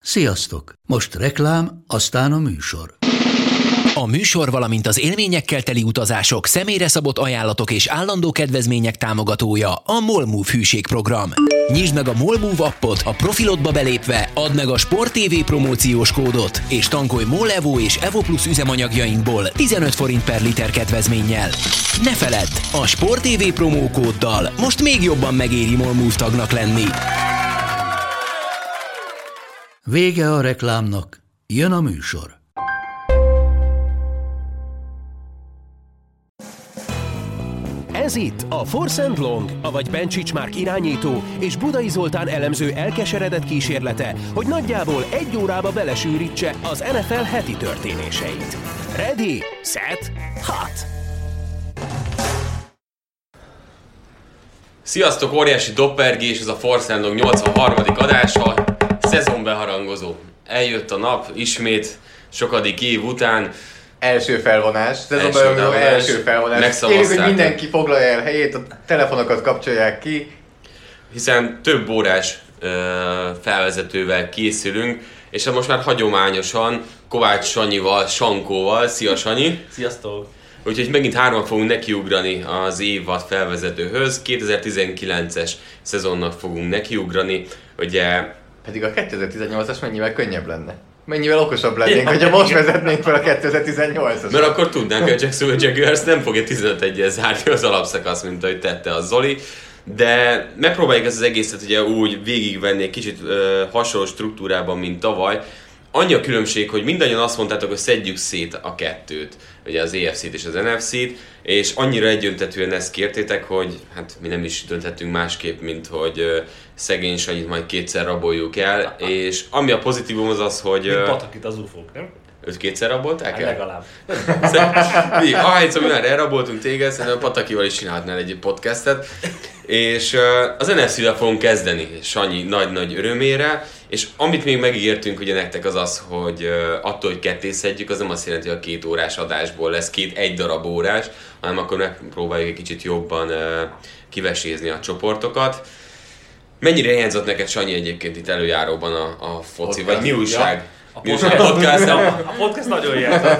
Sziasztok! Most reklám, aztán a műsor. A műsor, valamint az élményekkel teli utazások, személyre szabott ajánlatok és állandó kedvezmények támogatója a MOL Move hűségprogram. Nyisd meg a MOL Move appot, a profilodba belépve add meg a Sport TV promóciós kódot, és tankolj MOL Evo és Evo Plus üzemanyagjainkból 15 forint per liter kedvezménnyel. Ne feledd, a Sport TV promókóddal most még jobban megéri MOL Move tagnak lenni. Vége a reklámnak, jön a műsor. Ez itt a Force & Long, avagy Bencsics Márk irányító és Budai Zoltán elemző elkeseredett kísérlete, hogy nagyjából egy órába belesűrítse az NFL heti történéseit. Ready, set, hot! Sziasztok, óriási doppergés, ez a Force & Long 83. adása, szezonbeharangozó. Eljött a nap, ismét, sokadik év után. Első felvonás, szezonbeharangozó első felvonás. Kérjük, hogy mindenki foglalja el helyét, a telefonokat kapcsolják ki. Hiszen több órás felvezetővel készülünk, és most már hagyományosan Kovács Sanyival, Sankóval. Szia Sanyi! Sziasztok! Úgyhogy megint hárman fogunk nekiugrani az évad felvezetőhöz. 2019-es szezonnak fogunk nekiugrani, ugye... Pedig a 2018-as mennyivel könnyebb lenne. Mennyivel okosabb lennénk, hogyha most vezetnénk fel a 2018-as. Mert akkor tudnánk, hogy a Jacksonville Jaguars nem fogja 15-1-jel zárni az alapszakasz, mint ahogy tette a Zoli. De megpróbáljuk ezt az egészet ugye úgy végigvenni egy kicsit hasonló struktúrában, mint tavaly. Annyi a különbség, hogy mindannyian azt mondtátok, hogy szedjük szét a kettőt, ugye az EFC-t és az NFC-t, és annyira egyöntetűen ezt kértétek, hogy hát mi nem is dönthettünk másképp, mint hogy szegény Sanyit majd kétszer raboljuk el, és ami a pozitívum az az, hogy... Mint Patakit az UFO-k, nem? Őt kétszer rabolták el? Legalább. Mi? Ahányszor mi már elraboltunk téged, szerintem a Patakival is csinálhatnál egy podcastet. És az NFC-vel fogunk kezdeni, Sanyi nagy-nagy örömére. És amit még megígértünk ugye nektek az az, hogy attól, hogy kettészedjük, az nem azt jelenti, hogy a 2 órás adásból lesz 2 egy darab órás, hanem akkor megpróbáljuk egy kicsit jobban kivesézni a csoportokat. Mennyire hiányzott neked, Sanyi, egyébként itt előjáróban a foci, vagy mi újság? Ja. A podcast nagyon hiányzott.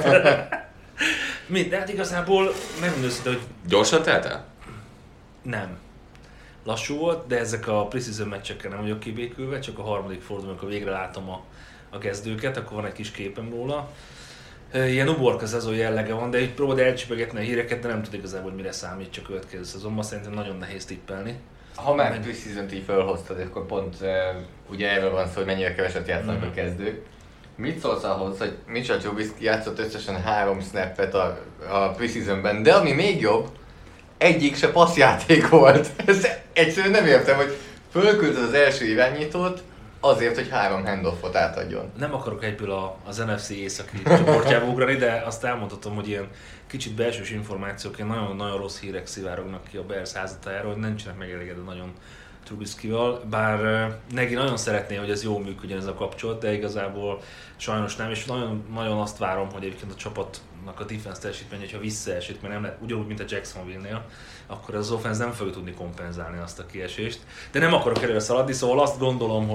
De hát igazából megmondom őszintén, hogy... Gyorsan telt el? Nem. Lassú volt, de ezek a preseason meccseken nem vagyok kibékülve, csak a harmadik fordulón, amikor végre látom a kezdőket, akkor van egy kis képem róla. Ilyen uborka szezon jellege van, de így próbáld elcsipegetni a híreket, de nem tud igazából, hogy mire számít a következő szezonban, szerintem nagyon nehéz tippelni. Ha már preseason-t így felhoztad, akkor pont ugye erről van szó, hogy mennyire keveset játszanak a kezdők. Mit szólsz ahhoz, hogy Mitchell Trubisky játszott összesen 3 snappet a preseasonben, de ami még jobb, egyik se passzjáték volt. Ezt egyszerűen nem értem, hogy fölküldöd az első irányítót azért, hogy 3 handoffot átadjon. Nem akarok egyből az NFC északi csoportjába ugrani, de azt elmondhatom, hogy ilyen kicsit belsős információk, ilyen nagyon-nagyon rossz hírek szivárognak ki a Bears házatájáról, hogy nincsenek megelégedve nagyon Trubiskyval, bár Nagy nagyon szeretné, hogy ez jól működjön ez a kapcsolat, de igazából sajnos nem, és nagyon azt várom, hogy egyébként a csapatnak a defense teljesítmény, hogyha visszaesik, mert nem lehet, ugyanúgy, mint a Jacksonville-nél, akkor az offense nem fogja tudni kompenzálni azt a kiesést. De nem akarok előre szaladni, szóval azt gondolom,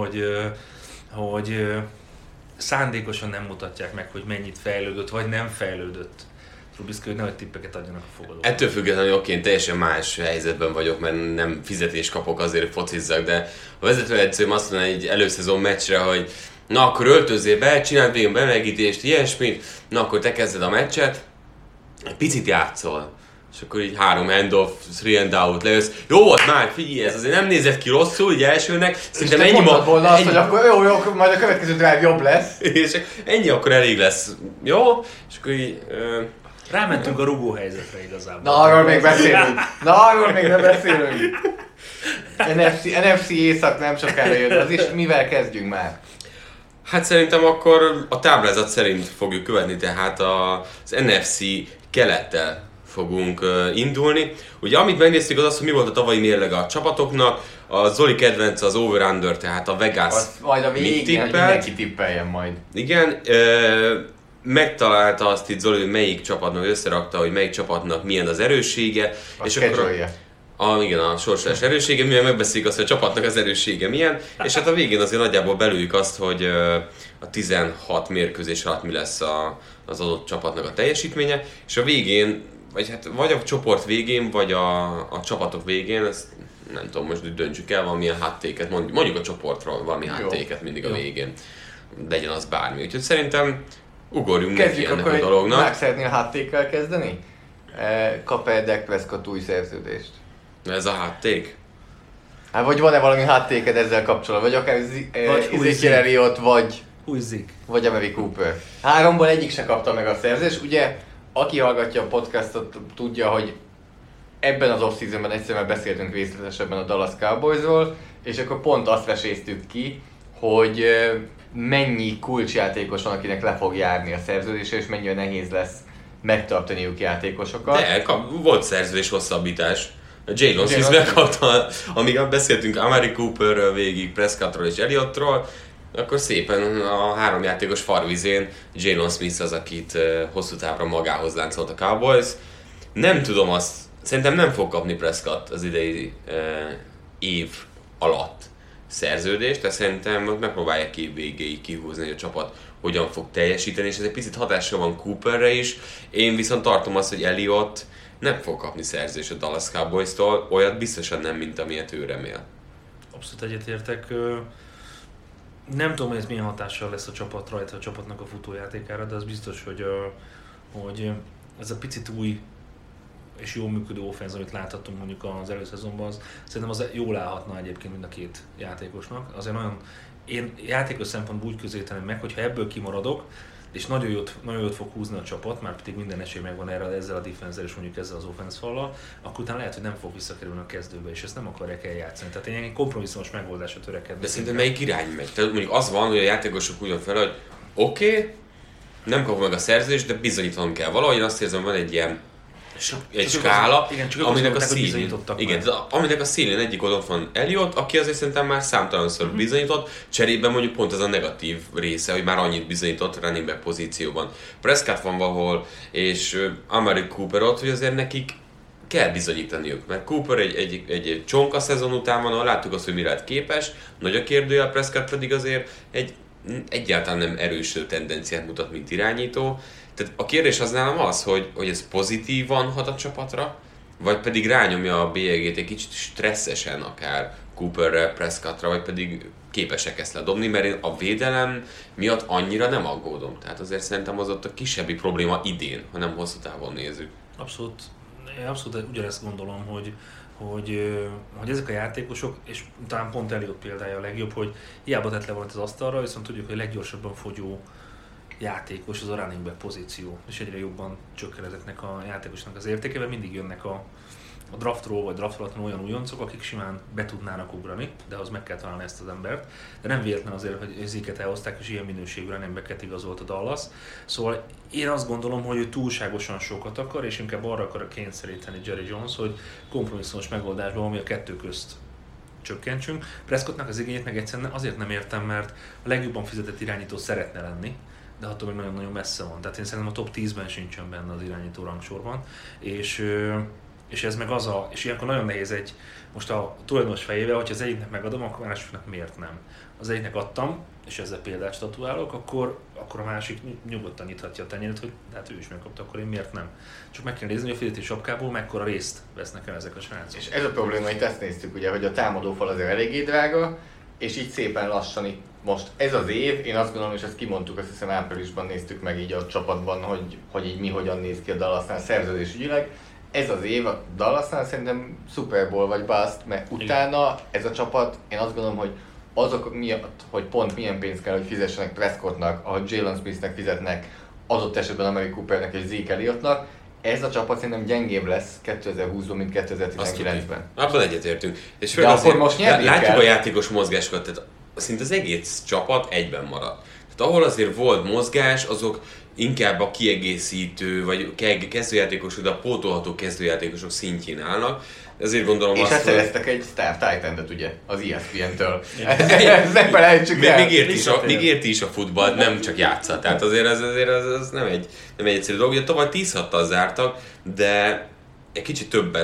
hogy szándékosan nem mutatják meg, hogy mennyit fejlődött, vagy nem fejlődött Trubisky, hogy nehogy tippeket adjanak a fogadók. Ettől függetlenül oké, én teljesen más helyzetben vagyok, mert nem fizetést kapok azért, hogy focizzak, de a vezetőedzőm azt mondja egy előszezon meccsre, hogy na akkor öltözzél be, csináld végén bemelegítést, ilyesmit, na akkor te kezded a meccset, egy picit játszol. És akkor így 3 handoff, 3 and out, lejössz. Jó volt már, figyelj, ez azért nem nézett ki rosszul, így elsőnek. Szerintem ennyi volna azt, hogy akkor jó, majd a következő drive jobb lesz. És ennyi akkor elég lesz, jó? És akkor így... Rámentünk a rugó helyzetre igazából. Na arról még beszélünk. NFC észak nem sokára jön, az is mivel kezdjünk már? Hát szerintem akkor a táblázat szerint fogjuk követni, tehát az NFC kelettel fogunk indulni. Ugye amit megnéztük az, hogy mi volt a tavalyi mérleg a csapatoknak, a Zoli kedvence az over-under, tehát a Vegas majd a végén mindenki tippeljen majd. Igen, megtalálta azt itt Zoli, hogy melyik csapatnak összerakta, hogy melyik csapatnak milyen az erőssége. És akkor Igen, a sorsolás erőssége, mivel megbeszéljük azt, hogy a csapatnak az erőssége milyen, és hát a végén azért nagyjából belüljük azt, hogy a 16 mérkőzés alatt mi lesz az adott csapatnak a teljesítménye, és a végén, vagy a csoport végén, vagy a csapatok végén, ezt nem tudom, most döntsük el valamilyen háttéket, mondjuk a csoportról valami háttéket mindig a végén, legyen az bármi. Úgyhogy szerintem ugorjunk neki ennek a dolognak. Már szeretnél háttékkel kezdeni? Kap-e Dak Prescott új szerződést? Ez a hátték? Hát vagy van-e valami háttéked ezzel kapcsolatban? Vagy akár Ezekiel Elliott, vagy Amari Cooper. 3-ból egyik se kapta meg a szerződést. Ugye, aki hallgatja a podcastot, tudja, hogy ebben az off-seasonben egyszer beszéltünk részletesebben a Dallas Cowboysról, és akkor pont azt veséztük ki, hogy mennyi kulcsjátékos van, akinek le fog járni a szerződése, és mennyire nehéz lesz megtartaniuk játékosokat. De volt szerződés hosszabbítás. A Jalen Smith megkapta, amíg beszéltünk Amari Cooperről végig, Prescottról és Elliottról, akkor szépen a 3 játékos farvizén Jalen Smith az, akit hosszú távra magához láncolt a Cowboys. Nem tudom azt, szerintem nem fog kapni Prescott az idei év alatt szerződést, de szerintem megpróbálják év végéig kihúzni, hogy a csapat hogyan fog teljesíteni, és ez egy picit hatással van Cooperre is. Én viszont tartom azt, hogy Elliott nem fog kapni szerződést a Dallas Cowboys-tól, olyat biztosan nem, mint amilyet ő remél. Abszolút egyetértek. Nem tudom, hogy ez milyen hatással lesz a csapatra, a csapatnak a futójátékára, de az biztos, hogy ez a picit új és jól működő offense, amit láthatunk mondjuk az előszezonban, az szerintem az jól állhatna egyébként mind a két játékosnak. Azért én játékos szempontból úgy közé tenném meg, hogyha ebből kimaradok, és nagyon jót fog húzni a csapat, már pedig minden esély megvan erre ezzel a defense-el és mondjuk ezzel az offense fallal, akkor utána lehet, hogy nem fog visszakerülni a kezdőbe, és ezt nem akarják eljátszani. Tehát én egy kompromisszumos megoldásra törekednek. De szerintem melyik irány megy? Tehát mondjuk az van, hogy a játékosok úgy van fel, hogy oké, nem kapom meg a szerződést, de bizonyítanom kell. Valahogy én azt érzem, van egy ilyen skála, aminek a szélén egyik oldalon van Elliott, aki azért szerintem már számtalanszor bizonyított, cserében mondjuk pont ez a negatív része, hogy már annyit bizonyított running back pozícióban. Prescott van valahol, és Amari Cooper ott, hogy azért nekik kell bizonyítaniuk, mert Cooper egy csonka szezon után van, ahol láttuk azt, hogy mire lett képes, nagy a kérdője, Prescott pedig azért egyáltalán nem erősödő tendenciát mutat, mint irányító. Tehát a kérdés az nálam az, hogy ez pozitívan hat a csapatra, vagy pedig rányomja a bélyegét egy kicsit stresszesen akár Cooperre, Prescottra, vagy pedig képesek ezt ledobni, mert én a védelem miatt annyira nem aggódom. Tehát azért szerintem az ott a kisebbi probléma idén, ha nem hosszú távon nézzük. Abszolút ugyanezt gondolom, hogy ezek a játékosok, és talán pont Elliott példája a legjobb, hogy hiába tett le valamit az asztalra, viszont tudjuk, hogy leggyorsabban fogyó játékos az a running back pozíció, és egyre jobban csökken ezeknek a játékosnak az értékével, mindig jönnek a draftról vagy draftolatlan olyan újoncok, akik simán be tudnának ugrani, de ahhoz meg kell találni ezt az embert. De nem véletlen azért, hogy Zeke-et elhozták, és ilyen minőségű running backet igazolt a Dallas. Szóval én azt gondolom, hogy ő túlságosan sokat akar, és inkább arra akar kényszeríteni Jerry Jones, hogy kompromisszumos megoldásban, ami a kettő közt csökkentsünk. Prescottnak az igényét meg egyszerűen azért nem értem, mert a legjobban fizetett irányító szeretne lenni, de attól még nagyon-nagyon messze van. Tehát én szerintem a top 10-ben sincsen benne az irányító rangsorban. És ez meg és ilyenkor nagyon nehéz most a tulajdonos fejével, hogyha az egyiknek megadom, akkor a másiknak miért nem. Az egyiknek adtam, és ezzel példát statuálok, akkor a másik nyugodtan nyithatja a tenyérét, hogy hát ő is megkapta, akkor én miért nem. Csak meg kell nézni, hogy a fizetés sapkából mekkora részt vesznek el ezek a srácok. És ez a probléma, hogy ezt néztük ugye, hogy a támadófal azért eléggé drága, és így szépen lassan itt most ez az év, én azt gondolom, és ezt kimondtuk, azt hiszem áprilisban néztük meg így a csapatban, hogy így mi hogyan néz ki a Dallasnál szerződésügyileg. Ez az év a Dallasnál szerintem Super Bowl vagy bust, mert utána ez a csapat, én azt gondolom, hogy azok miatt, hogy pont milyen pénzt kell, hogy fizessenek Prescottnak, ahogy Jalen Smithnek fizetnek, adott esetben Amari Coopernek és Zeke Elliottnak, ez a csapat szerintem gyengébb lesz 2020-ban, mint 2019-ben. Abban egyetértünk. És de akkor most látjuk a játékos mozgásokat, tehát szinte az egész csapat egyben marad. Tehát ahol azért volt mozgás, azok inkább a kiegészítő, vagy kezdőjátékosok, de a pótolható kezdőjátékosok szintjén állnak. Ezért gondolom és azt, ezt szereztek egy Star Titan-et ugye, az ESPN-től. Ezt nem felejtsük el. Még érti is a futballt, nem csak játsza. Tehát azért ez nem egy egyszerű dolog. Ugye tavaly 10-6-tal zártak, de egy kicsit többet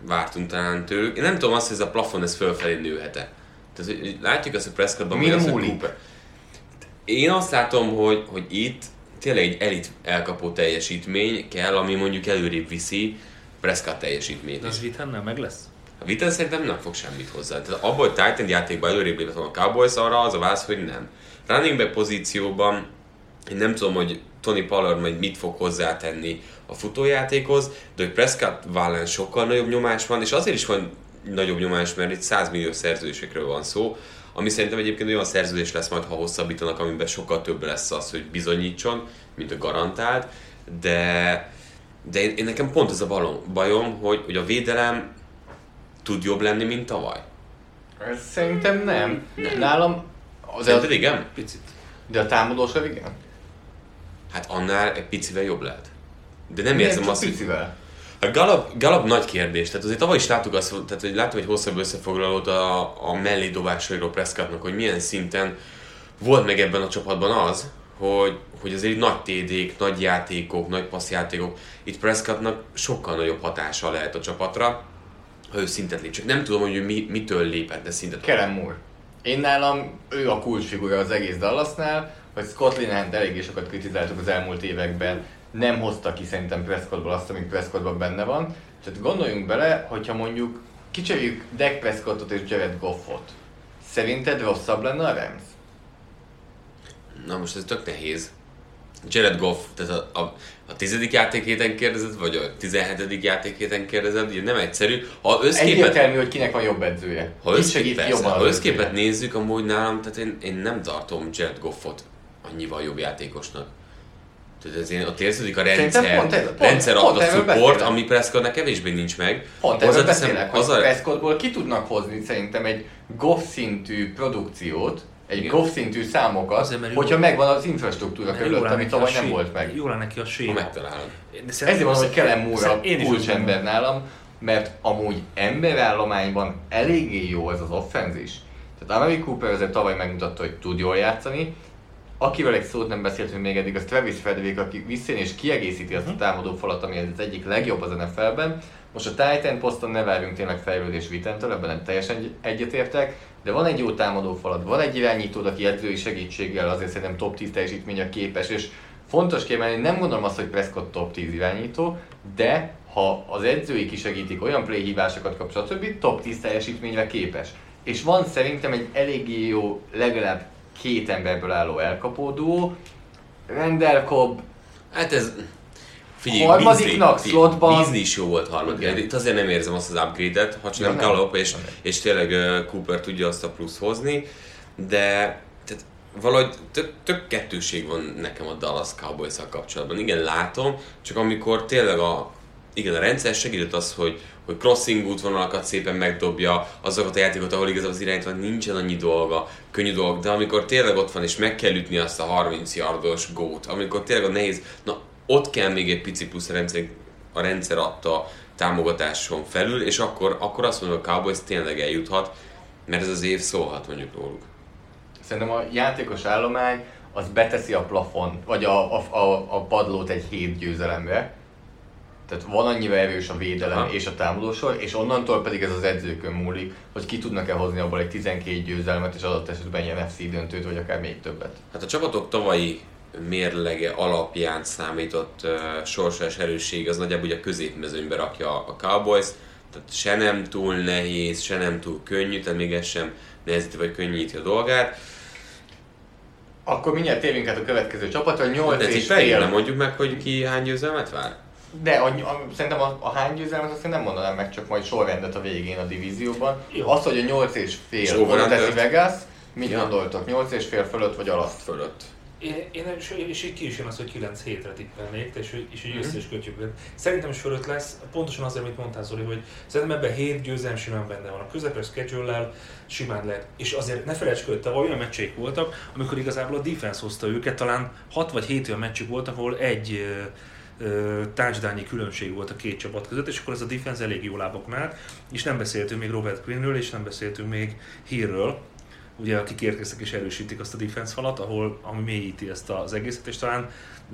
vártunk talán tőlük. Én nem tudom azt, hogy ez a plafon ez fölfelé nőhet-e. Tehát, látjuk ezt a Prescottban, hogy az, hogy Cooper. Én azt látom, hogy itt tényleg egy elit elkapó teljesítmény kell, ami mondjuk előrébb viszi Prescott teljesítményt. De az Wittennél meg lesz? A Witten szerintem nem fog semmit hozzá. Tehát abban, hogy Titan játékban előrébb lépett a Cowboys, arra az a válasz, hogy nem. Running back pozícióban én nem tudom, hogy Tony Pollard majd mit fog hozzátenni a futójátékhoz, de hogy Prescott vállán sokkal nagyobb nyomás van, és azért is van nagyobb nyomás, mert itt 100 millió szerződésekről van szó, ami szerintem egyébként olyan szerződés lesz majd, ha hosszabbítanak, amiben sokkal több lesz az, hogy bizonyítson, mint a garantált, de én nekem pont ez a bajom, hogy a védelem tud jobb lenni, mint tavaly. Szerintem nem. Nálam... Szerinted igen? Picit. De a támadósor igen? Hát annál egy picivel jobb lehet. De nem érzem azt, picivel? A Gallup nagy kérdés, tehát azért tavaly is láttuk azt, tehát, hogy láttam egy hosszabb összefoglalót a mellé dobásairól Prescottnak, hogy milyen szinten volt meg ebben a csapatban az, hogy azért nagy TD-k, nagy játékok, nagy passzjátékok, itt Prescottnak sokkal nagyobb hatása lehet a csapatra, ha ő szintet lép. Csak nem tudom, hogy ő mitől lépett, de szintet. Kellen Moore. Én nálam ő a kulcsfigura az egész Dallasnál, hogy Scott Linehant eléggé sokat kritizáltuk az elmúlt években, nem hozta ki szerintem Prescottból azt, ami Prescottban benne van. Tehát gondoljunk bele, hogyha mondjuk kicserjük Dak Prescottot és Jared Goffot. Szerinted rosszabb lenne a Rams? Na most ez tök nehéz. Jared Goff, tehát a 10. játékhéten kérdezed, vagy a 17. játékhéten kérdezed, ugye nem egyszerű. Egyértelmű, hogy kinek van jobb edzője. Ha összképet nézzük, amúgy nálam, tehát én nem tartom Jared Goffot annyival jobb játékosnak. Tehát ez ott érződik a rendszer adta support, ami Prescottnak kevésbé nincs meg. Pont erről beszélek, hogy Prescottból ki tudnak hozni szerintem egy Goff szintű produkciót, egy Goff szintű számokat, azért, hogyha megvan az infrastruktúra körülött, ami tavaly nem volt meg. Jó lenne neki a séma. Megtalálod. Ezért mondom, hogy Kellen Moore a kulcsember nálam, mert amúgy emberállományban eléggé jó ez az offenz is. Tehát Amari Cooper azért tavaly megmutatta, hogy tud jól játszani. Akivel egy szót nem beszéltünk még eddig, az Travis Frederick, aki visszajön és kiegészíti azt a támadó falat, ami az egyik legjobb az NFL-ben. Most a Titan poszton ne várjunk tényleg fejlődés Wittentől, ebben nem teljesen egyetértek, de van egy jó támadó falad, van egy irányítód, aki edzői segítséggel azért szerintem top 10 teljesítményre képes, és fontos kiemelni, nem gondolom azt, hogy Prescott top 10 irányító, de ha az edzői kisegítik, olyan play hívásokat kap, stb. Top 10 teljesítményre képes. És van szerintem egy eléggé jó, legalább 2 emberből álló elkapó duó. Randall Cobb... Hát ez... Figyelj, harmadiknak slotban... Beasley is jó volt harmadik. Itt azért nem érzem azt az upgrade-et, ha csak nem Gallup, és tényleg Cooper tudja azt a plusz hozni, de tehát valahogy tök kettőség van nekem a Dallas Cowboys-szal kapcsolatban. Igen, látom, csak amikor tényleg a rendszer segített az, hogy crossing útvonalakat szépen megdobja, azokat a játékokat, ahol igazából az irányítónak nincsen annyi dolga, könnyű dolog, de amikor tényleg ott van és meg kell ütni azt a 30 yardos gót, amikor tényleg a nehéz, na ott kell még egy pici plusz a rendszer adta támogatáson felül, és akkor azt mondom, hogy a Cowboys tényleg eljuthat, mert ez az év szólhat mondjuk róluk. Szerintem a játékos állomány az beteszi a plafon, vagy a padlót egy 7 győzelemre. Tehát van annyira erős a védelem és a támadósor, és onnantól pedig ez az edzőkön múlik, hogy ki tudnak-e hozni abból egy 12 győzelmet, és adott esetben egy NFC döntőt, vagy akár még többet. Hát a csapatok tavalyi mérlege alapján számított sorsolás erősség az nagyjából ugye a középmezőnybe rakja a Cowboys, tehát se nem túl nehéz, se nem túl könnyű, tehát még ez sem nehezíti vagy könnyíti a dolgát. Akkor mindjárt térjünk át a következő csapatra, 8 és fél. Nem mondjuk meg, hogy ki hány győzelmet vár? De szerintem a hány győzelmet azt nem mondanám meg, csak majd sorrendet a végén a divízióban. Jó. Az, hogy a 8 és fél oda teszi Vegas, mit gondoltok? 8 és fél fölött vagy alatt? Fölött. És így ki is jön az, hogy 9 hétre tippelnék, és így össze is kötjük. Szerintem is fölött lesz, pontosan azért, amit mondtál Zoli, hogy szerintem ebben 7 győzelem simán benne van. A közepes schedule-lel simán lehet. És azért ne felejtsd el, tavaly olyan meccsék voltak, amikor igazából a defense hozta őket, talán 6 vagy 7 olyan meccsük volt, ahol egy touchdownnyi különbség volt a két csapat között, és akkor ez a defense elég jó lábakon állt, és nem beszéltünk még Robert Quinnről, és nem beszéltünk még Hillről, ugye akik érkeztek és erősítik azt a defense falat, ami mélyíti ezt az egészet, és talán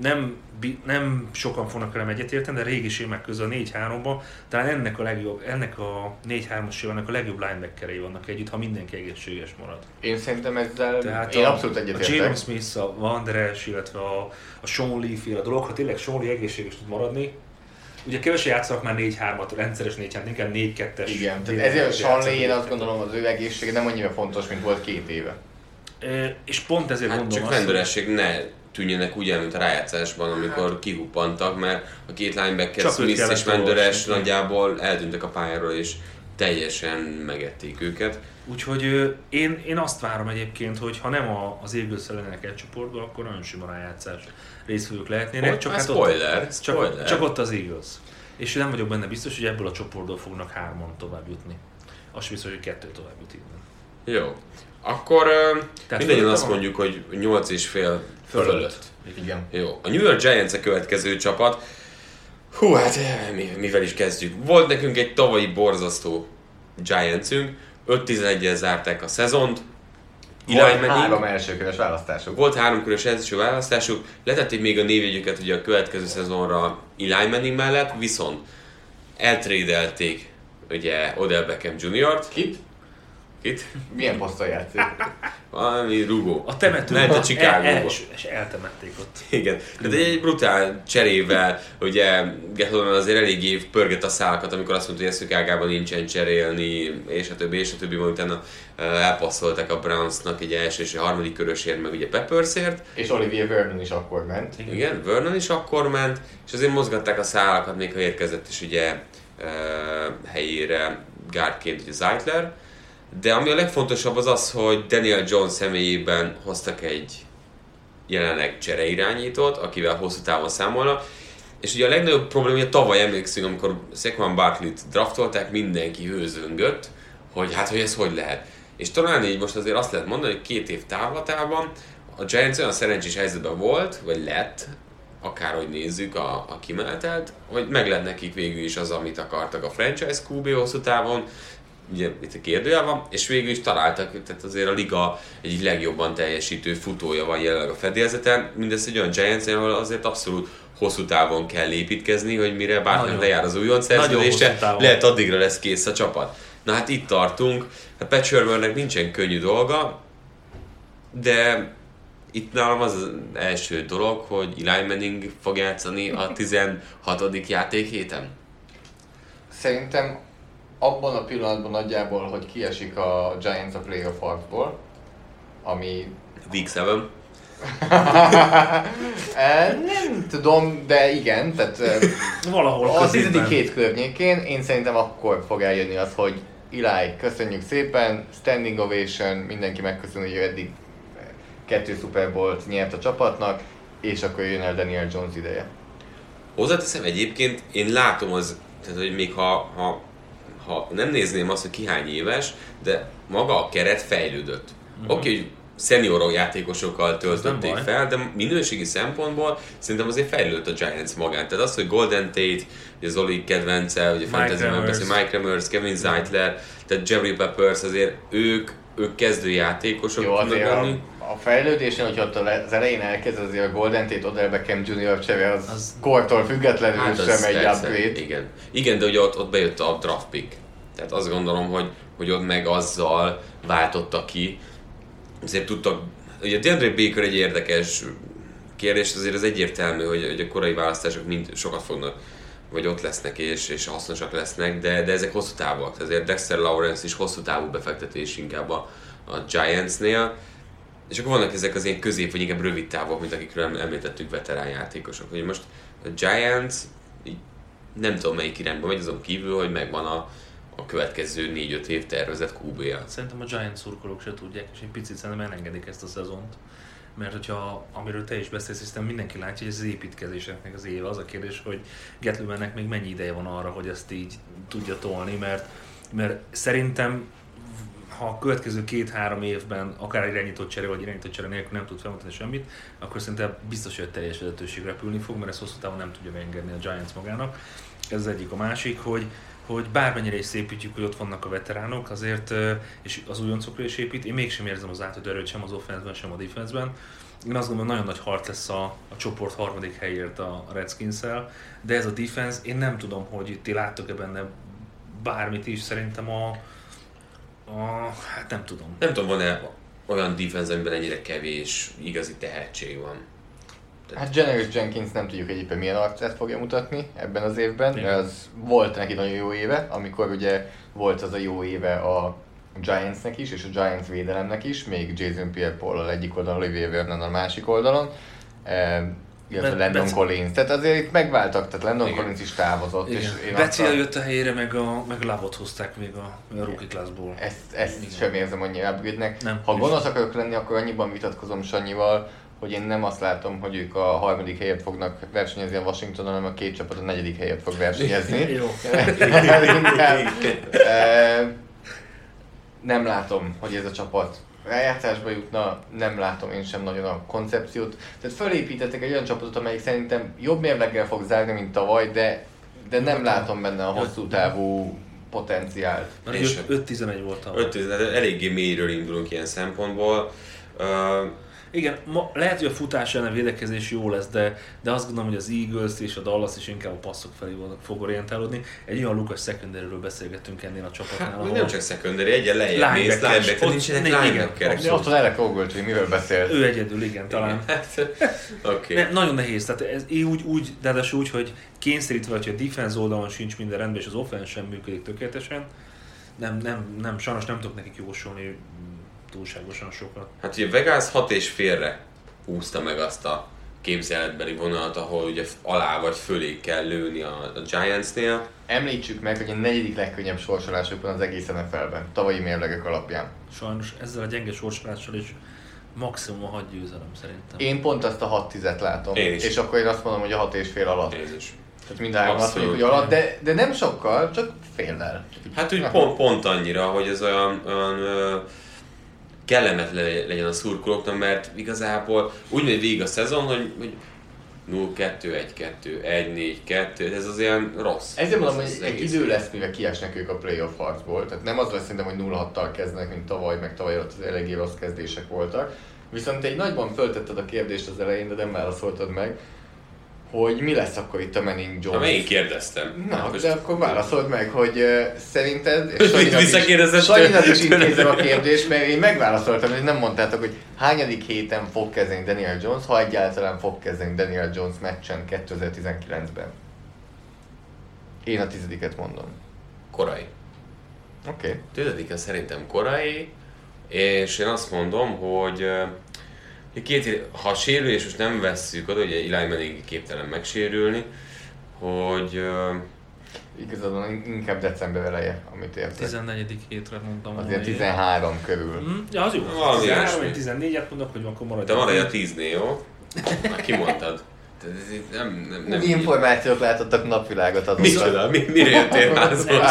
nem sokan fognak velem egyetérteni, de régi sémák közül a 4-3-ban talán ennek a 4-3-as sémának a legjobb linebackerei vannak együtt, ha mindenki egészséges marad. Én szerintem ezzel tehát én abszolút a egyetértek. Jalen Smith, a Van Der Esch, illetve a Sean Lee-féle dolog, ha tényleg Sean Lee egészséges tud maradni, ugye kevesen játszanak már 4-3-at, rendszeres 4-3, inkább 4-2-es. Igen, tehát ezért a Sean Lee, én azt gondolom, az ő egészsége nem annyira fontos, mint volt 2 éve. És pont ezért hát gondolom csak rendőresség ne tűnjenek úgy el, mint a rájátszásban, amikor kihuppantak, mert a két linebacker, Smith és Van Der Esch nagyjából eltűntek a pályáról, és teljesen megették őket. Úgyhogy én azt várom egyébként, hogy ha nem az Eagles lennének egy csoportban, akkor nagyon sima rájátszás résztvevők lehetnének. Csak hát spoiler. Csak ott az Eagles. És nem vagyok benne biztos, hogy ebből a csoportból fognak 3-an tovább jutni. Az sem biztos, hogy 2 tovább jut innen. Jó. Akkor mindannyian azt mondjuk, hogy 8,5 fölött. Igen. Jó. A New York Giants a következő csapat. Hú, hát mivel is kezdjük. Volt nekünk egy tavalyi borzasztó Giantsünk. 5-11-el zárták a szezont. Volt 3 elsőkörös választásuk. Volt 3 körös első választásuk. Letették még a névjegyüket ugye a következő szezonra Eli Manning mellett, viszont eltrédelték ugye Odell Beckham Jr.-t. Kit? Milyen poszton játszik? Valami rugó. A temető. Ment a Chicagóba. És eltemették ott. Igen. Tehát egy brutál cserével, ugye Gettleman azért eléggé pörget a szálakat, amikor azt mondta, hogy Eszükágában nincsen cserélni, és a többi, majd utána elpasszolták a Brownsnak egy első és a harmadik körösért, meg ugye Peppersért. És Olivier Vernon is akkor ment. Igen, Vernon is akkor ment, és azért mozgatták a szálakat, még ha érkezett is ugye helyére guardként ugye Zeitler. De ami a legfontosabb az az, hogy Daniel Jones személyében hoztak egy jelenleg csereirányítót, akivel hosszú távon számolnak. És ugye a legnagyobb probléma, hogy tavaly emlékszünk, amikor Saquon Barkley-t draftolták, mindenki hőzöngött, hogy hát hogy ez hogy lehet. És talán így most azért azt lehet mondani, hogy 2 év távlatában a Giants olyan szerencsés helyzetben volt, vagy lett, akárhogy nézzük a kimenetelt, hogy meg lett nekik végül is az, amit akartak a franchise QB hosszú távon, ugye itt a kérdőjel van, és végül is találtak, tehát azért a liga egyik legjobban teljesítő futója van jelenleg a fedélzeten, mindez egy olyan Giants, ahol azért abszolút hosszú távon kell építkezni, hogy mire bárkinek lejár az újonc szerződése, lehet addigra lesz kész a csapat. Na hát itt tartunk, a Pat Shurmurnek nincsen könnyű dolga, de itt nálam az első dolog, hogy Eli Manning fog játszani a 16. játékhéten. Szerintem abban a pillanatban nagyjából, hogy kiesik a Giants a playoff harcból, ami... Week 7. Nem tudom, de igen, tehát valahol a 10. hét környékén én szerintem akkor fog eljönni az, hogy Eli, köszönjük szépen, standing ovation, mindenki megköszönjük, hogy eddig 2 Super Bowl-t nyert a csapatnak, és akkor jön el Daniel Jones ideje. Hozzáteszem egyébként, én látom az, tehát, hogy még ha nem nézném azt, hogy ki hány éves, de maga a keret fejlődött. Oké, hogy szenior játékosokkal töltötték fel, de minőségi szempontból szerintem azért fejlődött a Giants magán. Tehát az, hogy Golden Tate, ugye Zoli kedvence, ugye fantasyben beszél, Mike Remmers, Kevin Zeitler, tehát Jabari Peppers, azért ők kezdő játékosok tudnak lenni. A fejlődésen, hogyha ott az elején elkezd, azért a Golden Tate, Odell Beckham Jr. csere az kortól függetlenül hát sem egy upgrade. Igen, de ugye ott bejött a draft pick. Tehát azt gondolom, hogy ott meg azzal váltotta ki. Azért tudtak, ugye DeAndre Baker egy érdekes kérdés, azért az egyértelmű, hogy a korai választások mind sokat fognak, vagy ott lesznek és hasznosak lesznek, de ezek hosszú távok. Ezért Dexter Lawrence is hosszú távú befektetés inkább a Giantsnél. És akkor vannak ezek az ilyen közép, vagy inkább rövid távok, mint akikről említettük, veterán játékosok. Hogy most a Giants, nem tudom melyik irányba megy, azon kívül, hogy megvan a következő 4-5 év tervezett QB-ja. Szerintem a Giants szurkolók se tudják, és egy picit szerintem elengedik ezt a szezont. Mert hogyha, amiről te is beszélsz, szerintem mindenki látja, hogy ez az építkezéseknek az éve. Az a kérdés, hogy Gettlemannek még mennyi ideje van arra, hogy ezt így tudja tolni, mert szerintem ha a következő 2-3 évben akár irányított csere vagy irányított csere nélkül nem tud felmutatni semmit, akkor szerintem biztos, hogy a teljes vezetőség repülni fog, mert ezt hosszú távon nem tudja megengedni a Giants magának. Ez az egyik. A másik, hogy bármennyire is szépítjük, hogy ott vannak a veteránok, azért, és az újoncokra is épít, én mégsem érzem az átadó erőt sem az offense-ben, sem a defense-ben. Én azt gondolom, nagyon nagy harc lesz a csoport harmadik helyért a Redskins-szel, de ez a defense, én nem tudom, hogy ti láttok-e benne bármit is, szerintem hát nem tudom. Nem tudom, van-e olyan defense, amiben ennyire kevés igazi tehetség van. Hát Janoris Jenkins nem tudjuk egyébként milyen arcát fogja mutatni ebben az évben, mert az volt neki nagyon jó éve, amikor ugye volt az a jó éve a Giantsnek is, és a Giants védelemnek is, még Jason Pierre-Paul egyik oldalon, Olivier Vernon a másik oldalon, illetve Landon Collins. Tehát azért itt megváltak, tehát Landon Collins is távozott. Igen. És én Becia jött a helyére, meg Lavot hozták még a rookie classból. Ezt sem érzem annyira upgrade-nek. Nem. Ha gonosz akarok lenni, akkor annyiban vitatkozom Sanyival, hogy én nem azt látom, hogy ők a harmadik helyet fognak versenyezni a Washingtonon, hanem a két csapat a negyedik helyet fog versenyezni. Jó. Nem látom, hogy ez a csapat rájátszásba jutna, nem látom én sem nagyon a koncepciót. Tehát fölépítettek egy olyan csapatot, amelyik szerintem jobb mérleggel fog zárni, mint tavaly, de nem látom benne a hosszú távú potenciált. 5-11 volt tavaly. 5-11, eléggé mélyről indulunk ilyen szempontból. Igen, lehet, hogy a futás ellen a védekezés jó lesz, de azt gondolom, hogy az Eagles és a Dallas is inkább a passzok felé fog orientálódni. Egy olyan Lucas secondary-ről beszélgettünk ennél a csapatnál. Hát, nem csak secondary, egyen lejjebb mész, linebacker, nincsenek linebackerek. Ott van Eric Ogletree, hogy miről beszél. Ő egyedül, igen, talán. Okay. Nagyon nehéz, tehát ez úgy, de úgy, hogy kényszerítve, hogy a defense oldalon sincs minden rendben, és az offense sem működik tökéletesen. Sajnos nem tudok nekik jósolni túlságosan sokat. Hát ugye Vegas 6,5-re húzta meg azt a képzeletbeli vonalat, ahol ugye alá vagy fölé kell lőni a Giantsnél. Említsük meg, hogy a negyedik legkönnyebb sorsolásuk van az egész NFL-ben, tavalyi mérlegek alapján. Sajnos ezzel a gyenge sorsolással is maximum a 6 győzelem szerintem. Én pont azt a 6-10-et látom, és akkor én azt mondom, hogy a 6,5 alatt. Én is. Tehát mindhárom azt mondjuk, hogy alatt, de nem sokkal, csak féllel. Hát úgy pont annyira, hogy ez olyan kellemetlen legyen a szurkolóknak, mert igazából úgy megy végig a szezon, hogy 0-2-1-2, 1-4-2, ez az ilyen rossz. Ezért mondom, hogy egy idő lesz, mire kiesnek ők a playoff harcból. Tehát nem az lesz szerintem, hogy 0-6-tal kezdenek, mint tavaly, meg tavaly ott az eléggé rossz kezdések voltak. Viszont egy nagyban föltetted a kérdést az elején, de nem válaszoltad meg, hogy mi lesz akkor itt a Manning Jones. Ha én kérdeztem. Na, de akkor válaszold meg, hogy szerinted... Sanyinak is intézem a kérdést, mert én megválaszoltam, hogy nem mondtátok, hogy hányadik héten fog kezdeni Daniel Jones, ha egyáltalán fog kezdeni Daniel Jones meccsen 2019-ben. Én a 10-et mondom. Korai. Oké. 10-e szerintem korai, és én azt mondom, hogy ha sérülés most nem vesszük oda, ugye Eli Manning képtelen megsérülni, hogy... Igazából inkább december eleje, amit értek. 14. hétre mondtam. Azért 13 körül. Ja, az jó. 14-et mondok, hogy akkor maradj. De maradj a 10-nél, jó? Már kimondtad. Nem információk látottak napvilágot adott. Micsoda? Mire jöttél házból?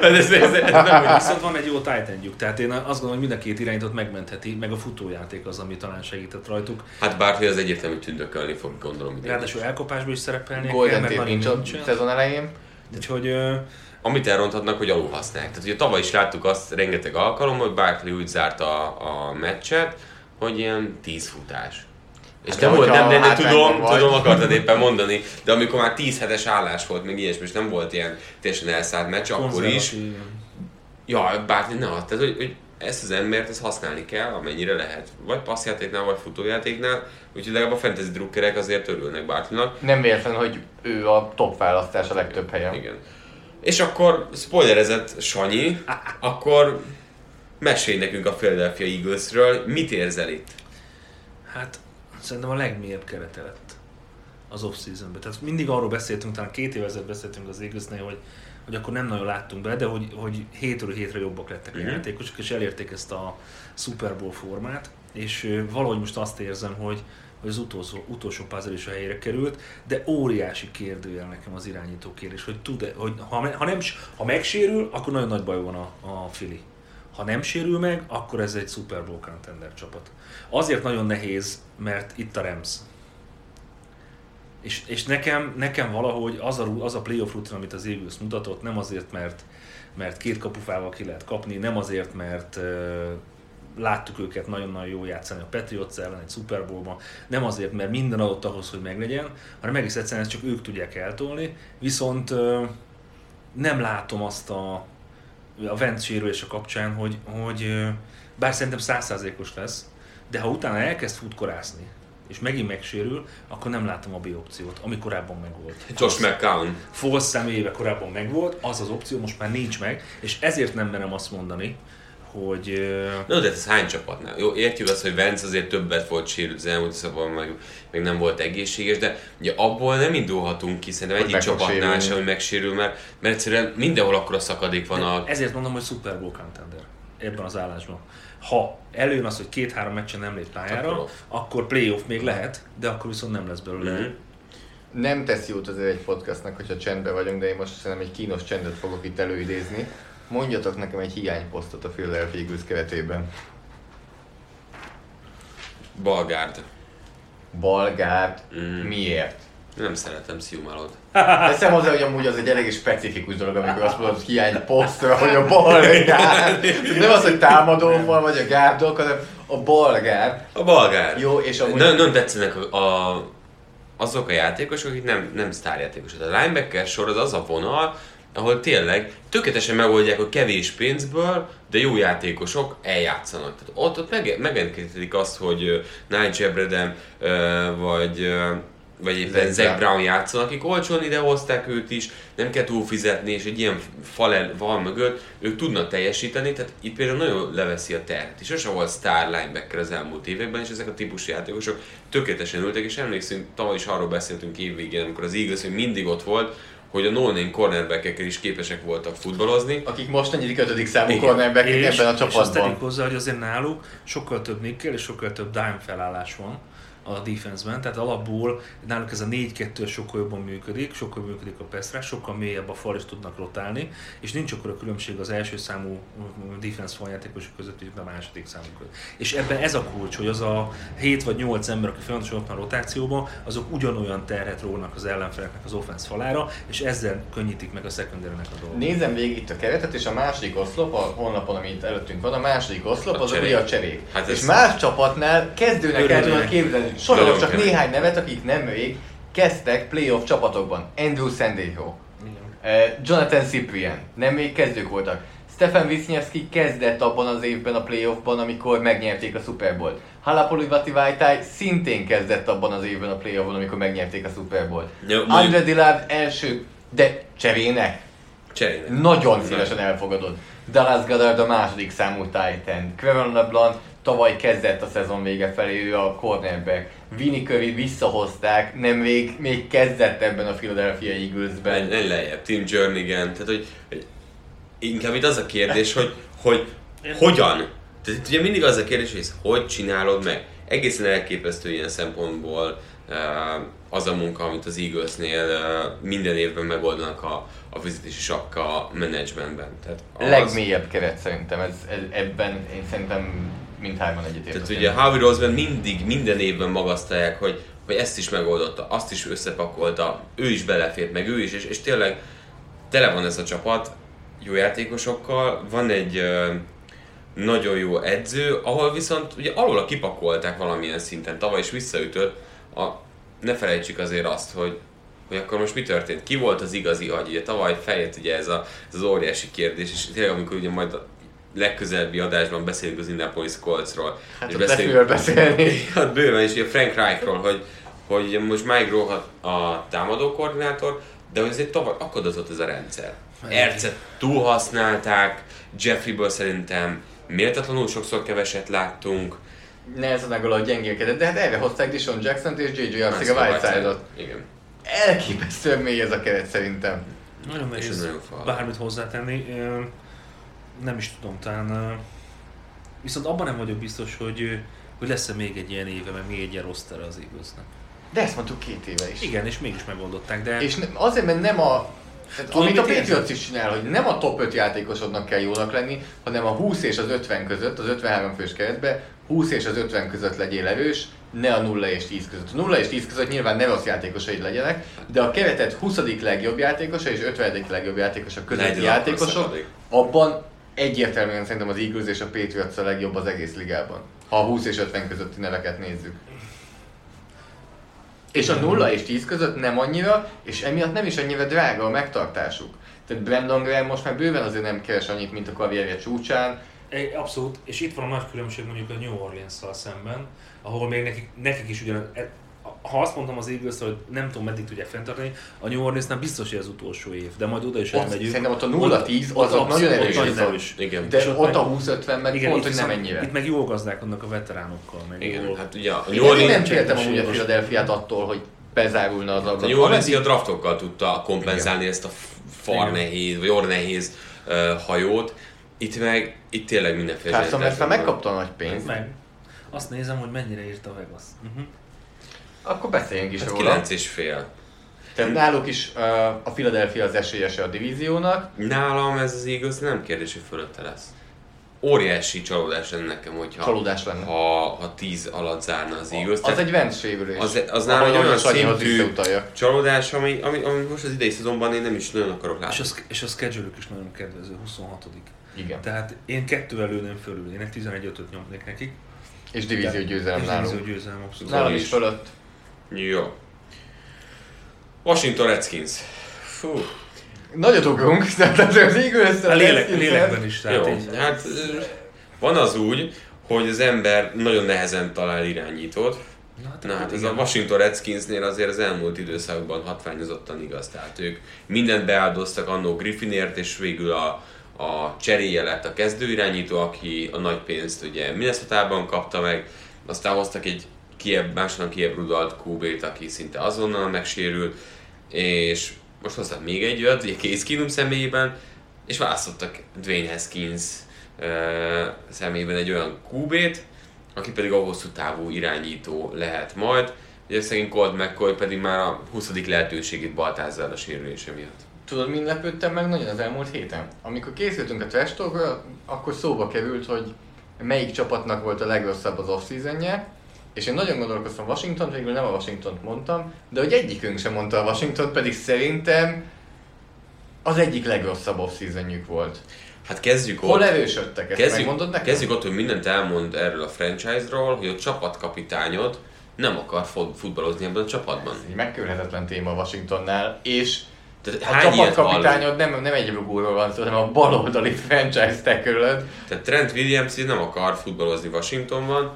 Viszont van egy jó tight endjük, tehát én azt gondolom, hogy mind a két irányítót megmentheti, meg a futójáték az, ami talán segített rajtuk. Hát Barkley az egyértelmű tündökölni fog, gondolom. Ráadásul elkapásból is szerepelnie kell, mert nincs a szezon elején. Úgyhogy... Amit elronthatnak, hogy alul használják. Tehát ugye tavaly is láttuk azt rengeteg alkalommal, hogy Barkley úgy zárta a meccset, hogy ilyen 10 futás. És de nem tudom, akartad éppen mondani, de amikor már 10 hetes állás volt, még ilyesmi, és nem volt ilyen teljesen elszállt meccs, akkor is. Ja, Barkley tehát hogy ezt az embert ezt használni kell, amennyire lehet. Vagy passzjátéknál, vagy futójátéknál, úgyhogy legalább a fantasy drukkerek azért örülnek Barkleynak. Nem véletlen, hogy ő a top választás a legtöbb helyen. Igen. És akkor spoilerezett Sanyi, akkor mesélj nekünk a Philadelphia Eaglesről, mit érzel itt? Hát szerintem a legmélyebb kerete lett az off-seasonben. Tehát mindig arról beszéltünk, talán 2 évvel ezelőtt beszéltünk az Eaglesnél, hogy akkor nem nagyon láttunk be, de hogy hétről hétre jobbak lettek a játékosok, és elérték ezt a Super Bowl formát, és valahogy most azt érzem, hogy az utolsó puzzle is a helyre került, de óriási kérdőjel nekem az irányító kérdés, hogy tud-e, hogy ha megsérül, akkor nagyon nagy baj van a Philly. Ha nem sérül meg, akkor ez egy Super Bowl contender csapat. Azért nagyon nehéz, mert itt a Rams. És nekem valahogy az a playoff rutin, amit az Eagles mutatott, nem azért, mert két kapufával ki lehet kapni, nem azért, mert láttuk őket nagyon-nagyon jól játszani a Patriots ellen egy Super Bowl-ban, nem azért, mert minden adott ahhoz, hogy meglegyen, hanem egész egyszerűen ezt csak ők tudják eltolni, viszont nem látom azt a Wentz sérülése kapcsán, hogy bár szerintem 100%-os lesz, de ha utána elkezd futkorászni, és megint megsérül, akkor nem látom a B opciót, ami korábban megvolt. Josh McCown. Foles személyével korábban megvolt, az az opció most már nincs meg, és ezért nem merem azt mondani, hogy... No, de ez hány csapatnál? Jó, értjük azt, hogy Wentz azért többet volt sérült az elmúlt szabadban, meg nem volt egészséges, de ugye abból nem indulhatunk ki, szerintem egyik csapatnál sem, hogy megsérül, mert egyszerűen mindenhol akkora szakadék van Ezért mondom, hogy Super Bowl contender ebben az állásban. Ha előjön az, hogy 2-3 meccsen nem lép pályára, akkor playoff még lehet, de akkor viszont nem lesz belőle. Mm-hmm. Nem tesz jót azért egy podcastnak, hogyha csendben vagyunk, de én most szerintem egy kínos csendet fogok itt előidézni. Mondjatok nekem egy hiányposztot a Philadelphia Eagles keretében. Balgárd. Balgárd? Miért? Nem szeretem Sziumalot. Teszem hozzá, hogy amúgy az egy elég specifikus dolog, amikor azt mondod, hogy hiányposztra, hogy a balgárd. Nem az, hogy támadóval vagy a gárdok, hanem a balgárd. A balgárd. Jó, és amúgy... Nem tetszenek azok a játékosok, akik nem sztárjátékosok. A linebacker sor az a vonal, ahol tényleg tökéletesen megoldják, hogy kevés pénzből, de jó játékosok eljátszanak. Tehát ott megengedhetik azt, hogy Nigel Bradham vagy éppen Zach Brown játszanak, akik olcsón idehozták őt is, nem kell túl fizetni, és egy ilyen fal mögött ők tudnak teljesíteni, tehát itt például nagyon leveszi a terhet. És sosem volt sztár linebacker az elmúlt években, és ezek a típusú játékosok tökéletesen ültek, és emlékszünk, tavaly is arról beszéltünk évvégén, amikor az Eagles még mindig ott volt, hogy a no-name cornerback-ekkel is képesek voltak futballozni. Akik most 4.-5. számú cornerback-ek ebben a csapatban. És azt tegyük hozzá, hogy azért náluk sokkal több nickel és sokkal több dime felállás van a defense-ben, tehát alapból náluk ez a 4-2 sokkal jobban működik, sokkal működik a pass rush, sokkal mélyebb a fal is tudnak rotálni, és nincs akkor a különbség az első számú defense faljátékosok között, és a második számú között. És ebben ez a kulcs, hogy az a 7 vagy 8 ember, aki folyamatosan ott van a rotációban, azok ugyanolyan terhet rólnak az ellenfeleknek az offense falára, és ezzel könnyítik meg a secondary-nek a dolgot. Nézem végig itt a keretet, és a második oszlop, a honlapon, ami itt előttünk van, a második oszlop, az ugye a cserék. Hát és más csapatnál kezdőnek el tudod képzelni. Sorolok csak néhány nevet, akik nemrég kezdtek playoff csapatokban. Andrew Sendejo, Jonathan Cyprien, nemrég kezdők voltak. Stefan Wisniewski kezdett abban az évben a playoffban, amikor megnyerték a Super Bowl-t. Halapoulivaati Vaitai szintén kezdett abban az évben a playoffban, amikor megnyerték a Super Bowl-t. Andre Dillard első, de cserének. Nagyon szívesen elfogadod. Dallas Goedert a második számú tight end. Quevon LeBlanc tavaly kezdett a szezon vége felé, ő a cornerback. Vinny Curry visszahozták, nem még kezdett ebben a Philadelphia Eaglesben. Lejjebb, Tim Jernigan, tehát hogy inkább itt az a kérdés, hogy hogyan? Tehát ugye mindig az a kérdés, hogy hogy csinálod meg? Egészen elképesztő ilyen szempontból az a munka, amit az Eaglesnél minden évben megoldanak a fizetési sapka menedzsmentben. Legmélyebb keret szerintem, ebben én szerintem mindhárman egyetértek. Tehát ugye Howie Roseman mindig, minden évben magasztalják, hogy ezt is megoldotta, azt is összepakolta, ő is belefért, meg ő is, és tényleg tele van ez a csapat jó játékosokkal, van egy nagyon jó edző, ahol viszont ugye alul kipakolták valamilyen szinten, tavaly is visszaütött. Ne felejtsük azért azt, hogy akkor most mi történt? Ki volt az igazi agy? Ugye tavaly feljött ugye ez az óriási kérdés, és tényleg amikor ugye majd a legközelebbi adásban beszélünk az Indianapolis Coltsról. Hát ott lesz beszélni. Hát bőven is, ugye Frank Reichról, hogy most Mike Groh a támadó koordinátor, de hogy azért tavaly akadozott ez a rendszer. Ercet túlhasználták, Jeffreyből szerintem méltatlanul sokszor keveset láttunk. Nehezen a gyengélkedett, de hát erre hozták Dishon Jackson-t és J.J. Arcega-Whiteside-ot. Igen. Elképesztően mély ez a keret szerintem. Nagyon nehéz bármit hozzátenni. Nem is tudom, talán... Viszont abban nem vagyok biztos, hogy lesz-e még egy ilyen éve, meg még egy ilyen roster az Eaglesnek. De ezt mondtuk 2 éve is. Igen, és mégis megoldották, de... És azért, mert nem amit a Patriots is csinál, hogy nem a top 5 játékosodnak kell jónak lenni, hanem a 20 és az 50 között, az 53 fős keretben 20 és az 50 között legyél erős, ne a 0 és 10 között. A 0 és 10 között nyilván ne rossz játékosaid legyenek, de a keretet 20. legjobb játékosa és 50. legjobb játékosa közötti játékosok, abban egyértelműen szerintem az Eagles és a Patriots a legjobb az egész ligában. Ha a 20 és 50 közötti neveket nézzük. És a 0 és 10 között nem annyira, és emiatt nem is annyira drága a megtartásuk. Tehát Brandon Graham most már bőven azért nem keres annyit, mint a karrierje csúcsán. Abszolút, és itt van a nagy különbség mondjuk a New Orleans-szal szemben, ahol még nekik is ugyan, ha azt mondtam az Eagles-re, hogy nem tudom meddig tudják fenntartani, a New Orleans-nál biztos, hogy az utolsó év, de majd oda is elmegyünk. Szerintem ott a 0-10 azok nagyon erős. Igen. De ott a 20-50 meg igen, pont, hogy nem ennyire. Itt meg jól gazdálkodnak a veteránokkal. Meg igen, jól. hát ugye a New Orleans nem féltem amúgy a Philadelphiát attól, hogy bezárulna az ablak. A New Orleans a draftokkal tudta kompenzálni ezt a farnehéz, vagy ornehéz hajót. Itt tényleg mindenféle Carson Wentz már megkapta a nagy pénzt. Meg. Azt nézem, hogy mennyire írt a Vegas. Akkor beszéljünk is hát róla. 9,5. Tehát náluk is a Philadelphia az esélyese a divíziónak. Nálam ez az Eagles nem kérdés, hogy fölötte lesz. Óriási csalódás lenne nekem, hogyha Csalódás lenne. Ha 10 alatt zárna az Eagles. Az egy Wentz sérülés. Az nálam egy olyan szintű visszautaljak. csalódás, ami most az idei szezonban én nem is nagyon akarok látni. És a schedule-ük is nagyon kedvező, 26. Igen. Tehát én 2 előném fölül, én 11-5-öt nyomnék nekik. És divízió győzelem náluk. Divízió győzelem, abszolút. Nálam is fölött. Jó. Washington Redskins. Fú. Nagyot ugrunk, tehát az Eagles A lélekben is. Jó, Tehát hát van az úgy, hogy az ember nagyon nehezen talál irányítót. Na hát ez a Washington Redskinsnél azért az elmúlt időszakban hatványozottan igaz. Tehát ők mindent beáldoztak annó Griffinért, és végül a cseréje lett a kezdőirányító, aki a nagy pénzt ugye Minnesotában kapta meg, aztán hoztak egy második Kiev Rudolph QB-t, aki szinte azonnal megsérült, és most hoztak még egy olyat, ugye Case Keenum személyében, és választottak Dwayne Haskins személyében egy olyan QB-t, aki pedig a hosszú távú irányító lehet majd. Ugye szegény Colt McCoy pedig már a 20. lehetőségét baltázza el a sérülése miatt. Tudod, mind lepődtem meg nagyon az elmúlt héten? Amikor készültünk a Trash Talkra, akkor szóba került, hogy melyik csapatnak volt a legrosszabb az off-seasonje, és én nagyon gondolkoztam Washingtont, végül nem a Washingtont mondtam, de hogy egyikünk sem mondta a Washingtont, pedig szerintem az egyik legrosszabb off-seasonjük volt. Hát kezdjük ott. Hol erősödtek? Ezt megmondod nekem? Kezdjük ott, hogy mindent elmond erről a franchise-ról, hogy a csapatkapitányod nem akar futballozni ebben a csapatban. Ez egy megkörhetetlen téma a Washingtonnál, és tehát a csapatkapitányod nem egy rugóról van szó, hanem a baloldali franchise tackle-öd. Tehát Trent Williams nem akar futballozni Washingtonban,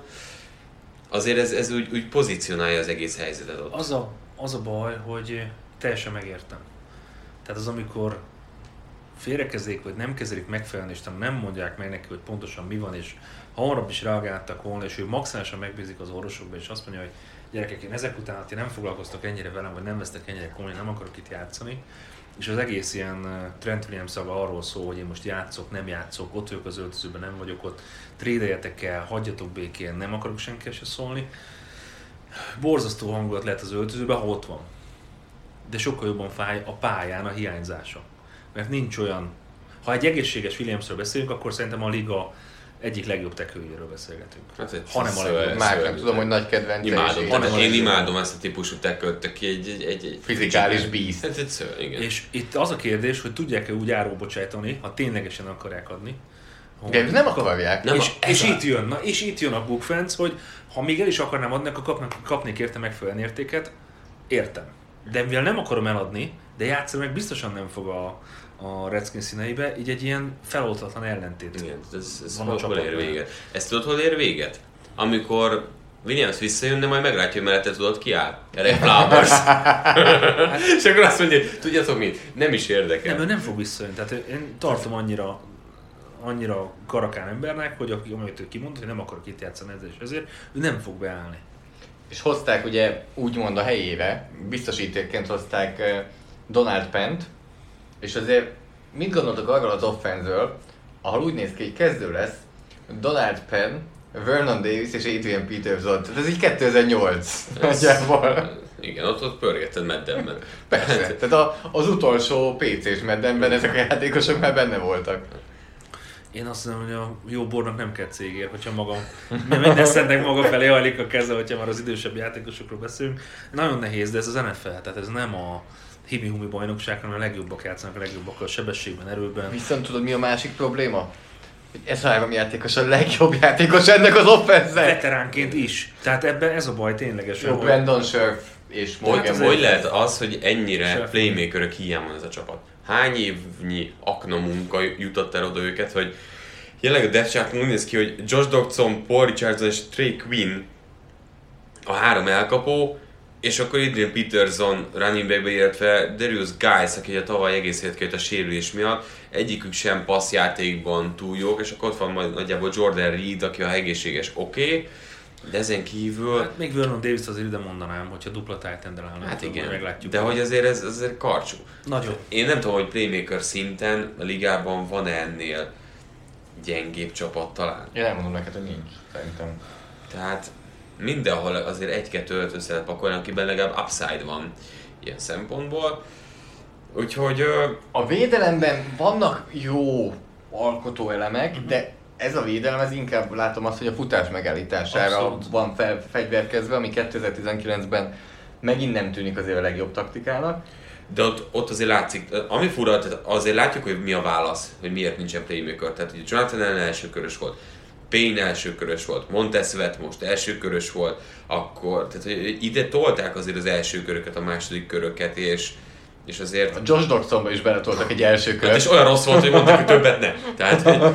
azért ez úgy pozícionálja az egész helyzetet ott. Az a baj, hogy teljesen megértem. Tehát az, amikor félrekezdék, vagy nem kezelik megfelelően, és nem mondják meg neki, hogy pontosan mi van, és hamarabb is reagáltak volna, és ő maximálisan megbízik az orvosokba, és azt mondja, hogy gyerekek, én ezek után, ha nem foglalkoztak ennyire velem, vagy nem vesztek ennyire komolyan, nem akarok itt játszani, és az egész ilyen Trent Williams szaga arról szól, hogy én most játszok, nem játszok, ott vagyok az öltözőben, nem vagyok ott, trédeljetek el, hagyjatok békén, nem akarok senkivel se szólni. Borzasztó hangulat lehet az öltözőben, ha ott van. De sokkal jobban fáj a pályán a hiányzása. Mert nincs olyan, ha egy egészséges Williamsről beszélünk, akkor szerintem a liga egyik legjobb tekőjéről beszélgetünk. Hát hanem a legjobb. Már nem tudom, hogy nagy kedvence. Én imádom ezt a típusú tekölt, aki egy fizikális beast. Ez egy ször, igen. És itt az a kérdés, hogy tudják-e úgy áróbocsájtani, ha ténylegesen akarják adni. De nem akarják. És itt jön a bukfenc, hogy ha még el is akarnám adni, akkor kapnék érte megfelelően értéket. Értem. De mivel nem akarom eladni, de játszani meg biztosan nem fog a Redskins színeibe, így egy ilyen feloldhatatlan ellentét. Igen, ez hol ér véget? Ezt tudod, hol ér véget? Amikor Williams visszajön, de majd meglátja, hogy mellette tudod kiáll. Erre Flowers. És akkor azt mondja, tudjátok mit? Nem is érdekel. Nem, ő nem fog visszajönni. Tehát én tartom annyira karakán embernek, hogy amit ő kimond, hogy nem akarok itt játszani ezzel és ezért, ő nem fog beállni. És hozták ugye úgymond a helyére, biztosítékként hozták Donald Pennt, és azért mit gondoltok arról az offense-ről, ahol úgy néz ki, hogy kezdő lesz Donald Penn, Vernon Davis és Adrian Peterson. Tehát ez így 2008 nagyjából. Igen, ott pörgetted Maddenben. Persze, tehát az utolsó PC-s Maddenben ezek a játékosok már benne voltak. Én azt mondom, hogy a jó bornak nem kell cégér, hogyha magam, minden szentnek maga felé hajlik a keze, hogyha már az idősebb játékosokról beszélünk. Nagyon nehéz, de ez az NFL, tehát ez nem a himi-humi bajnokság, hanem a legjobbak játszanak, a legjobbakkal sebességben, erőben. Viszont tudod mi a másik probléma? Ez 3 játékos a legjobb játékos ennek az offense-nek. Veteránként is. Tehát ebben ez a baj ténylegesen. Jó, Brandon Scherf és Morgan. Hogy lehet az, hogy ennyire playmakerök hiány van ez a csapat? Hány évnyi akna munka jutott el oda őket, hogy jelenleg a depth charton úgy néz ki, hogy Josh Doctson, Paul Richardson és Trey Quinn a 3 elkapó, és akkor Adrian Peterson running backbe, illetve Darius Guice, aki a tavaly egész élet kijött a sérülés miatt, egyikük sem passzjátékban túl jók, és akkor ott van majd nagyjából Jordan Reed, aki a egészséges oké, de ezen kívül... Hát még Vernon Davis azért ide mondanám, hogyha dupla tight end-el állnak, hát igen, meglátjuk. de hogy azért ez azért karcsú. Nagyon. Én nem tudom, hogy playmaker szinten a ligában van ennél gyengébb csapat talán. Én elmondom neked, hogy nincs, szerintem. Tehát mindenhol azért 1-2-5 össze lehet pakolni, akiben legalább upside van ilyen szempontból. Úgyhogy... A védelemben vannak jó alkotó elemek, de ez a védelem, ez inkább látom azt, hogy a futás megállítására abszolút van fegyverkezve, ami 2019-ben megint nem tűnik azért a legjobb taktikának. De ott azért látszik, ami fura, azért látjuk, hogy mi a válasz, hogy miért nincsen playmaker. Tehát ugye Jonathan Allen elsőkörös volt, Payne elsőkörös volt, Montez Sweat most elsőkörös volt, akkor, tehát hogy ide tolták azért az első köröket, a második köröket, és azért... A Josh Doctsonba is beletoltak egy első kört. Hát és olyan rossz volt, hogy mondták, hogy többet ne. Tehát, hogy...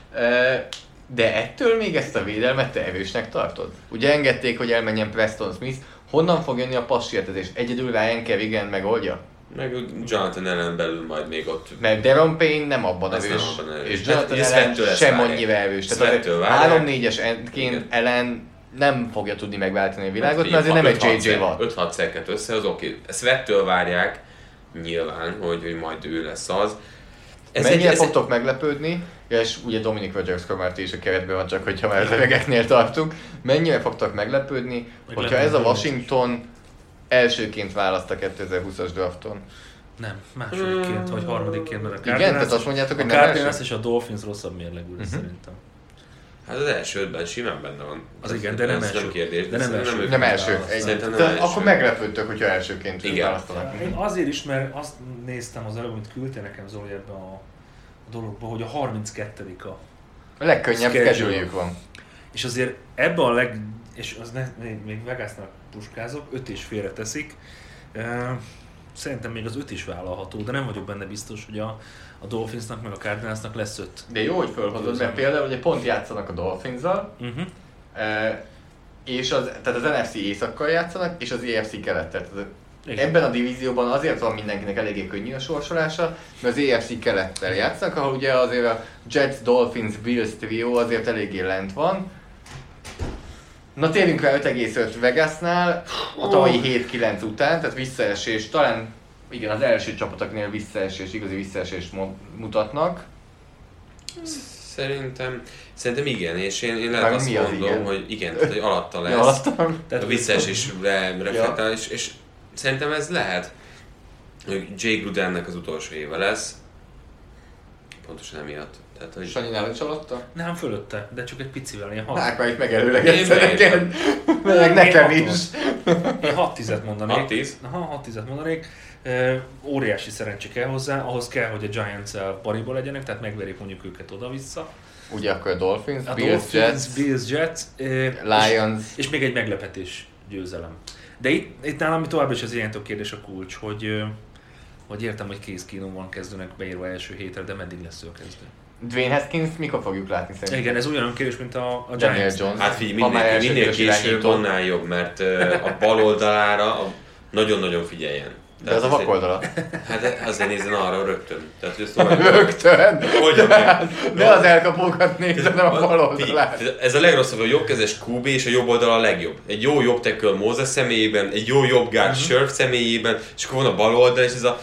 De ettől még ezt a védelmet te erősnek tartod? Ugye engedték, hogy elmenjen Preston Smith, honnan fog jönni a passzsértezés? Egyedül Ryan Kerrigan megoldja? Meg Jonathan Allen belül majd még ott... Mert Deron Payne nem abban erős, és Jonathan Allen sem annyira erős. Tehát 3-4-es endként Allen nem fogja tudni megváltani a világot, mert azért nem egy JJ Watt. 5-6 szeket össze, az oké. Sweattől várják nyilván, hogy majd ő lesz az. Mennyire fogtok meglepődni, és ugye Dominic Rodgers-Cromartie is a keretben van, csak hogyha már az öregeknél tartunk. Mennyire fogtok meglepődni, hogyha ez a Washington elsőként választ a 2020-as drafton? Nem, másodikként vagy harmadikként, mert a Cardinals, igen, tehát azt mondjátok, hogy nem első? A Cardinals és a Dolphins rosszabb mérlegű lesz szerintem. Hát az első 5-ben simán benne van. Az igen, de nem első. Nem kérdés, de nem első. Szerintem nem első. Akkor meglepődtök, hogyha elsőként választanak. Én azért is, mert azt néztem az előbb, amit küldtél nekem Zoli ebbe a dologba, hogy a 32. A legkönnyebb schedule-jük van. És azért ebbe a és az még Vegasnak puskázok, 5 és félreteszik. Szerintem még az 5 is vállalható, de nem vagyok benne biztos, hogy a Dolphinsnak meg a Cardinalsnak lesz 5. De jó, hogy felhozod, mert például ugye pont játszanak a Dolphinszal, és tehát az NFC északkal játszanak, és az AFC kelettel. Ebben a divízióban azért van mindenkinek eléggé könnyű a sorsolása, mert az AFC kelettel játszanak, ahol ugye azért a Jets, Dolphins, Bills trió azért eléggé lent van. Na térjünk rá 5,5 Vegasnál, a tavalyi 7-9 után, tehát visszaesés, talán igen, az első csapatoknél visszaesés, igazi visszaesést mutatnak. Szerintem igen, és én lehet azt mondom, hogy igen, tehát hogy alatta lesz. A visszaesésre reflektál, és szerintem ez lehet, hogy Jay Grudennek az utolsó éve lesz. Pontosan emiatt. Tehát, hogy... Sanyi nálad is alatta? Nem, fölötte, de csak egy picivel, ilyen 6. Hát már itt megelőlegetszel neked, meg nekem is. Én 6-10-et mondanék. 6-10? Aha, 6-10-et mondanék. Óriási szerencse kell hozzá, ahhoz kell, hogy a Giants-el pariba legyenek, tehát megverjék mondjuk őket oda-vissza. Ugye akkor a Dolphins, Bills, Jets, Lions. És még egy meglepetés győzelem. De itt nálam tovább is az ilyenető kérdés a kulcs, hogy értem, hogy Case Keenum van kezdőnek beírva első hétre, de meddig lesz ő a kezdő? Dwayne Haskins mikor fogjuk látni szerintem? Igen, ez ugyanolyan kérdés, mint a Giants. Hát figyelj, minél később, annál jobb, mert a bal oldalára nagyon-nagyon figyeljen. De ez a vakoldala. Hát azért nézzen arra rögtön. Tehát rögtön? Ne az elkapókat nézzen, hanem a bal oldalát. Ez a legrosszabb, a jobbkezes QB és a jobb oldal a legjobb. Egy jó jobb tackle Moses személyében, egy jó jobb guard Scherf személyében, és akkor van a bal oldal, és ez a...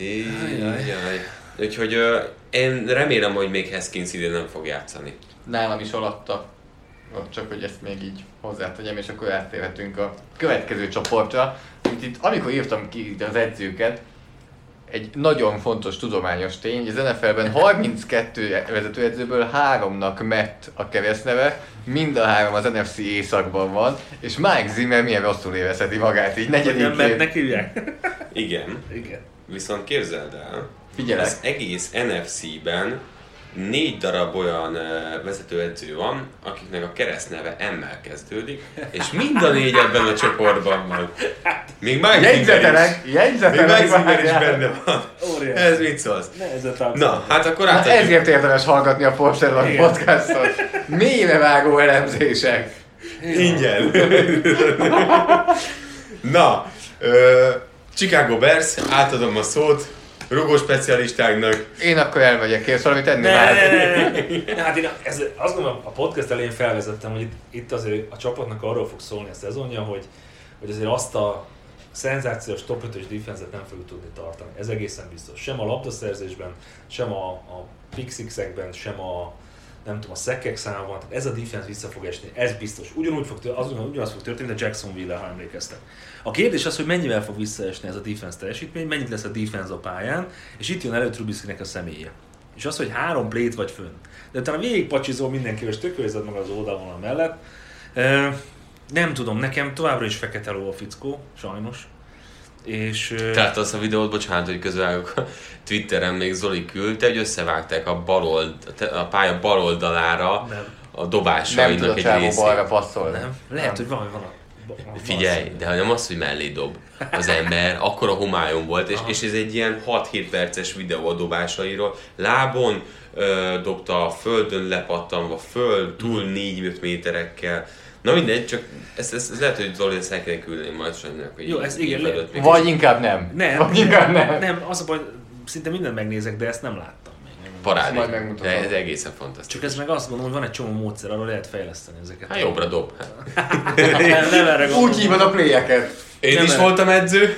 Úgyhogy én remélem, hogy még Haskins idén nem fog játszani. Nálam is alatta. Csak hogy ezt még így hozzátegyem, és akkor áttérhetünk a következő csoportra. Itt, amikor írtam ki az edzőket, egy nagyon fontos tudományos tény, hogy az NFL-ben 32 vezetőedzőből 3-nak Matt a keresztneve, mind a 3 az NFC északban van, és Mike Zimmer milyen rosszul érezheti magát így Nem Mattnek hívják? Igen. Viszont képzeld el, Figyelek. az egész NFC-ben 4 darab olyan vezetőedző van, akiknek a keresztneve M-mel kezdődik, és mind a 4 ebben a csoportban van. Még Mike Zimmer is benne van. Óriási. Ez mit szólsz? Nehezett Na, hát akkor Hát átadjuk. ezért érdemes hallgatni a Force podcastot. Mélyre vágó elemzések. Ingyen. Na, Chicago Bears, átadom a szót rugó specialistáknak. Én akkor elmegyek, kérsz valamit tenni? Ne. Hát én azt gondolom, a podcast elején felvezettem, hogy itt azért a csapatnak arról fog szólni a szezonja, hogy azért azt a szenzációs top 5-ös defense-et nem fogjuk tudni tartani. Ez egészen biztos. Sem a labdaszerzésben, sem a pick six-ekben, sem a a sackek számában. Ez a defense vissza fog esni, ez biztos. Ugyanaz fog történni, de Jacksonville-el, ha emlékeztek. A kérdés az, hogy mennyivel fog visszaesni ez a defense teljesítmény, mennyit lesz a defense a pályán, és itt jön elő Trubiskynek a személye. És az, hogy 3 plét vagy fönn. De utána végigpacsizol mindenkivel, és tökéleted meg az oldalvonal mellett. Nem tudom, nekem továbbra is fekete ló a fickó, sajnos. És... Tehát az a videót, bocsánat, hogy közvágok, Twitteren még Zoli küldte, hogy összevágták a pálya bal oldalára a dobásainak egy részét. balra passzolni. Nem, lehet, hogy van Figyelj, de ha nem az, hogy mellé dob az ember, akkor a homályon volt, és ez egy ilyen 6-7 perces videó a dobásairól. Lábon dobta, a földön lepattanva, túl 4-5 méterekkel. Na mindegy, csak ez lehet, hogy Zoli ezt el kell küldeni majd sajnálok, hogy jó, ez igen, vagy inkább nem. Nem, az a baj, szinte mindent megnézek, de ezt nem láttam még. Parádi, de ez egészen fantasztikus. Csak ez meg azt gondolom, hogy van egy csomó módszer, arra lehet fejleszteni ezeket. Hát jobbra dob. Nem erre gondolom. Úgy hívod a playeket. Én is voltam edző.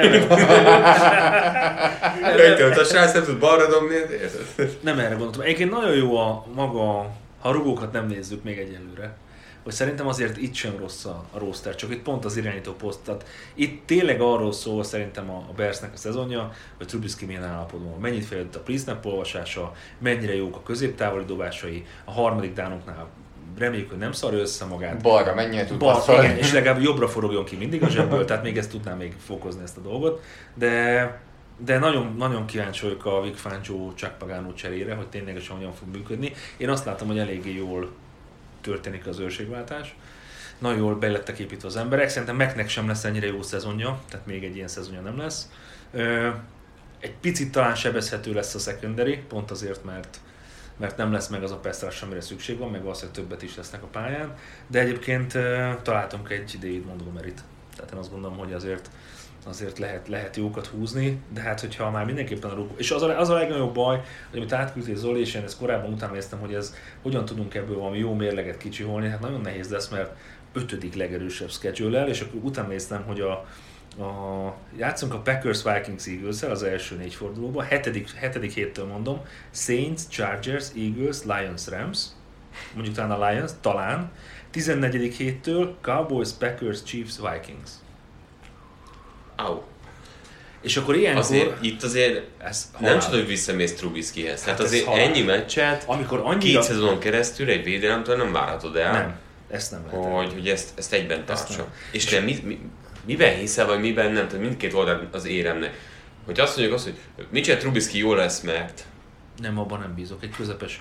Öntött a srác, nem tud balra dobni, érted? Nem erre gondoltam. Egyébként nagyon jó a maga, ha a rugókat nem nézzük még egyelőre, hogy szerintem azért itt sem rossz a roster, csak itt pont az irányító poszt. Tehát itt tényleg arról szól szerintem a Bearsnek a szezonja, hogy Trubisky milyen állapotban van. Mennyit fejlődött a pre-snap olvasása, mennyire jók a középtávoli dobásai, a harmadik dánoknál reméljük, hogy nem szarja össze magát. Balra mennyire tud passzolni. Igen, és legalább jobbra forogjon ki mindig a zsebből, tehát még ezt tudnám még fokozni ezt a dolgot. De nagyon, nagyon kíváncsi vagyok a Vic Fangio Chuck Pagano cserére, hogy ténylegesen hogyan fog működni. Én azt látom, hogy eléggé jól történik az őrségváltás. Nagyon jól be lettek építve az emberek. Szerintem Macnek sem lesz ennyire jó szezonja, tehát még egy ilyen szezonja nem lesz. Egy picit talán sebezhető lesz a secondary, pont azért, mert nem lesz meg az a pass rush, amire szükség van, meg valószínűleg többet is lesznek a pályán. De egyébként találtunk egy David Montgomeryt. Tehát én azt gondolom, hogy azért lehet jókat húzni, de hát hogyha már mindenképpen a rúgó. És az a legnagyobb baj, hogy amit átküldtél Zoli, és én ezt korábban utána néztem, hogy ez hogyan tudunk ebből valami jó mérleget kicsiholni, hát nagyon nehéz lesz, mert 5. legerősebb schedule-el, és akkor utána néztem, hogy játszunk a Packers, Vikings, Eagles-el az első 4 fordulóban, 7. héttől mondom, Saints, Chargers, Eagles, Lions, Rams, mondjuk talán a Lions, talán, 14. héttől Cowboys, Packers, Chiefs, Vikings. Au. És akkor ilyenkor... Itt azért nem csak, hogy visszamész Trubiskyhez. Tehát azért ennyi meccset, amikor annyira... 2 szezonon keresztül egy védelemtől nem várhatod el. Nem, ezt nem lehet. Hogy ezt egyben tartsa. És te miben hiszel, vagy miben nem? Tehát mindkét oldal az éremnek. Hogy azt mondjuk hogy Mitchell Trubisky jól lesz, mert... Nem, abban nem bízok. Egy közepes...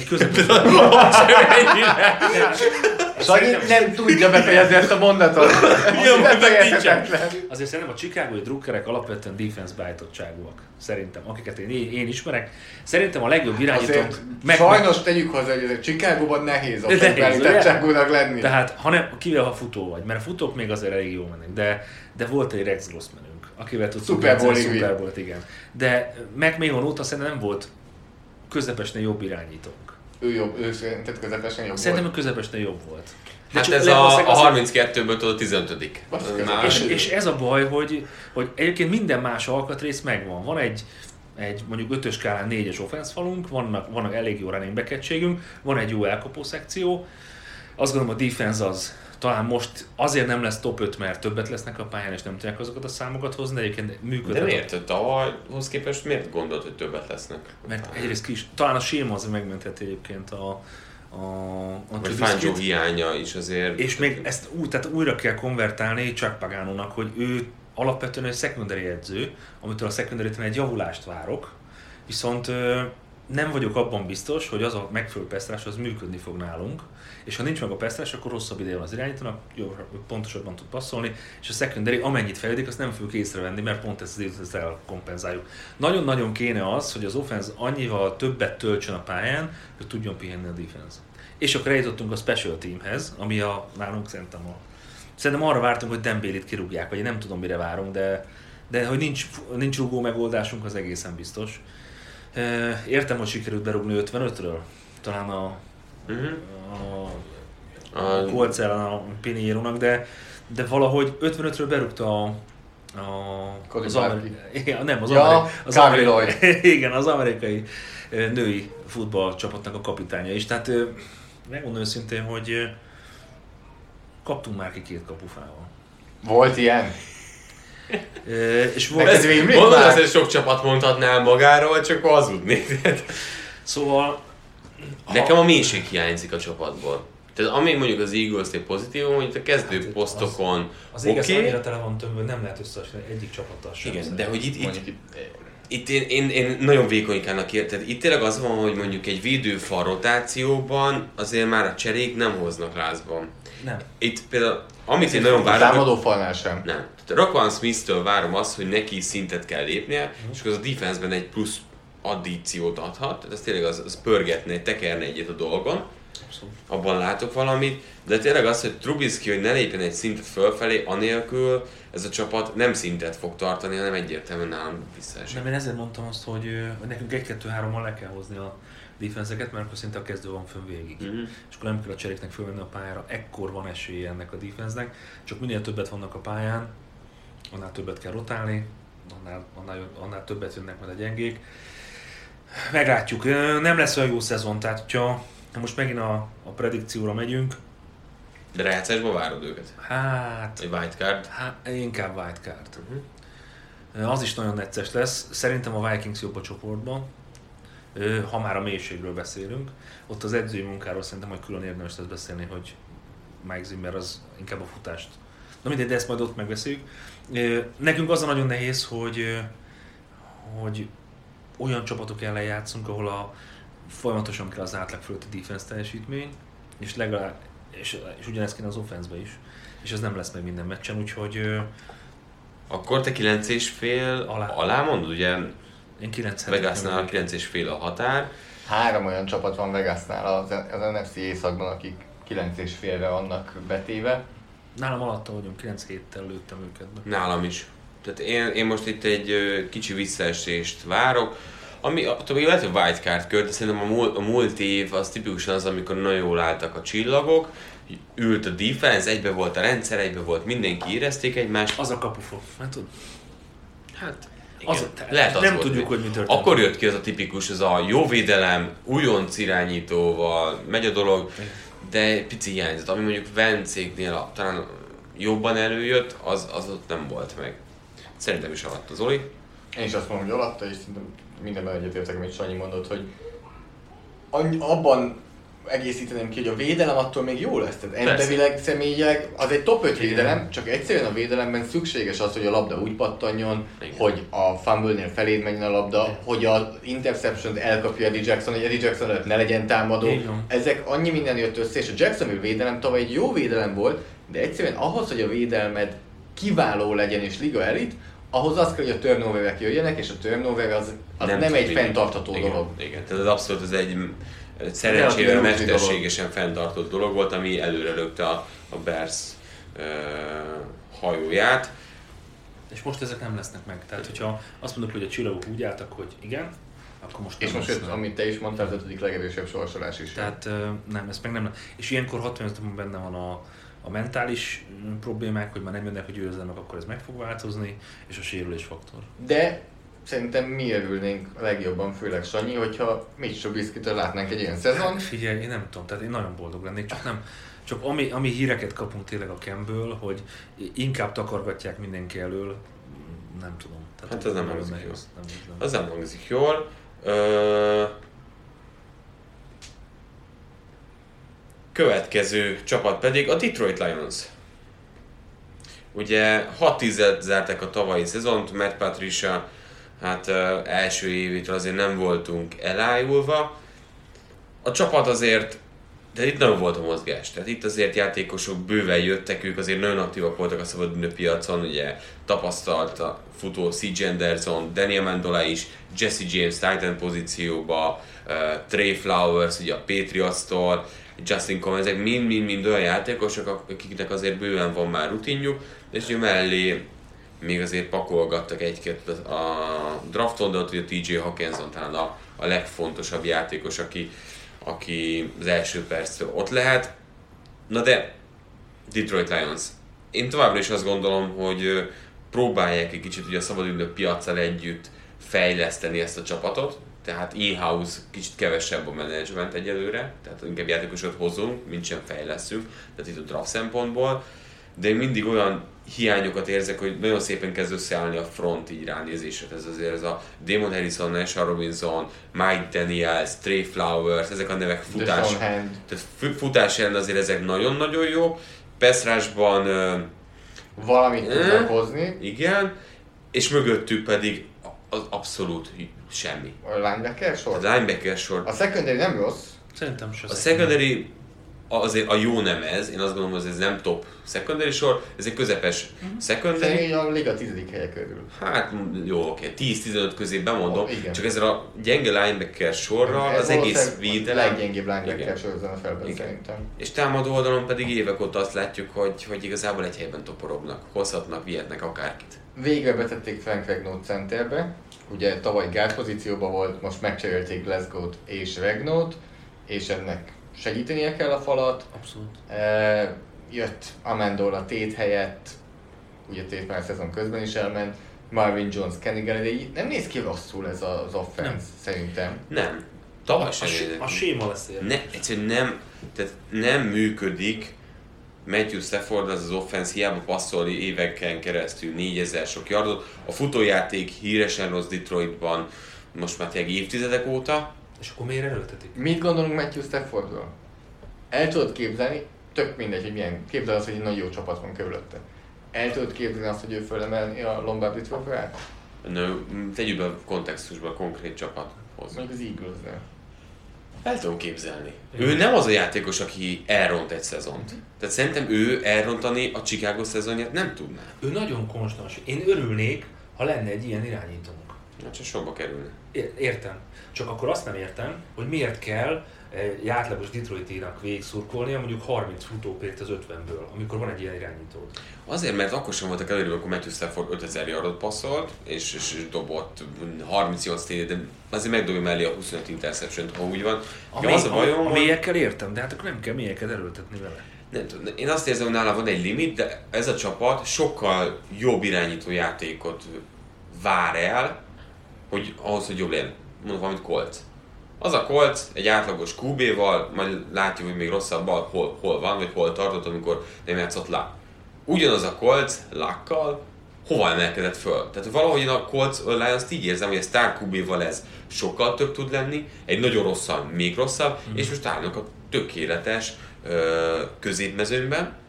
Sanyi nem tudja befejezni ezt a mondatot. Azért szerintem a chicagói drukkerek alapvetően defense beállítottságúak. Szerintem, akiket én ismerek. Szerintem a legjobb irányítók... Sajnos tegyük hozzá, hogy a Chicagóban nehéz a beállítottságúnak lenni. Tehát, kivel ha futó vagy, mert a futók még azért elég jól mennek, de volt egy Rex Grossmanünk, akivel tudsz Super Bowl-t, igen. De McMahon óta szerintem nem volt közepesnél jobb irányítónk. Ő szerinted közepesen jobb Szerintem volt? ő közepesnél jobb volt. De hát ez a 32-ből tudod 15. És ez a baj, hogy egyébként minden más alkatrész megvan. Van egy mondjuk 5-ös skálán 4-es offense falunk, vannak elég jó running back-egységünk, van egy jó elkapó szekció. Azt gondolom, a defense az talán most azért nem lesz top 5, mert többet lesznek a pályán, és nem tudják azokat a számokat hozni, de egyébként működhet. De miért? Tavalyhoz képest miért gondolod, hogy többet lesznek? Mert egyrészt talán a séma az megmentheti egyébként a Fangio hiánya is azért. És még ezt tehát újra kell konvertálni Chuck Pagánónak, hogy ő alapvetően egy secondary edző, amitől a secondary-től egy javulást várok, viszont nem vagyok abban biztos, hogy az a megfelelő passzrás az működni fog nálunk, és ha nincs meg a passzrás, akkor rosszabb ideje van az irányítónak, pontosabban tud passzolni, és a secondary amennyit fejlődik, azt nem fogjuk észrevenni, mert pont ezt elkompenzáljuk. Nagyon-nagyon kéne az, hogy az offense annyival többet töltsön a pályán, hogy tudjon pihenni a defense. És akkor eljutottunk a special teamhez, ami nálunk szerintem arra vártunk, hogy Dembélit kirúgják, vagy én nem tudom mire várunk, de hogy nincs rúgó megoldásunk, az egészen biztos. Értem, hogy sikerült berúgni 55-ről, talán a Colts ellen a Pinheiro-nak, de valahogy 55-ről berúgta az amerikai női futballcsapatnak a kapitánya is. Tehát megmondom őszintén, hogy kaptunk már ki 2 kapufával. Volt ilyen? És mondod azt, hogy sok csapat mondhatnál magáról, csak hazudni. Szóval... Nekem a mélység hiányzik a csapatból. Tehát ami mondjuk az Eagles-nél pozitívum, hogy a kezdő posztokon az éges annyira tele van többől, nem lehet összehasonlítani egyik csapattal sem. Igen, de hogy itt én nagyon vékonykának érted. Itt tényleg az van, hogy mondjuk egy védőfal rotációban azért már a cserék nem hoznak lázban. Nem. Itt például, amit én nagyon várom... Támadófalnál sem. Nem. Raquan Smith-től várom azt, hogy neki szintet kell lépnie, és akkor az a defense-ben egy plusz addíciót adhat, tehát ez tényleg az pörgetne, tekerne egyet a dolgon. Abszolút. Abban látok valamit, de tényleg az, hogy Trubisky, hogy ne lépjen egy szintet fölfelé, anélkül ez a csapat nem szintet fog tartani, hanem egyértelműen nálam visszaesik. Nem, én ezért mondtam azt, hogy nekünk 1-2-3-mal le kell hozni a defense-eket, mert akkor szinte a kezdő van fönn végig. És akkor nem kell a cseréknek fölmenni a pályára, ekkor van esélye ennek a defense-nek, csak minél többet vannak a pályán, annál többet kell rotálni, annál többet jönnek majd a gyengék. Meglátjuk, nem lesz olyan jó szezon, tehát hogyha most megint a predikcióra megyünk. De rájátszásban várod őket? Hát... Egy wildcard? Hát, inkább wildcard. Az is nagyon necces lesz. Szerintem a Vikings jobb a csoportban, ha már a mélységről beszélünk. Ott az edzői munkáról szerintem majd külön érdemes lesz beszélni, hogy Mike Zimmer az inkább a futást. Na mindegy, de ezt majd ott megbeszéljük. Nekünk az a nagyon nehéz, hogy olyan csapatok ellen játszunk, ahol folyamatosan kell az átlag fölötti defense teljesítmény, és legalább és ugyanezt kéne az offense-be is, és ez nem lesz meg minden meccsen, úgyhogy... Akkor te 9,5 alá mondod, ugye? Én 9,5. Vegasnál 9,5 a határ. 3 olyan csapat van Vegasnál az NFC északban, akik 9,5-re vannak betéve. Nálam alatta vagyunk, 9,7-tel lőttem őket be. Nálam is. Tehát én most itt egy kicsi visszaesést várok. Ami lehet, hogy wildcard kör, de szerintem a múlt év az tipikusan az, amikor nagyon jól álltak a csillagok, ült a defense, egybe volt a rendszer, egybe volt mindenki, érezték egymást. Az a kapufog, nem tudod? Hát, lehet az nem volt, tudjuk, hogy mi történt. Akkor jött ki az a tipikus, az a jó védelem, újonc irányítóval, megy a dolog, de pici hiányzott. Ami mondjuk Vencéknél talán jobban előjött, az ott nem volt meg. Szerintem is alatt az Zoli. Én is azt mondom, hogy alatta, és mindenben egyetértek, amit Sanyi mondott, hogy abban egészíteném ki, hogy a védelem attól még jó lesz. Tehát emberileg, személyileg az egy top 5 védelem, csak egyszerűen a védelemben szükséges az, hogy a labda úgy pattanjon, hogy a fumble-nél feléd menjen a labda, hogy az interception-t elkapja Eddie Jackson, hogy Eddie Jackson előtt ne legyen támadó. Ezek annyi minden jött össze, és a Jacksonville védelem tavaly egy jó védelem volt, de egyszerűen ahhoz, hogy a védelmed kiváló legyen és liga elit, ahhoz az kell, hogy a turnoverek jöjjenek, és a turnover az nem egy fenntartható dolog. Igen, tehát az abszolút az egy szerencsére mesterségesen fenntartott dolog volt, ami előre lökte a Bears hajóját. És most ezek nem lesznek meg. Tehát, hogyha azt mondjuk, hogy a csillagok úgy álltak, hogy igen, akkor most nem. És most, amit te is mondtál, az 5. legerősebb sorsolás is. Tehát nem, ez meg nem. És ilyenkor 60%-ban benne van a mentális problémák, hogy már nem jönnek, hogy győzzenek, akkor ez meg fog változni, és a sérülés faktor. De szerintem mi örülnénk a legjobban, főleg Sanyi, hogyha Mitch Trubiskytől látnánk egy ilyen szezon. Figyelj, én nem tudom, tehát én nagyon boldog lennék, csak Csak ami híreket kapunk tényleg a Camből, hogy inkább takargatják mindenki elől, nem tudom. Tehát Hát ez nem hangzik jól. Nem. Az nem hangzik jól. Következő csapat pedig a Detroit Lions. Ugye 6-10-et zárták a tavalyi szezont, Matt Patricia hát első évétől azért nem voltunk elájulva. A csapat azért, de itt nagyon volt a mozgás, tehát itt azért játékosok bőven jöttek, ők azért nagyon aktívak voltak a szabadidő piacon, ugye tapasztalt a futó C.J. Anderson, Daniel Amendola is, Jesse James Titan pozícióba, Trey Flowers ugye a Patriots-tól, Justin Coleman, ezek mind olyan játékosok, akiknek azért bőven van már rutinjuk, és ugye mellé még azért pakolgattak egy-két a drafton, de ott ugye TJ Hawkinson talán a legfontosabb játékos, aki az első perctől ott lehet. Na de Detroit Lions. Én továbbra is azt gondolom, hogy próbálják egy kicsit ugye a szabadidő piaccal együtt fejleszteni ezt a csapatot, tehát in-house kicsit kevesebb a menedzsment egyelőre, tehát inkább játékosokat hozunk, mint sem fejleszünk, tehát itt a draft szempontból, de én mindig olyan hiányokat érzek, hogy nagyon szépen kezd összeállni a front így ránézésre. Ez azért ez a Damon Harrison, Nashon Robinson, Mike Daniels, Trey Flowers, ezek a nevek futás ellen azért ezek nagyon-nagyon jó. Pass rushban valamit tudnak hozni. Igen, és mögöttük pedig az abszolút semmi. A linebacker sor? A linebacker sor. A secondary nem rossz. Szerintem se. A secondary azért a jó nem ez, én azt gondolom, hogy ez nem top secondary sor, ez egy közepes secondary. Szerintem a liga 10. helye körül. Hát jó, oké, 10-15 közé bemondom, Igen. csak ezzel a gyenge linebacker sorral Ez az egész védelem. a leggyengébb linebacker sor ezen a felben szerintem. És támadó oldalon pedig évek óta azt látjuk, hogy igazából egy helyben toporognak, hozhatnak, vihetnek akárkit. Végre betették Frank Regnót centerbe, ugye tavaly guard pozícióban volt, most megcserélték Glasgow-t és Regnót, és ennek segítenie kell a falat. Abszolút. Jött Amendola Tét helyett, ugye Tét már a szezon közben is elment, Marvin Jones, Kenny Galladay, nem néz ki rosszul ez az offense, szerintem. Nem. Tavaly sem A séma lesz érde. Egyszerűen nem, tehát nem működik Matthew Stafford az offense, hiába passzol éveken keresztül 4000 sok yardot. A futójáték híresen rossz Detroitban most már tényleg évtizedek óta. És akkor miért erőltetik? Mit gondolunk Matthew Staffordról? El tudod képzelni, tök mindegy, hogy milyen, képzel azt, hogy egy nagyon jó csapat van körülötte. El tudod képzelni azt, hogy ő fölemelni a Lombardi trófeát? Tegyük be a kontextusba a konkrét csapathoz. Mondjuk az Eagles-nél. El tudom képzelni. Ő nem az a játékos, aki elront egy szezont. Tehát szerintem ő elrontani a Chicago szezonját nem tudná. Ő nagyon konstans. Én örülnék, ha lenne egy ilyen irányítónk. Csak sokba kerülne. Értem. Csak akkor azt nem értem, hogy miért kell egy átlagos Detroit-inak végigszurkolnia mondjuk 30 futópért az 50-ből, amikor van egy ilyen irányítód. Azért, mert akkor sem voltak előbb, akkor Matthew Stafford 5000 yardot passzolt, és dobott 38 TD, de azért megdobja mellé a 25 interception-t, ha úgy van. A mélyekkel értem, de hát akkor nem kell mélyeket erőltetni vele. Nem tudom, én azt érzem, hogy nála van egy limit, de ez a csapat sokkal jobb irányító játékot vár el, hogy ahhoz, hogy jobb legyen. Mondok valamit, Colts. Az a Colts egy átlagos QB-val, majd látjuk, hogy még rosszabbal hol van, vagy hol tartott, amikor nem játszott Luck. Ugyanaz a Colts Luckkal hova emelkedett föl? Tehát valahogy a Colts Lions-t így érzem, hogy a Star QB-val ez sokkal több tud lenni, egy nagyon rosszabb, még rosszabb, és most állnak a tökéletes középmezőnyben,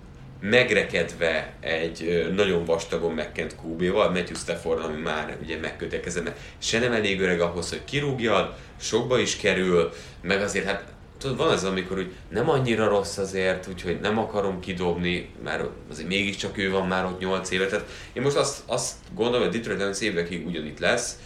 megrekedve egy nagyon vastagon megkent QB-val, Matthew Stafford, ami már ugye megkötekezett, mert se nem elég öreg ahhoz, hogy kirúgjad, sokba is kerül, meg azért hát tudod, van az, amikor úgy nem annyira rossz azért, úgyhogy nem akarom kidobni, mert azért mégiscsak ő van már ott 8 éve. Tehát én most azt gondolom, hogy Detroit Lions évekig ugyanitt lesz,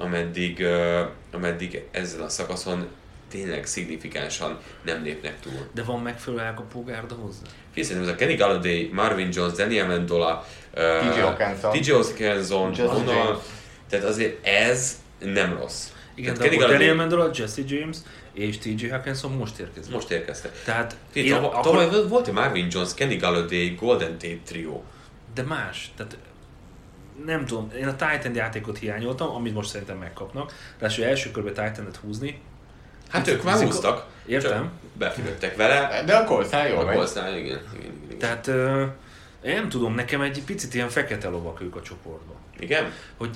ameddig ezzel a szakaszon tényleg szignifikánsan nem lépnek túl. De van megfelelő elkapógárda hozzá? Szerintem ez a Kenny Galladay, Marvin Jones, Daniel Amendola, TJ Hawkinson, tehát azért ez nem rossz. Igen, de akkor Daniel Amendola, Jesse James és TJ Hawkinson most érkezett. Most érkeztek. Tehát tavaly volt Marvin Jones, Kenny Galladay, Golden Tate trio. De más. Tehát nem tudom, én a Titan játékot hiányoltam, amit most szerintem megkapnak. Ráadásul első körben Titan-et húzni, Hát ők már húztak. Értem. Befülöttek vele. De a Coltsnál jól A megy. Coltsnál, igen. Tehát én nem tudom, nekem egy picit ilyen fekete lovak ők a csoportban. Igen? Hogy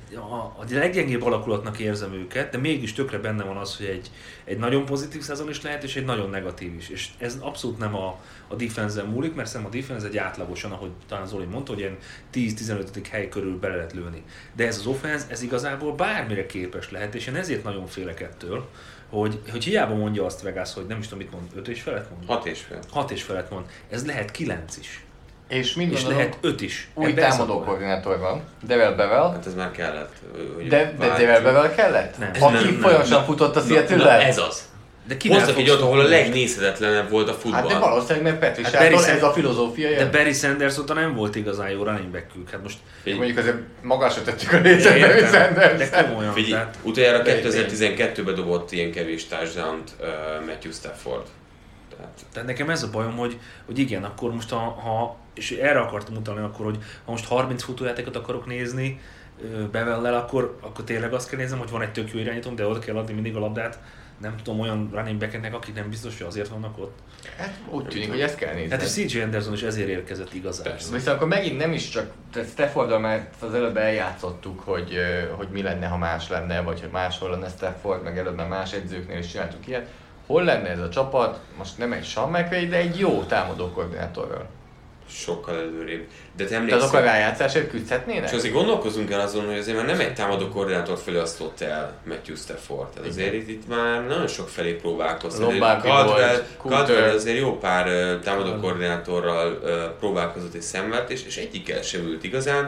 a leggyengébb alakulatnak érzem őket, de mégis tökre benne van az, hogy egy nagyon pozitív szezon is lehet, és egy nagyon negatív is. És ez abszolút nem a defense-en múlik, mert szerintem a defense egy átlagosan, ahogy talán Zoli mondta, hogy ilyen 10-15. hely körül bele lehet lőni. De ez az offense, ez igazából bármire képes lehet, és én ezért nagyon félek ettől, hogy hiába mondja azt Vegas, hogy nem is tudom, mit mond, 5 és felet mond? 6,5. 6 és felet mond. Ez lehet 9 is. És mind És lehet 5 is. új Ebben támadó szabad. koordinátor van, Devel Bevel. Hát ez már kellett. Hogy De váltsuk. Devel Bevel kellett? Nem. Aki Nem. folyamatosan futott a Na, Seattle-lel? ez az. De kivel Hoztak egy fogsz ott, ahol a tudni? legnézhetetlenebb volt a futball. Hát de valószínűleg mert Hát Patrick Barry ez a filozófia De jön. Barry Sanders óta nem volt igazán jó running back-ük. Hát most Mondjuk azért magasra tettük a lécet Barry értem, Sanders. de komolyan. Figyelj, Tehát, utoljára De- 2012-ben dobott ilyen kevés touchdown-t Matthew Stafford. tehát nekem ez a bajom, hogy igen, akkor most és erre akartam utalni akkor, hogy ha most 30 futójátékot akarok nézni Bevellel, akkor tényleg azt kell néznem, hogy van egy tök jó irányítóm, de oda kell adni mindig a labdát. Nem tudom, olyan running backeknek, akik nem biztos, hogy azért vannak ott. Hát úgy tűnik, hogy ezt kell nézni. Hát és CJ Anderson is ezért érkezett igazán. Persze. Viszont akkor megint nem is csak, tehát Stafforddal már az előbb eljátszottuk, hogy mi lenne, ha más lenne, vagy hogy máshol lenne Stafford, meg előbb már más edzőknél is csináltuk ilyet. Hol lenne ez a csapat? Most nem egy Sean McVay, de egy jó támadó koordinátorral. Sokkal előrébb. De te Tehát emlékszel, akkor a rájátszásért küzdhetnének? és azért gondolkozunk el azon, hogy azért már nem egy támadó koordinátor felé osztott el Matthew Stafford. Tehát azért itt már nagyon sok felé próbálkoztak. Lombardi volt, Caldwell azért jó pár támadó koordinátorral próbálkozott és szenvedt, és egyikkel sem ült igazán.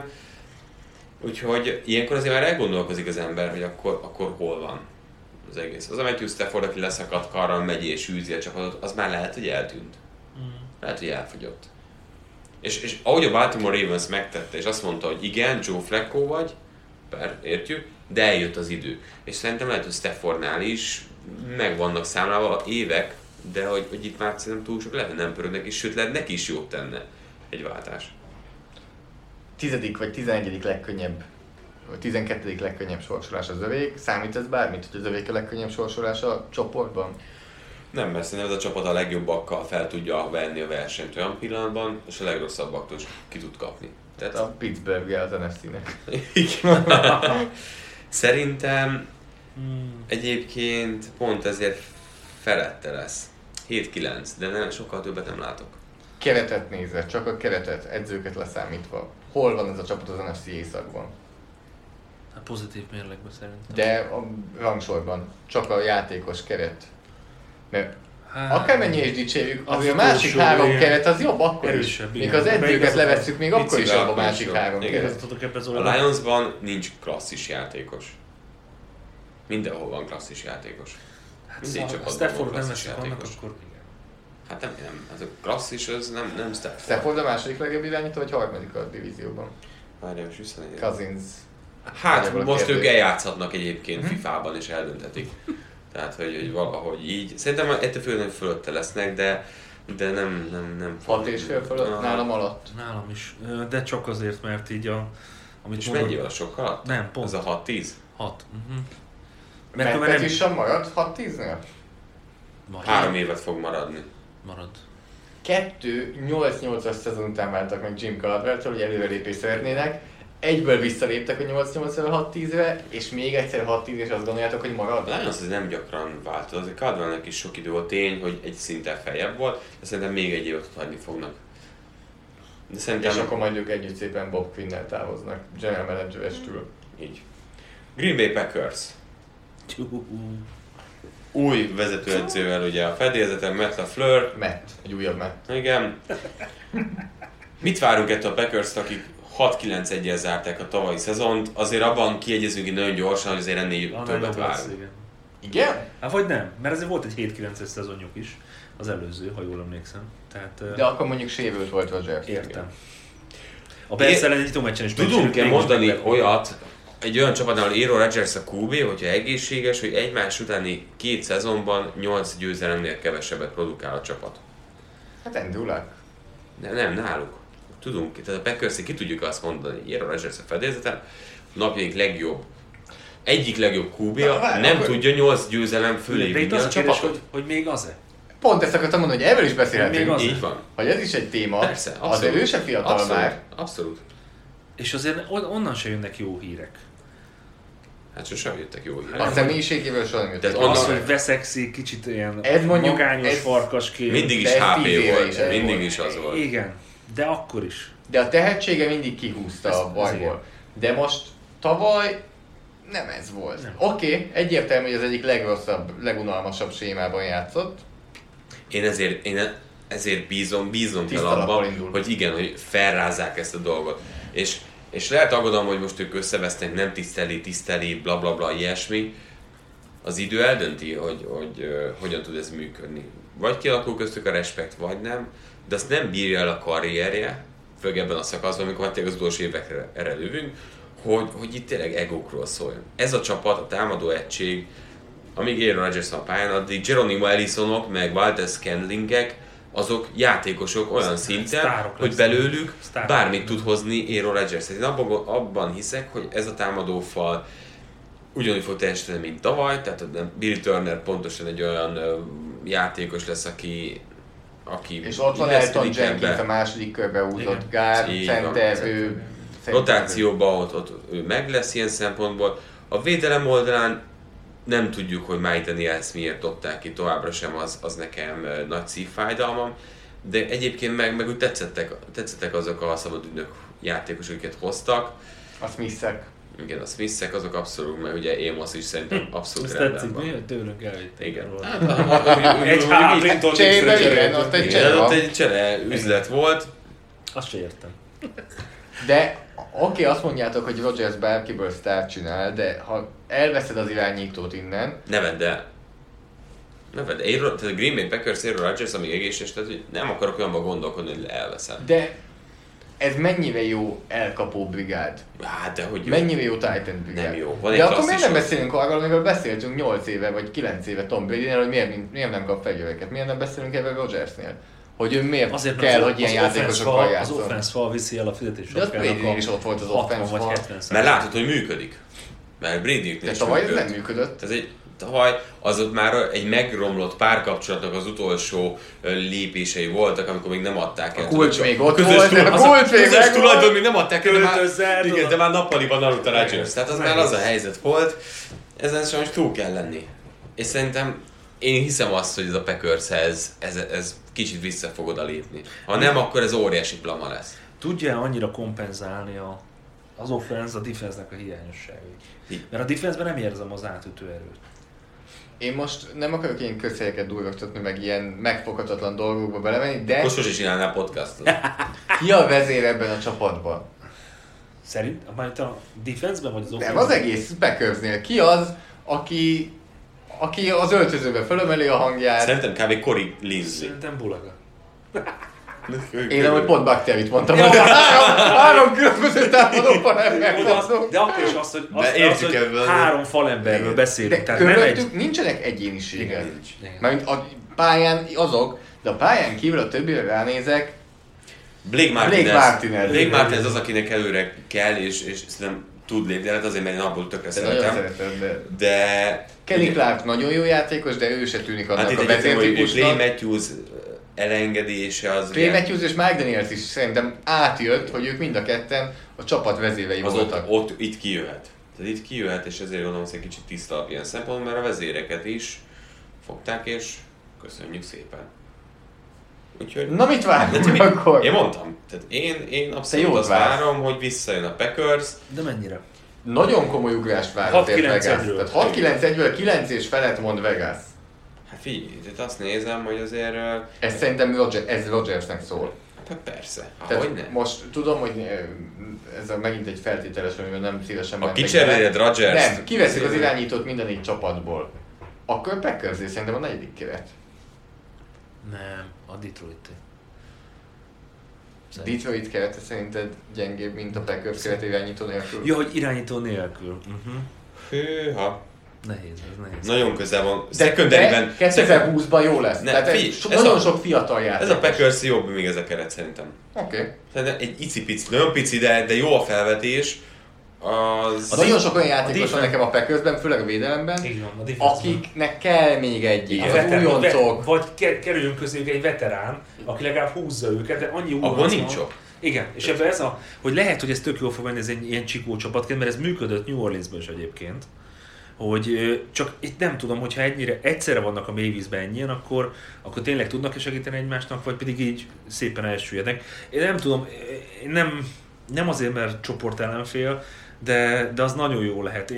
Úgyhogy ilyenkor azért már elgondolkozik az ember, hogy akkor hol van az egész. Az a Matthew Stafford, aki leszakadt karral megy és űzi a csapatot, az már lehet, hogy eltűnt. Lehet, hogy elfogyott. És ahogy a Baltimore Ravens megtette, és azt mondta, hogy igen, Joe Flacco vagy, értjük, de eljött az idő. És szerintem lehet, hogy Staffordnál is meg vannak számlálva évek, de hogy itt már szerintem túl sok lehet, nem pörögnek, és sőt lehet neki is jót tenne egy váltás. 10. vagy 11. legkönnyebb, vagy 12. legkönnyebb sorsolás az övék. Számít ez bármit, hogy az övék a legkönnyebb sorsolás a csoportban? Nem, mert szerintem ez a csapat a legjobbakkal fel tudja venni a versenyt olyan pillanatban, és a legrosszabbaktól is ki tud kapni. Tehát a Pittsburgh az NFC-nek. Szerintem egyébként pont ezért felette lesz. 7-9, de nem, sokkal többet nem látok. Keretet nézve, csak a keretet, edzőket leszámítva. Hol van ez a csapat az NFC északban? Hát pozitív mérlegben szerintem. De a rangsorban csak a játékos keret. Mert Hát, akármennyi is dicsérjük, az azért a másik utolsó három ilyen keret az jobb akkor is. erősebb, Még igen. az edzőket Beigazoltak. levesszük, még akkor is Vicc, jobb a akkor is másik jobb. három Igen. keret. Igazoltatok ebbe az A oldalra? Lionsban nincs klasszis játékos. Mindenhol van klasszis játékos. Mindig Ha csapatban Stafford van nem klasszis lesz annak, játékos. akkor igen. Hát nem, az a klasszis az nem Stafford. Stafford a második legjobb irányító, vagy harmadik a divízióban? Várjál, most visszanézem. Cousins. Hát Nagyjából a most kérdés. ők eljátszhatnak egyébként FIFA-ban és eldönthetik. Tehát, hogy valahogy így. Szerintem ettől főleg fölötte lesznek, de nem 6,5 fölött, nálam alatt. Nálam is. De csak azért, mert így amit És mondod- mennyivel sokkal? Nem, pont. Ez a 6-10? 6. Mert különben is sem marad 6-10-nél? 3 évet fog maradni. Marad. 8-8-as szezon után váltak meg Jim Caldwell-től, hogy előrelépést szeretnének. Egyből visszaléptek a 8-8-ről 6-10-re, és még egyszer 6-10, és azt gondoljátok, hogy marad? A Lions azért nem gyakran változ. Azért Caldwellnek is sok idő volt, tény, hogy egy szinten feljebb volt, de szerintem még egy évet hagyni fognak. De szerintem És akkor majd ők együtt szépen Bob Quinn-nel távoznak, general manager-estül. így. Green Bay Packers. Új vezetőedzővel ugye a fedélzeten, Matt LaFleur. Matt, egy újabb Matt. Igen. Mit várunk ettől a Packers-t, akik 6-9-1-jel zárták a tavalyi szezont? Azért abban kiegyezünk nagyon gyorsan, hogy azért ennél többet várunk. Igen. Igen? Hát vagy nem, mert azért volt egy 7-9-es szezonjuk is, az előző, ha jól emlékszem. Tehát, De akkor mondjuk sérült volt Rodgers. értem. A Bears ellen egy nyitó meccsen is Tudunk-e megsérült, mondani mégis olyat, egy olyan csapatnál, ahol Aaron Rodgers a QB, hogyha egészséges, hogy egymás utáni 2 szezonban 8 győzelemnél kevesebbet produkál a csapat? Hát Andrew Luck. Nem, náluk. Tudunk, tehát a Packers ki tudjuk azt mondani, Aaron Rodgers a fedélzeten, napjaink legjobb egyik legjobb QB-ja nem tudja 8 győzelem fölé De itt vinni az a a kérdés, csapatot. hogy még az-e? Pont ezt akartam mondani, hogy erről is beszélhetünk. Még az- Így van. Hogy ez is egy téma. Persze, abszolút. Azért ő se fiatal Abszolút. már. Abszolút. És azért onnan se jönnek jó hírek. Hát sosem jöttek jó A hírek. személyiségével soha nem jöttek. Tehát Az, onnan- hogy veszekszik, kicsit ilyen Ez mondjuk- magányos ez- farkasként. Mindig is De ez 10 HP éve volt, is ez mindig volt. is az volt. Igen, de akkor is. De a tehetsége mindig kihúzta Ez- a ez bajból. igen. De most tavaly nem ez volt. Oké, egyértelmű, hogy az egyik legrosszabb, legunalmasabb sémában játszott. Én ezért bízom Tiszta kell lappal abban, indul. hogy igen, hogy felrázzák ezt a dolgot. És lehet aggodalom, hogy most ők összevesznek, nem tiszteli, bla bla bla, ilyesmi. Az idő eldönti, hogy hogyan tud ez működni. Vagy kialakul köztük a respekt, vagy nem, de azt nem bírja el a karrierje, főleg ebben a szakaszban, amikor tényleg az utolsó évekre erre lövünk, hogy itt tényleg egókról szóljon. Ez a csapat, a támadó egység, amíg Aaron Rodgers van a pályán, addig Geronimo Ellisonok, meg Valdez Scantlinkek, azok játékosok olyan szinten, sztárok hogy lesznek. belőlük Sztárok bármit lesznek. tud hozni Aaron Rodgers. Én abban hiszek, hogy ez a támadófal ugyanúgy fog teljesíteni, mint tavaly, tehát Billy Turner pontosan egy olyan játékos lesz, aki És ott van illeszkedik Elton Jenkins ebbe. a második körbe húzott Igen. gár, Így van. center, ő... Rotációban ott ő meg lesz ilyen szempontból. A védelem oldalán nem tudjuk, hogy Mike Daniels miért dobták ki, továbbra sem az nekem nagy szívfájdalmam, de egyébként meg úgy tetszettek azok a szabadügynök játékosok, akiket hoztak. A Smith-ek. Igen, a Smith-ek azok abszolút, mert ugye Amos is szerintem abszolút Ezt rendben tetszik, van. mi? Tőlünk elvitték. Igen. róla. Egy Clinton Cserében igen, ott egy Igen, csere ott van. egy csere üzlet volt. Azt se értem. De oké, azt mondjátok, hogy Rodgers bárkiből sztárt csinál, de ha elveszed az irányítót innen, Ne vedd el. Tehát a Green Bay Packers, Aaron Rodgers, amíg egészséges, tehát hogy nem akarok olyanban gondolkodni, hogy elveszem. de ez mennyire jó elkapó brigád? Hát de hogy jó. Mennyire jó Titan brigád? Nem jó. Van egy De akkor miért klasszis nem volt. beszélünk arról, amiről beszéltünk 8 éve vagy 9 éve Tom Brady-nél, hogy miért nem kap fegyvereket? Miért nem beszélünk erről Rodgersnél? Hogy ő miért Azért, kell, mert hogy ilyen játékosokkal az játszon? offense fal viszi el a fizetés De az Brady-nél is ott volt az 60 offense vagy fal. 70 Mert látod, hogy működik. Mert Bradynél De is tavaly ez működött. nem működött. Tavaly az ott már egy megromlott párkapcsolatnak az utolsó lépései voltak, amikor még nem adták el. A kulcs még ott Közös volt, tulajdon- a kulcs még közös megvolt. tulajdon még nem adták el, de már, Költözzel, igen, tudod. de már nappaliban aludta Rodgers. Tehát az már Nehéz. az a helyzet volt. Ezen sajnos túl kell lenni. És szerintem én hiszem azt, hogy ez a Packershez ez kicsit vissza fog oda lépni. Ha nem, akkor ez óriási plama lesz. Tudja annyira kompenzálni az offense a defense-nek a hiányosságait? Így. Mert a defense-ben nem érzem az átütő erőt. Én most nem akarok ilyen közhelyeket durrogtatni, meg ilyen megfoghatatlan dolgokba belemenni, de Akkor sosem csinálnál podcastot. ki a vezér ebben a csapatban? Szerint? Mármint a defense-ben vagy az offense? Nem, az egész Packersnél. Ki az, aki az öltözőbe fölömeli a hangját? Szerintem kb. Corey Linsley. Szerintem Bulaga. Én nem, hogy pont Bakterit mondtam, de három különböző támadóban megfaszom. De akkor is az, hogy, De értjük hogy ebből. három falemberről beszélünk. De Tehát nem egy... körülöttük nincsenek egyéniségek. Igen. Mármint a pályán azok, de a pályán kívül a többire ránézek, Blake Martinez. Martinez. Blake Martinez az, akinek előre kell, és szerintem tud lépni, hát azért, mert én abból tökre de nagyon szeretem. szeretem, de... De... Kelly Clark nagyon jó játékos, de ő se tűnik annak Hát itt a egyébként, hogy Clay vezértípusnak. Matthews elengedése az... Clay Matthews és Mike Daniels is szerintem átjött, hogy ők mind a ketten a csapat vezérei az voltak. ott itt kijöhet. Tehát itt kijöhet, és ezért gondolom, hogy egy kicsit tisztabb ilyen szempontból, mert a vezéreket is fogták, és köszönjük szépen. Úgyhogy... Na mit De várunk ti mit- akkor? Én mondtam, tehát én abszolút jót azt vársz. várom, hogy visszajön a Packers. De mennyire? Nagyon komoly ugrást várok 6-9-1-ről. Vegas. Tehát 6-9-1-ből 9 és felett mond Vegas. Hát figyelj, itt azt nézem, hogy azért... Ez szerintem ez Rodgersnek szól. Hát persze, Tehát ahogy nem. most tudom, hogy ez megint egy feltételes, amivel nem szívesen Ha mentek kicseréled bele. Rodgers-t... Nem, kiveszik az irányítót minden négy csapatból. Akkor Packers szerintem a negyedik keret. Nem, a Detroit. Detroit kerete szerinted gyengébb, mint a Packers keret irányító nélkül? Jó, hogy irányító nélkül. Hűha. Nehéz, ez nehéz. Nagyon közel van. De Secondary-ben... 2020-ban jó lesz. Ne, Tehát figyelj, ez nagyon a- sok fiatal játékos. Ez a Packers jobb, még ez a keret szerintem. Oké. Szerintem egy icipici, nagyon pici, de jó a felvetés. Nagyon sok olyan játékos van nekem a Packersben, főleg a védelemben, akiknek kell még egy újoncok. Vagy kerüljön közéjük egy veterán, aki legalább húzza őket, de annyi újonc abban nincs sok. Igen, és ebben hogy lehet, hogy ez tök jól fog menni, ez egy ilyen csikó csapatként, mert ez működött New Orleansban is egyébként. Hogy csak itt nem tudom, hogyha egyszerre vannak a mélyvízben ennyien, akkor tényleg tudnak segíteni egymásnak, vagy pedig így szépen elsüllyednek. Én nem tudom, nem azért, mert csoport ellenfél, de az nagyon jó lehet.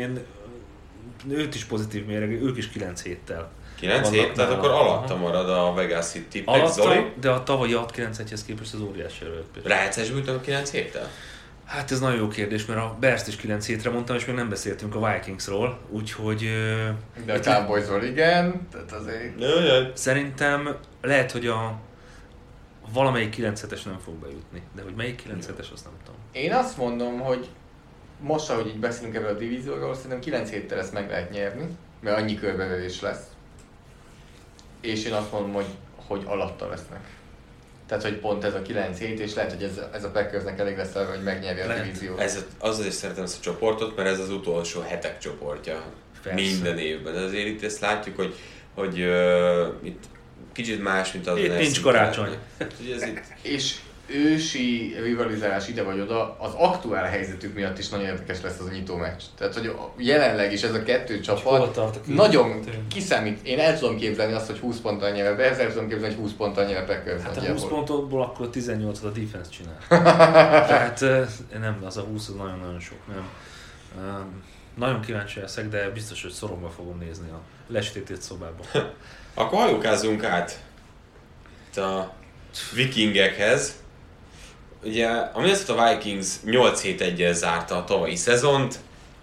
Őt is pozitív méreg, ők is 9 héttel. 9 hét? Tehát akkor alatta marad a Vegas-i tippek, alatta, Zoli? De a tavalyi 6-9-1-hez képest az óriási erőt. Rájátszásban a 9 héttel? Hát ez nagyon jó kérdés, mert a Bears-t is 9 hétre mondtam, és még nem beszéltünk a Vikingsról, úgyhogy... De a Cowboysról igen, tehát azért... Szerintem lehet, hogy valamelyik 9 hetes nem fog bejutni, de hogy melyik 9 hetes, azt nem tudom. Én azt mondom, hogy most, ahogy így beszélünk ebből a divízióról, szerintem 9 héttel ezt meg lehet nyerni, mert annyi körbeverés lesz. És én azt mondom, hogy alatta lesznek. Tehát, hogy pont ez a 9 hét, és lehet, hogy ez a Packersnek elég lesz arra, hogy megnyerje a divíziót. Azért szeretem ezt a csoportot, mert ez az utolsó hetek csoportja. Persze. Minden évben. De azért itt ezt látjuk, hogy itt kicsit más, mint az. Itt nincs karácsony. És ősi rivalizálás ide vagy oda, az aktuál helyzetük miatt is nagyon érdekes lesz az a nyitó meccs. Tehát, hogy jelenleg is ez a kettő csapat nagyon kiszámít. Én el tudom képzelni azt, hogy 20 ponttal nyer a Bears, el tudom képzelni, hogy 20 ponttal nyer a Packers. Hát a 20 pontból akkor 18 a defense csinál. Tehát nem, az a 20 az nagyon-nagyon sok, nem. Nagyon kíváncsi leszek, de biztos, hogy szoromba fogom nézni a lestétét szobában. Akkor hajókázzunk át a Vikingekhez. Ugye a Minnesota Vikings 8-7-1-jel zárta a tavalyi szezont,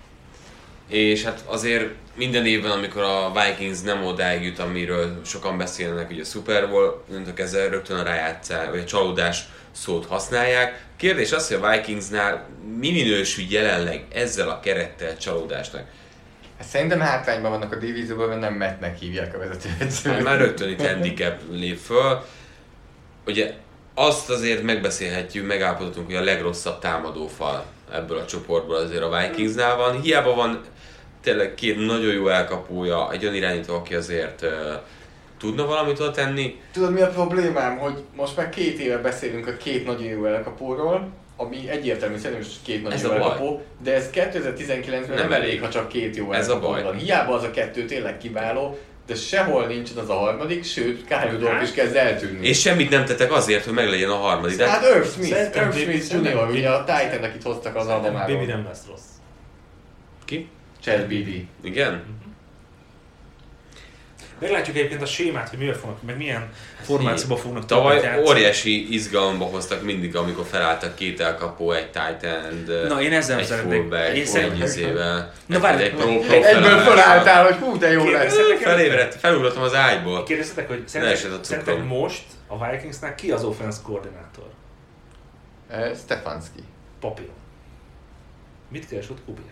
és hát azért minden évben, amikor a Vikings nem odáig jut, amiről sokan beszélnek, ugye a Super Bowl, mondjuk ezzel rögtön a rájátszás, vagy a csalódás szót használják. Kérdés az, hogy a Vikingsnál mi minősül jelenleg ezzel a kerettel csalódásnak? Szerintem hátrányban vannak a divízióban, mert nem Mattnek hívják a vezetőedzőt. Már rögtön itt handicap lép föl. Ugye azt azért megbeszélhetjük, megállapodhatunk, hogy a legrosszabb támadófal ebből a csoportból azért a Vikingsnál van. Hiába van tényleg két nagyon jó elkapója, egy olyan irányító, aki azért tudna valamit tenni. Tudod mi a problémám, hogy most már 2 éve beszélünk a 2 nagyon jó elkapóról, ami egyértelmű szerintem is 2 nagyon jó elkapó, de ez 2019-ben nem elég, ha csak 2 jó elkapó van. Hiába az a 2 tényleg kiváló, de sehol nincsen az a harmadik, sőt, Kyle Rudolph is kezd eltűnni. És semmit nem tettek azért, hogy meglegyen a harmadik. Hát Irv Smith Jr., ugye a Titan, akit hoztak az Alabama-ról. Bibi nem lesz rossz. Ki? Chad Bibi. Igen? Meglátjuk egyébként a sémát, hogy miért fognak, meg milyen formációban fognak tavaly óriási izgalomba hoztak mindig, amikor felálltak 2 elkapó, egy tight end, na, én ezzel egy fullback, egy izével. Na várj, egyből felálltál, hogy hú, de jó lesz. Felugrottam az ágyból. Kérdeztetek, hogy szerintetek most a Vikingsnál ki az offense koordinátor? Stefanski. Papíron. Mit keres ott Kubiak?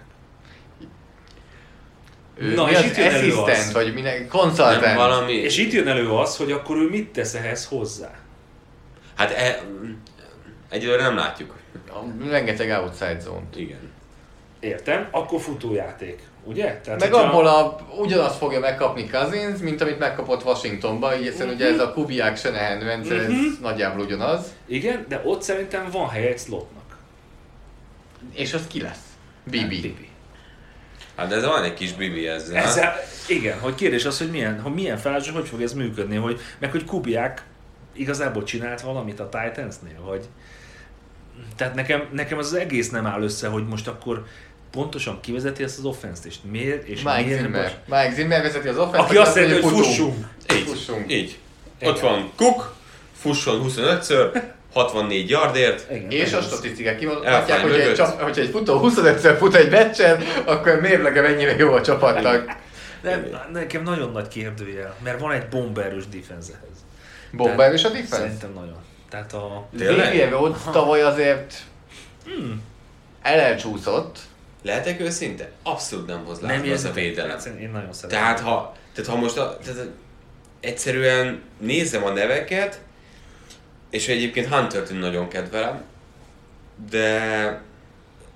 Na, és itt jön elő az, vagy minden konzultáns. Valami... És itt jön elő az, hogy akkor ő mit tesz ehhez hozzá? Hát egyelőre nem látjuk. Rengeteg outside zone. Igen. Értem, akkor futójáték, ugye? Tehát, meg abból ugyanazt fogja megkapni Cousins, mint amit megkapott Washingtonban, így egyszerűen ugye ez a Kubiak Shanahan rendszer, ez nagyjából ugyanaz. Igen, de ott szerintem van hely egy slotnak. És az ki lesz? Bibi. Hát de ez van egy kis Bibi ezzel. Igen, hogy kérdés az, hogy milyen felállásra, hogy fog ez működni, meg hogy Kubiak igazából csinált valamit a Titansnél, vagy... Tehát nekem az egész nem áll össze, hogy most akkor pontosan kivezeti ezt az offense-t, és miért, és Mike Zimmer vezeti az offense-t, aki azt mondja, hogy fussunk. Így. Ott van Cook, fusson 25-ször, 64 yardért. És a statisztikák kimutatják, hogy egy futó 25-ször fut egy meccsen, akkor mérlege mennyire jó a csapatnak. Nekem nagyon nagy kérdőjel, mert van egy bomberős defense-hez. Bomberős a defense? Szerintem nagyon. Tehát a... Xavier Rhodes tavaly azért elcsúszott. Lehetek őszinte? Abszolút nem hoz látni az a védelem. Én nagyon szeretem. Tehát ha most egyszerűen nézem a neveket, és egyébként Huntert nagyon kedvelem, de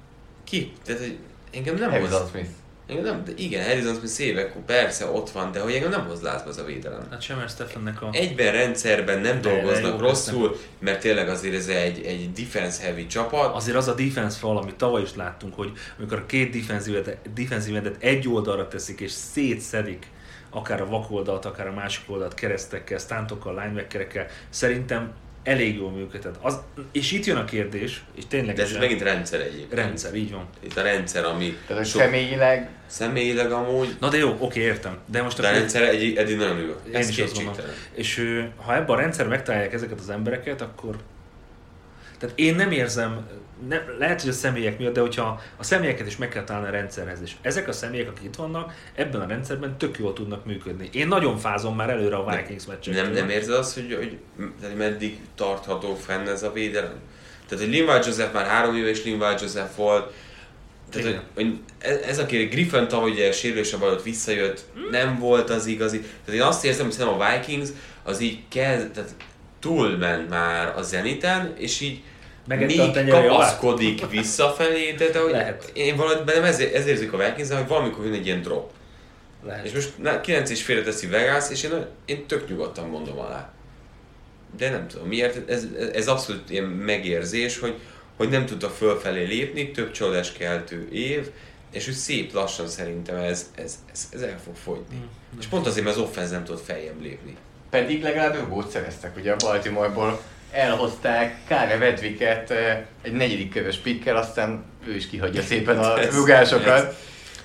Ki? Tehát, hogy engem nem Harrison Smith. Engem nem, de igen, Harrison Smith évek, persze ott van, de hogy engem nem hoz lázba az a védelem. Hát Shamar Stephennek a... Egyben rendszerben nem dolgoznak jó, rosszul, mert tényleg azért ez egy defense heavy csapat. Azért az a defense fal, amit tavaly is láttunk, hogy amikor a két defensive endet egy oldalra teszik és szétszedik, akár a vak oldalt, akár a másik oldalt keresztekkel, stuntokkal, linebackerekkel, szerintem elég jól működhet. És itt jön a kérdés, és tényleg... De ez megint rendszer egyébként. Rendszer, így van. Itt a rendszer, ami... Tehát Személyileg amúgy... Na de jó, oké, értem. De most a rendszer eddig nagyon jó. Ez kétségtelen. És ha ebben a rendszer megtalálják ezeket az embereket, akkor... Tehát én nem érzem, lehet, hogy a személyek miatt, de hogyha a személyeket is meg kell találni a rendszerhez, és ezek a személyek, akik itt vannak, ebben a rendszerben tök jól tudnak működni. Én nagyon fázom már előre a Vikings meccsektől. Nem érzed azt, hogy meddig tartható fenn ez a védelem? Tehát, hogy Linval Joseph már 3 éve és Linval Joseph volt, tehát, hogy ez a kérdés, Griffin tavaly ugye sérülése előtt visszajött, nem volt az igazi. Tehát én azt érzem, hogy szerintem a Vikings az így tehát túlment már a Zeniten, és így még kapaszkodik visszafelé, de hogy én valahogy ez érzik a Vikings, hogy valamikor jön egy ilyen drop. Lehet. És most 9,5-re teszi Vegas, és én tök nyugodtan mondom alá. De nem tudom miért, ez abszolút ilyen megérzés, hogy nem tudta fölfelé lépni, több csodáskeltő év, és úgy szép lassan szerintem ez el fog fogyni. És pont azért, mert az offense nem tud feljebb lépni. Pedig legalább ő gólt szereztek, ugye a Baltimore-ból elhozták Kyle Wedwicket egy 4. körös pikkel, aztán ő is kihagyja szépen a rugásokat.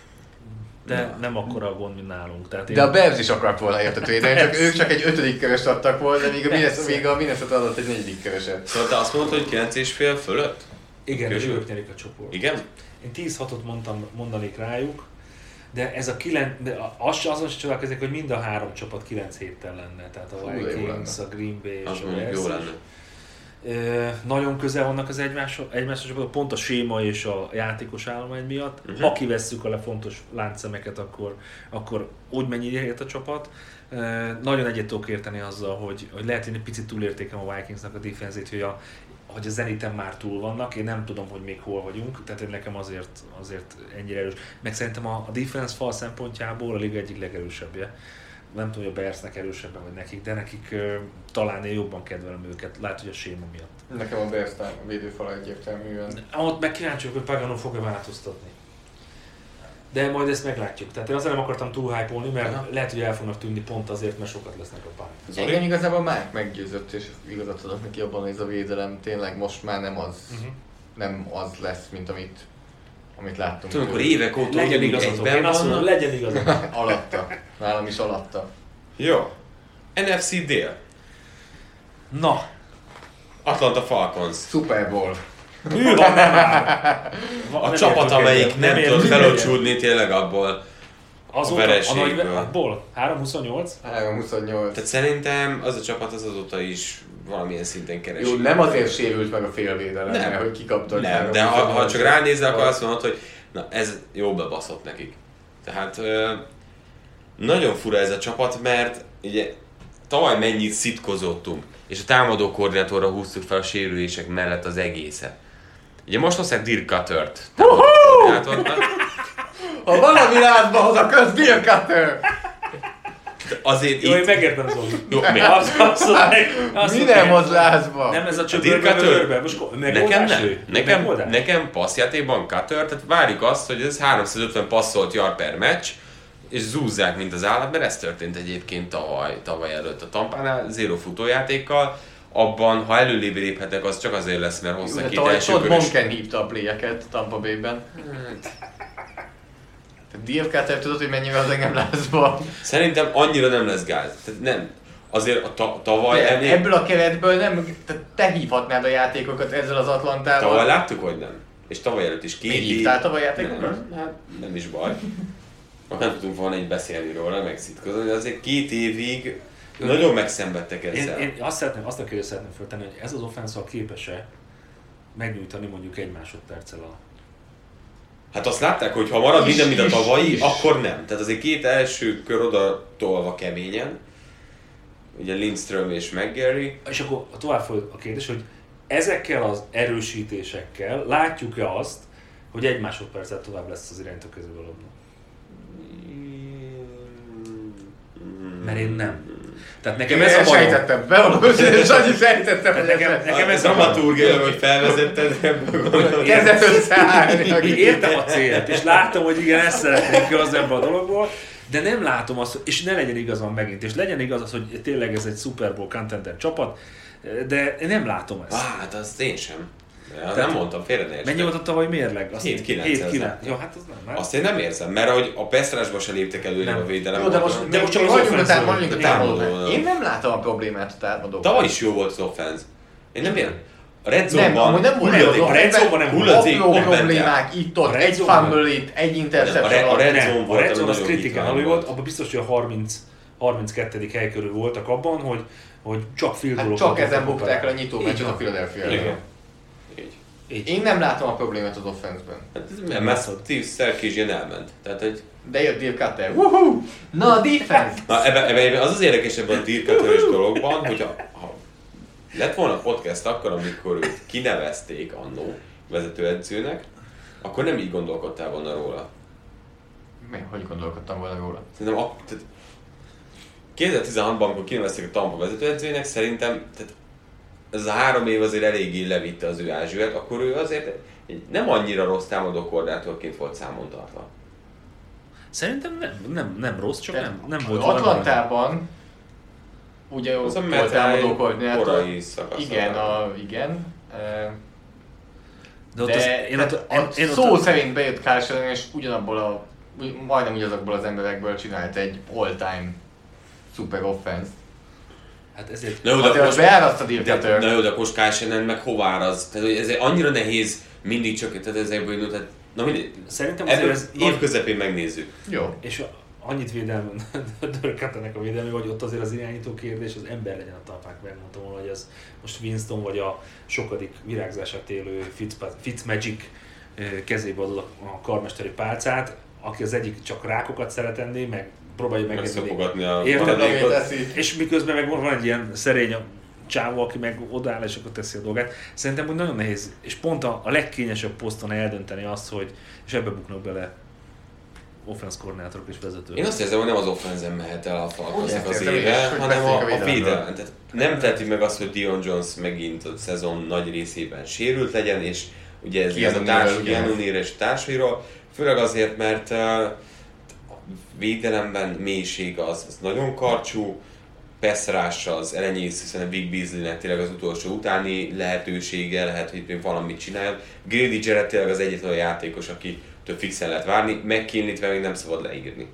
De nem akkora a gond, mint nálunk. Tehát de a Bears is akart volna érte védeni, csak ők csak egy 5. köröst adtak volna, míg a Minnesota adott egy 4. köröset. Szóval te azt mondtad, hogy 9,5 fölött? Igen, és ők nyerik a csoport. Igen? Én 10-6-ot mondanék rájuk, de ez a 9, azon is csodálkozik, hogy mind a 3 csapat 9 héttel lenne. Tehát a Vikings, a Green Bay és a Bears. Jó lenne. Nagyon közel vannak az egymáshoz csapatok, pont a séma és a játékos állomány miatt. Ha kivesszük a lefontos láncszemeket, akkor úgy mennyire ért a csapat. Nagyon egyet tudok érteni azzal, hogy lehet, hogy egy picit túlértékem a Vikingsnak a defenzét, hogy a Zeniten már túl vannak, én nem tudom, hogy még hol vagyunk, tehát nekem azért ennyire erős. Meg szerintem a defense fal szempontjából a liga egyik legerősebbje. Nem tudom, hogy a Bearsnek erősebben vagy nekik, de nekik talán én jobban kedvelem őket, lehet, hogy a séma miatt. Nekem a Bears a védőfala egyértelműen. Ott meg kíváncsi vagyok, hogy Pagano fog-e változtatni. De majd ezt meglátjuk. Tehát én azért nem akartam túl hype-olni, mert lehet, hogy el fognak tűnni pont azért, mert sokat lesznek a pályán. Engem igazából már meggyőzött, és igazat adok neki abban, hogy ez a védelem tényleg most már nem az lesz, mint amit láttunk. Tudom, akkor évek óta legyen igazatok. Én azt mondom, legyen igazatok. Alatta. Nálam is alatta. Jó. NFC dél. Na. Atlanta Falcons. Super Bowl. A csapat, amelyik nem tud felocsúdni tényleg abból a vereségből. Abból? 3-28? 3-28. Tehát szerintem az a csapat azóta is valamilyen szinten keresi. Jó, nem azért sérült meg a félvédelem, hogy kikaptak. Nem, de ha csak ránézel, akkor azt mondod, hogy na ez jó bebaszott nekik. Tehát nagyon fura ez a csapat, mert ugye tavaly mennyit szitkozottunk, és a támadó koordinátorra húztuk fel a sérülések mellett az egészet. Ugye most hozták Dirk Cuttert. Ha valami lázba hoz a köz, Dirk Cutter! Azért jó, én megértem, Zoli. Jó, mi nem hoz lázba? Nem ez a csöpörbe. Nekem passzjátékban Cutter, tehát várjuk azt, hogy ez 350 passzolt yard per meccs, és zúzzák, mint az állat, mert ez történt egyébként tavaly előtt a Tampánál, 0 futójátékkal. Abban, ha előlébb léphetnek, az csak azért lesz, mert hoztak két első körös. Monken hívta a playeket Tampa Bay-ben. Dirk Cutter tudod, hogy mennyire az engem lázba? Szerintem annyira nem lesz gáz. Tehát nem. Azért tavaly... Ebből a keretből nem... Te hívhatnád a játékokat ezzel az Atlantával. Tavaly láttuk, hogy nem. És tavaly előtt is 2 év... Hívtál tavaly játékokat? Nem is baj. Nem tudunk volna így beszélni róla, megszitkozni, de azért 2 évig nagyon megszenvedtek ezzel. Én azt a kérdést szeretném föltenni, hogy ez az offenszal képes-e megnyújtani mondjuk 1 másodperccel a... Hát azt látták, hogy ha marad minden, mint a tavalyi, akkor nem. Tehát azért 2 első kör oda tolva keményen. Ugye Lindström és McGarry. És akkor tovább folyt a kérdés, hogy ezekkel az erősítésekkel látjuk-e azt, hogy egy másodperccel tovább lesz az irányító kezébe a labda. Mert én nem. Tehát nekem ez a bajom. Sejtettem, bevallom, Sanyi sejtettem, hogy nekem ez a dramaturgia, hogy felvezetted, kezdett összeállni. Értem a célt, és láttam, hogy igen, ezt szeretnénk kihozni ebből a dologból, de nem látom azt, és ne legyen igazam megint, és legyen igaz az, hogy tényleg ez egy Super Bowl contender csapat, de én nem látom ezt. Hát azt én sem. Nem mondtam, félre ne értsd. Mennyi volt a tavaly mérleg? 7-9. Jó, hát az nem. Azt én nem érzem, mert ahogy a pass-rushba se léptek előre a védelem. Jó, de most csak az offense. Én nem látom a problémát a támadóban. Tavaly is jó volt az offense. Én nem értem. A Red Zone-ban nem volt a Red Zone-ban nem apró problémák itt-ott, egy fumble itt, egy interception. A Red Zone volt, a Red Zone az kritikán volt, abban biztos, hogy a 32. hely körül voltak abban, hogy csak field goal-okat. Csak ezen bukták el a nyitó meccset a Philadelphia-ra. Én nem látom a problémát az offense-ben. Hát, mert Steve Sarkisian elment. Tehát, hogy... De jött Dirk Cutter. Woohoo! Na, a defense! Na, ebben az az érdekes ebben a Dirk Cutter-ös dologban, hogyha lett volna podcast akkor, amikor őt kinevezték annó vezetőedzőnek, akkor nem így gondolkodtál volna róla. Hogy gondolkodtam volna róla? Szerintem 2016-ban, amikor kinevezték a Tampa vezetőedzőjének, szerintem ez a 3 év azért eléggé levitte az ő ázsúlyát, akkor ő azért nem annyira rossz támadó koordinátorként volt számon tartva. Szerintem nem rossz, csak nem volt Atlantában ugye az volt támadó koordinátor. Igen, igen. De szó szerint bejött Kyle Shanahan és majdnem ugyanazokból az emberekből csinált egy all-time super offense. Hát ezért... Na jó, de most Kyle Shanahan meg hová áraz? Tehát ez annyira nehéz mindig csak, tehát ezekből indult, tehát na mindig. Szerintem azért ez év közepén megnézzük. Jó. És annyit védelmen Dirk Cutternek a védelmi, hogy ott azért az irányító kérdés, az ember legyen a talpák, megmondtam volna, hogy az most Winston vagy a sokadik virágzását élő Fitzmagic kezébe adod a karmesteri pálcát, aki az egyik csak rákokat szeretenné, meg próbálja megszopogatni a maradékot. És miközben meg van egy ilyen szerény csávó, aki meg odaáll és akkor teszi a dolgát. Szerintem hogy nagyon nehéz, és pont a legkényesebb poszton eldönteni azt, hogy és ebbe buknak bele offense koordinátorok és vezetők. Én azt érzem, hogy nem az offense-en mehet el a Falconsnak az éve, hanem a védelem. Tehát nem teheti meg azt, hogy Dion Jones megint a szezon nagy részében sérült legyen, és ugye ez a Keanu és társairól, főleg azért, mert a védelemben mélység az nagyon karcsú, pass-rush az elenyész, hiszen a Vic Beasley-nek tényleg az utolsó utáni lehetősége, lehet, hogy még valamit csinál. Grady Jarrett tényleg az egyetlen játékos, aki több fixen lehet várni, McKinley-t még nem szabad leírni.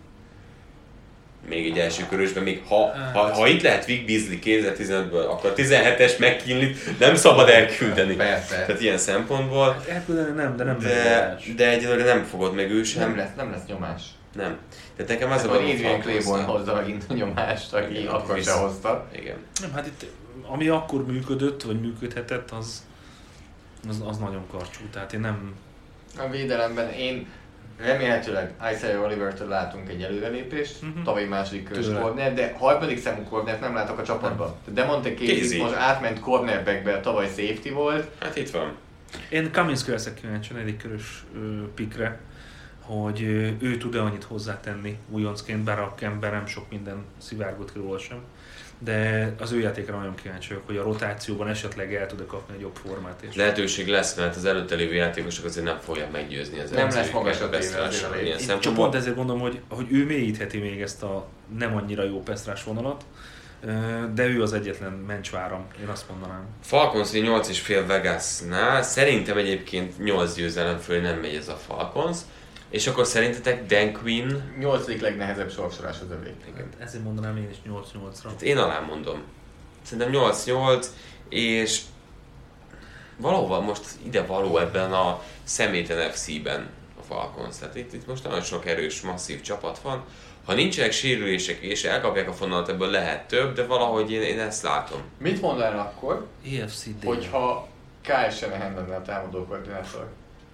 Még egy első körösben, még ha itt lehet Vic Beasley 2015-ből, akkor 17-es McKinley-t nem szabad elküldeni. Persze. Tehát ilyen szempontból. Hát elküldeni nem, de nem de egyelőre nem fogod meg ő sem. Nem lesz nyomás. Nem. Tehát nekem az a baj, Adrian Claiborne hozza megint a nyomást, aki akkor se hozta. Igen. Nem, hát itt ami akkor működött, vagy működhetett, az nagyon karcsú. Tehát én nem... A védelemben én remélhetőleg Isaiah Olivertől látunk egy előrelépést, tavalyi második körös corner, de harmadik számú cornert nem látok a csapatban. Demonte Casey most átment cornerbackbe, tavaly safety volt. Hát itt van. Én Kaminsky leszek kíváncsi a negyedik körös pickre, hogy ő tud-e annyit hozzátenni újoncként, bár a Campbell nem sok minden szivárgott ki róla sem. De az ő játékra nagyon kíváncsi vagyok, hogy a rotációban esetleg el tud-e kapni egy jobb formát. És lehetőség lesz, mert az előtte lévő játékosok azért nem fogják meggyőzni az nem lesz magas a téve. Csak pont ezért gondolom, hogy ő mélyítheti még ezt a nem annyira jó pass-rush vonalat, de ő az egyetlen mencsváram, én azt mondanám. Falcons 8,5 Vegasnál, szerintem egyébként 8 győzelem fölé nem megy ez a Falcons. És akkor szerintetek Dan Quinn... 8. legnehezebb sorsolás az övé. Hát ezért mondanám én is 8-8-ra. Hát én alá mondom. Szerintem 8-8, és valóban most ide való ebben a szemét NFC-ben a Falcons. Tehát itt most nagyon sok erős, masszív csapat van. Ha nincsenek sérülések és elkapják a fonalat, ebből lehet több, de valahogy én ezt látom. Mit mondanál akkor, hogyha Kyle Shanahan lenne a támadó koordinátor?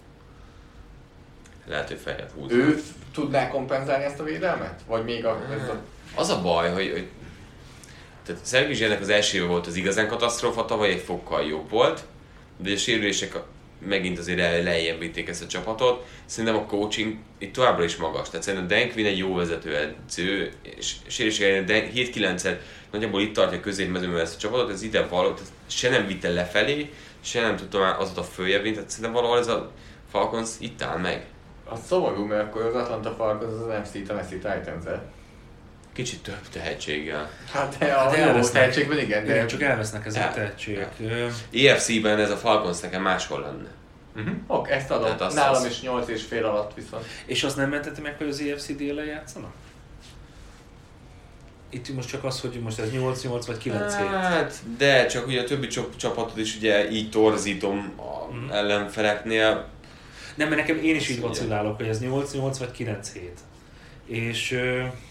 Lehet, hogy fejet húz. Ő tudná kompenzálni ezt a védelmet? Vagy még Az a baj, hogy tehát Sarkisiannek az első éve volt az igazán katasztrófa, tavaly egy fokkal jobb volt, de a sérülések megint azért lejjebb vitték ezt a csapatot. Szerintem a coaching itt továbbra is magas. Tehát szerintem Dan Quinn egy jó vezetőedző, és sérülésre 7-9-szer nagyjából itt tartja középmezőben ezt a csapatot, ez ide való, se nem vitte lefelé, se nem tudta már azóta följebb vinni, tehát szerintem valahol ez a Falcons itt áll meg. Az szomorú, mert akkor az Atlanta Falcons az NFC Tennessee Titans-el. Kicsit több tehetséggel. Hát de a jó tehetségben igen, de... Igen, csak elvesznek ezek a tehetségek. EFC-ben ez a Falcons nekem máshol lenne. Ok, ezt adom. Hát Nálam is 8,5 alatt viszont. És azt nem menteti meg, hogy az EFC délen játszanak? Itt most csak az, hogy most ez 8-8 vagy 9-7. Hát, de csak ugye a többi csapatot is ugye így torzítom ellenfeleknél. Nem, mert nekem én is így vacillálok, hogy ez 8-8 vagy 9-7.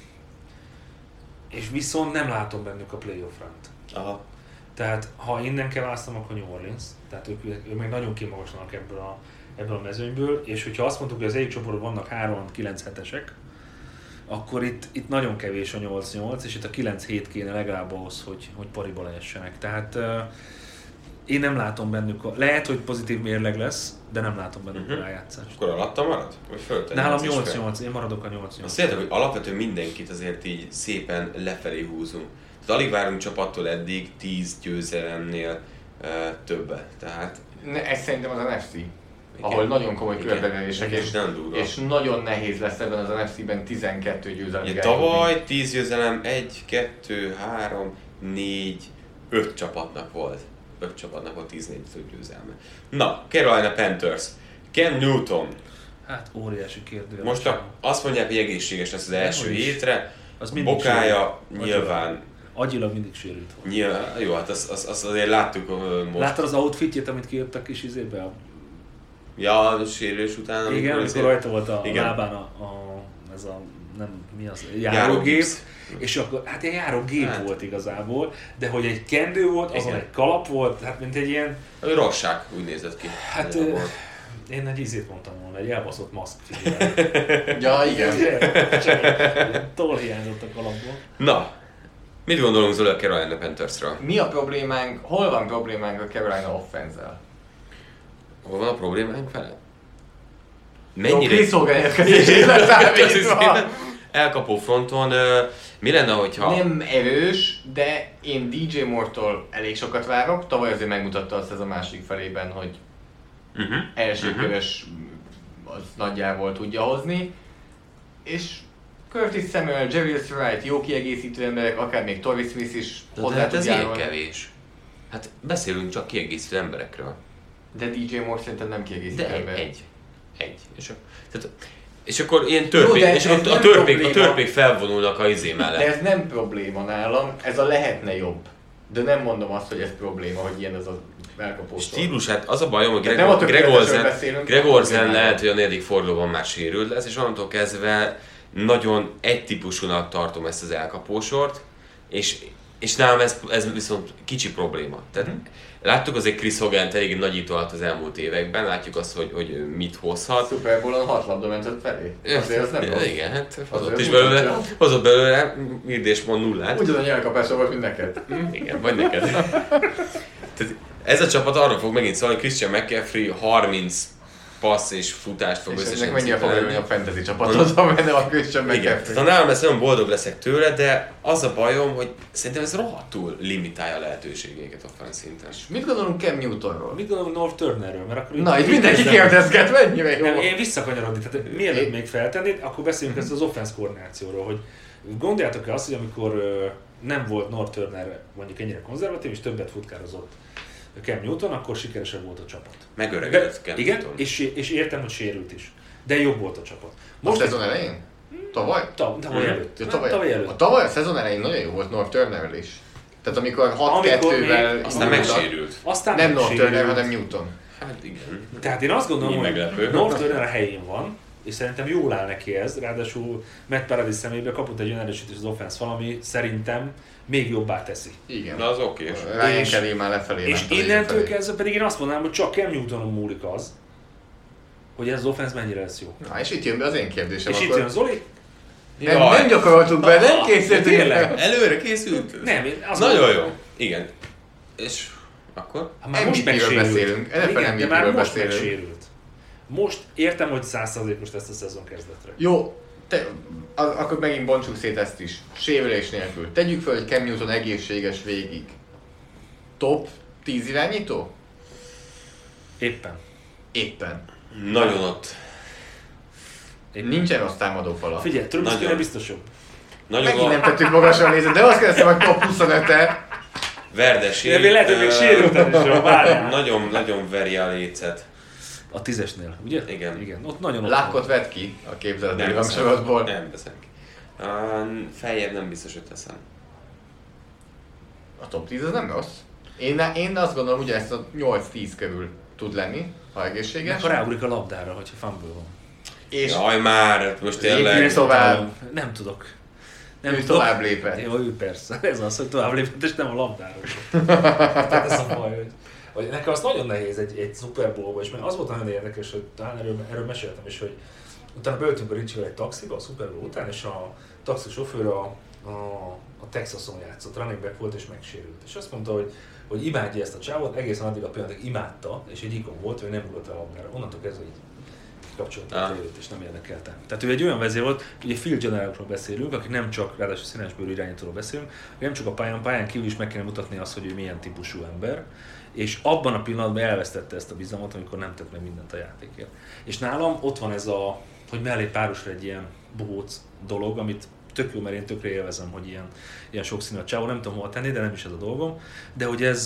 És viszont nem látom bennük a playoff-rant. Aha. Tehát ha innen kell választanom, akkor New Orleans. Tehát ők meg nagyon kimagaslanak ebből a mezőnyből, és hogyha azt mondtuk, hogy az egyik csoportban vannak 3-9-7-esek, akkor itt nagyon kevés a 8-8, és itt a 9-7 kéne legalább ahhoz, hogy pariba lehessenek. Tehát én nem látom bennük, lehet, hogy pozitív mérleg lesz, de nem látom bennük a rájátszást. Akkor alatta marad? Vagy föltenni? Nálam 8-8, én maradok a 8-8. Azt értem, hogy alapvetően mindenkit azért így szépen lefelé húzunk. Tehát alig várunk csapattól eddig 10 győzelemnél többet. Tehát... Ez szerintem az NFC. Ahol nagyon komoly körbeverések, és nagyon nehéz lesz ebben az NFC-ben 12 győzelem. Ja, tavaly 10 győzelem 1, 2, 3, 4, 5 csapatnak volt. 5 csapatnak volt 14 győzelme. Na, Carolina Panthers. Cam Newton. Hát óriási kérdő. Most azt mondják, hogy egészséges lesz az első hétre. Az bokája nyilván... Agyilag mindig sérült volt. Jó, hát azt azért láttuk most. Láttad az outfitjét, amit kijöttek kis izébe? Ja, a sérülés után. Igen, amikor rajta volt a lábán ez a nem mi az, járógép. És akkor, hát egy járógép volt igazából, de hogy egy kendő volt, azon egy kalap volt, hát mint egy ilyen... Rosság úgy nézett ki. Hát én egy ízét mondtam volna, egy elbaszott maszk figurál. Ja, igen. Toll hiányzott a kalapból. Na, mit gondolunk Zoli a Carolina Panthersről? Mi a problémánk, hol van problémánk a Carolina offense-zel? Hol van a problémánk vele? Mennyire? Jó, Chris Hogan érkezésére számítva. Elkapó fronton, mi lenne, hogyha... Nem erős, de én DJ Moore-tól elég sokat várok. Tavaly azért megmutatta azt ez a másik felében, hogy első körös az nagyjából tudja hozni. És Curtis Samuel, Jarius Wright, jó kiegészítő emberek, akár még Torrey Smith is hozzá tud járulni. Ez kevés. Hát beszélünk csak kiegészítő emberekről. De DJ Moore szerintem nem kiegészítő ember. Egy. És akkor ilyen törpék, a törpék felvonulnak a izé mellett. De ez nem probléma nálam, ez a lehetne jobb. De nem mondom azt, hogy ez probléma, hogy ilyen az a elkapó stílus, hát az a bajom, hogy Gregorzen lehet, hogy a 4. fordulóban már sérült lesz, és onnantól kezdve nagyon egytípusúnak tartom ezt az elkapósort, és nálam ez viszont kicsi probléma. Tehát láttuk azért Chris Hogant elég nagyító alatt az elmúlt években, látjuk azt, hogy mit hozhat. Super Bowl-on 6 labda mentett felé. Azért az nem rossz. Igen, hát hozott belőle Mirdésmond nullát. Ugyanannyi elkapása volt, mint neked. Igen, vagy neked. Tehát ez a csapat arra fog megint szólni, hogy Christian McCaffrey 30 passz és futást fog összesen cipelni. És ennek mennyire fog örülni a fantasy csapatod, ha menne a Christian McCaffrey. Tehát nálam ezt nagyon boldog leszek tőle, de az a bajom, hogy szerintem ez rohadtul limitálja a lehetőségeket a fanszinten. Mit gondolunk Cam Newtonról? Mit gondolunk North Turnerről? Mert akkor na, itt mindenki kérdezget, mennyire jó. Én visszakanyarodni, tehát mielőtt még feltennéd, akkor beszéljünk ezt az offense koordinációról, hogy gondoljátok-e azt, hogy amikor nem volt North Turner mondjuk ennyire konzervatív, és többet futkározott Cam Newton, akkor sikeresebb volt a csapat. Megöregedett Cam Newton. Igen, és értem, hogy sérült is. De jobb volt a csapat. Most a szezon elején? Tavaly? Tavaly előtt. Tavaly a szezon elején nagyon jó volt North Turnerrel is. Tehát amikor 6-2-vel... Aztán megsérült. Nem North Turner, hanem Newton. Hát igen. Tehát én azt gondolom, hogy North Turner a helyén van, és szerintem jól áll neki ez, ráadásul Matt Paradis szemébe kapott egy olyan erősítés az offense valami szerintem még jobbá teszi. Igen. Na az oké. Ryan Kelly már lefelé. És innentől kezdve pedig én azt mondanám, hogy csak Cam Newtonon múlik az, hogy ez az offense mennyire lesz jó. Na és itt jön be az én kérdésem. És itt jön Zoli. Nem gyakoroltuk be, nem készültünk be. Előre készült? Nem, nagyon jó. Igen. És Akkor? Hát már most MVP-ről megsérült. beszélünk. NFL Igen, de már MVP-ről most beszélünk. megsérült. Most értem, hogy 100%-os lesz a szezon kezdetre. Jó, akkor megint bontsuk szét ezt is. Sérülés nélkül. Tegyük fel, hogy Cam Newton egészséges végig. Top 10 irányító? Éppen. Nagyon ott. Nincsen rossz támadófala. Figyelj, Trubisky Nagyon. biztos jobb. Nagyon Megint nem tettük magasan nézni, de azt kérdeztem, hogy top 25-e. Verdesi. De még lehet, hogy még sérülten is van, várjál. Nagyon veri a lécet. A 10-esnél, ugye? Igen. Ott nagyon ott Lákkot vett ki a képzeletbeli Nem rangsorozatból. Nem veszem ki. Feljebb nem biztos, hogy teszem. A top 10 az nem rossz. Én azt gondolom, hogy ezt a 8-10 körül tud lenni, ha egészséges. Akkor ráugrik a labdára, hogyha fumble van. És Jaj már, most Lépjél tényleg. tovább. Nem tudok. Ő tovább lépett. Jó, ő persze. Ez az, hogy tovább lépett, és nem a labdára. Tehát ez a baj, hogy nekem az nagyon nehéz egy Super Bowl-ba, és az volt nagyon érdekes, hogy talán erről meséltem is, hogy utána beültünk a Ricsivel egy taxiba a Super Bowl után, és a taxisofőr a Texason játszott, running back volt és megsérült. És azt mondta, hogy imádja ezt a csávot, egészen addig a pillanatig imádta, és egy ikon volt, hogy nem ugrott a labdára. Onnantól kezdve így kikapcsolta a tévét, és nem érdekelte. Tehát ő egy olyan vezér volt, ugye field generálokról beszélünk, akik nem csak, ráadásul színesbőrű irányítóról beszélünk, nem csak a pályán kívül is meg kéne mutatni azt, hogy ő milyen típusú ember, és abban a pillanatban elvesztette ezt a bizalmat, amikor nem tett meg mindent a játékért. És nálam ott van ez a, hogy mellé párosra egy ilyen bohóc dolog, amit tök jó, mert én tökre élvezem, hogy ilyen sokszínű a csávó, nem tudom hova tenni, de nem is ez a dolgom, de hogy ez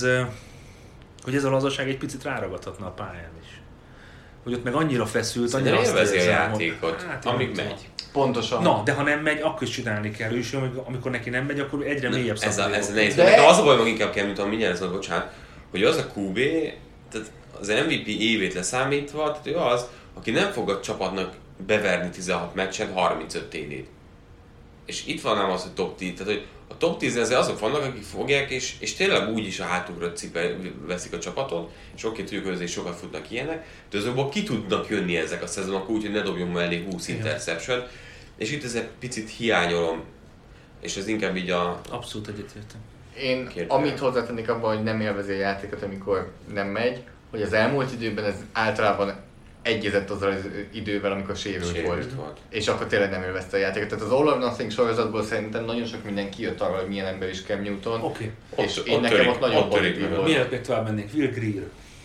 a lazaság egy picit ráragadhatna a pályán is. Hogy ott meg annyira feszült, De annyira azt élvezi a érzem, játékot, hát, amíg nem tudom. megy. Pontosan. Na, de ha nem megy, akkor is csinálni kell, és amikor neki nem megy, akkor egyre mélyebb Ez szakadékok. nehéz. De- Nekem az a baj, meg inkább kell mutatni, mindjárt ezt mondom, bocsánat, hogy az a QB, tehát az MVP évét leszámítva, tehát ő az, aki nem fog a csapatnak beverni 16 meccsen 35 TD-t. És itt van ám az, hogy top 10, tehát hogy a top 10 ezzel azok vannak, akik fogják, és tényleg úgy is a hátukra veszik a csapatot, és oké, tudjuk, hogy sokat futnak ilyenek, de azokból ki tudnak jönni ezek a szezonok úgy, hogy ne dobjon mellé 20 interception, és itt ezzel picit hiányolom, és ez inkább így a... Abszolút egyetértem. Én Kérdőjel. amit hozzátennék abban, hogy nem élvezi a játékot, amikor nem megy, hogy az elmúlt időben ez általában egyezett azzal az idővel, amikor sérült volt. És akkor tényleg nem élvezte a játékot. Tehát az All or Nothing sorozatból szerintem nagyon sok minden kijött arra, hogy milyen ember is Cam Newton. Oké. És Ott- én ott nekem törik- ott nagyon ott törik pozitív meg. volt. Mielőtt még tovább mennénk, Will Greer.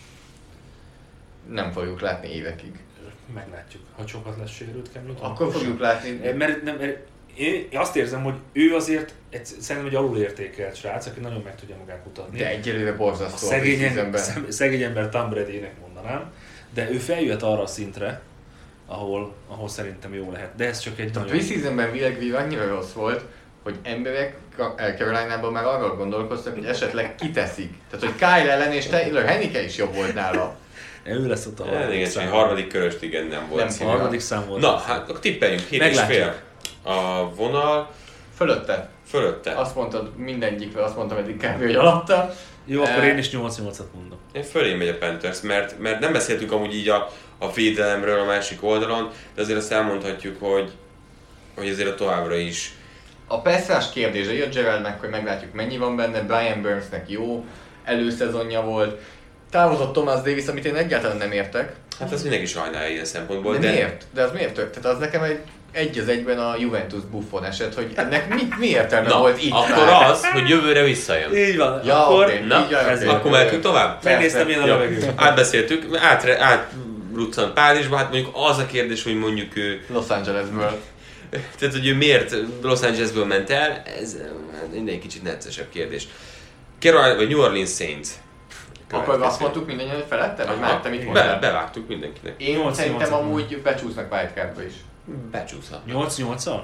Nem fogjuk látni évekig. Meglátjuk, ha sokat lesz sérült Cam Newton. Akkor fogjuk látni. Mert én azt érzem, hogy ő azért szerintem egy alulértékelt srác, aki nagyon meg tudja magát mutatni. De egyelőre a borzasztó a preseasonben. szegény ember Tom Bradynek mondanám, de ő feljöhet arra a szintre, ahol szerintem jó lehet. De ez csak egy A nagyon... preseasonben Will Greer annyira rossz volt, hogy emberek Caroline-ban már arról gondolkoztak, hogy esetleg kiteszik. Tehát, hogy Kyle Allen és Taylor Heineke is jobb volt nála. Ő lesz ott a Igen, szám. harmadik köröst igen nem volt Nem, A színű. harmadik szám volt. Na, hát akkor tippeljünk, 7,5. Meglátjuk. A vonal Fölötte. fölötte. Azt mondtad mindegyikre, azt mondtam eddig kb. Hogy alatta. Jó, akkor én is 8-8-at mondom. Én fölé megy a Panthers, mert nem beszéltünk amúgy így a védelemről a másik oldalon, de azért azt elmondhatjuk, hogy azért a továbbra is. A passzás kérdése jött Geraldnek, hogy meglátjuk mennyi van benne, Brian Burnsnek jó előszezonja volt. Távozott Thomas Davis, amit én egyáltalán nem értek. Hát az mindenki sajnálja ilyen szempontból. De miért? De az miért történt? Tehát az nekem egy az egyben a Juventus Buffon eset, hogy ennek mi értelme Na, volt itt akkor már? az, hogy jövőre visszajön. Így van, Ja, akkor oké. Na, Így van, oké. akkor mehetünk tovább? megnéztem ilyen a Jó, levegőt. átbeszéltük, átruccant Párizsba, hát mondjuk az a kérdés, hogy mondjuk ő, Los Angelesből. tehát hogy ő miért Los Angelesből ment el, ez egy kicsit neccesebb kérdés. Carolina vagy New Orleans Saints. Akkor azt mondtuk mindannyian, hogy felette? Vagy már te mit mondtál? Bevágtuk mindenkinek. Én 8-8-at szerintem amúgy becsúsznak wildcardba is. Becsúszhat. 8-8-al?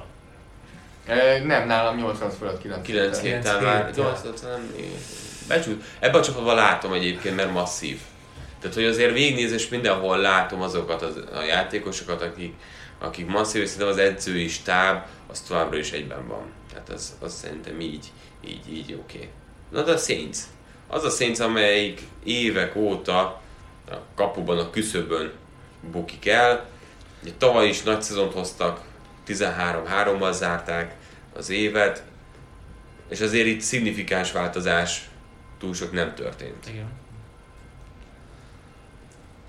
Nem, nálam 80 fölött 9. 9 héttel már. 8 nem. Becsúsz. Ebben a csapatban látom egyébként, mert masszív. Tehát, hogy azért végignézés mindenhol látom azokat a játékosokat, akik masszív, és szerintem az edzői stáb, az továbbra is egyben van. Tehát az szerintem így oké. Na de a Saints. Az a Saints, amelyik évek óta a kapuban, a küszöbön bukik el. Ugye, tavaly is nagy szezont hoztak, 13-3-mal zárták az évet, és azért itt szignifikáns változás túl sok nem történt. Igen.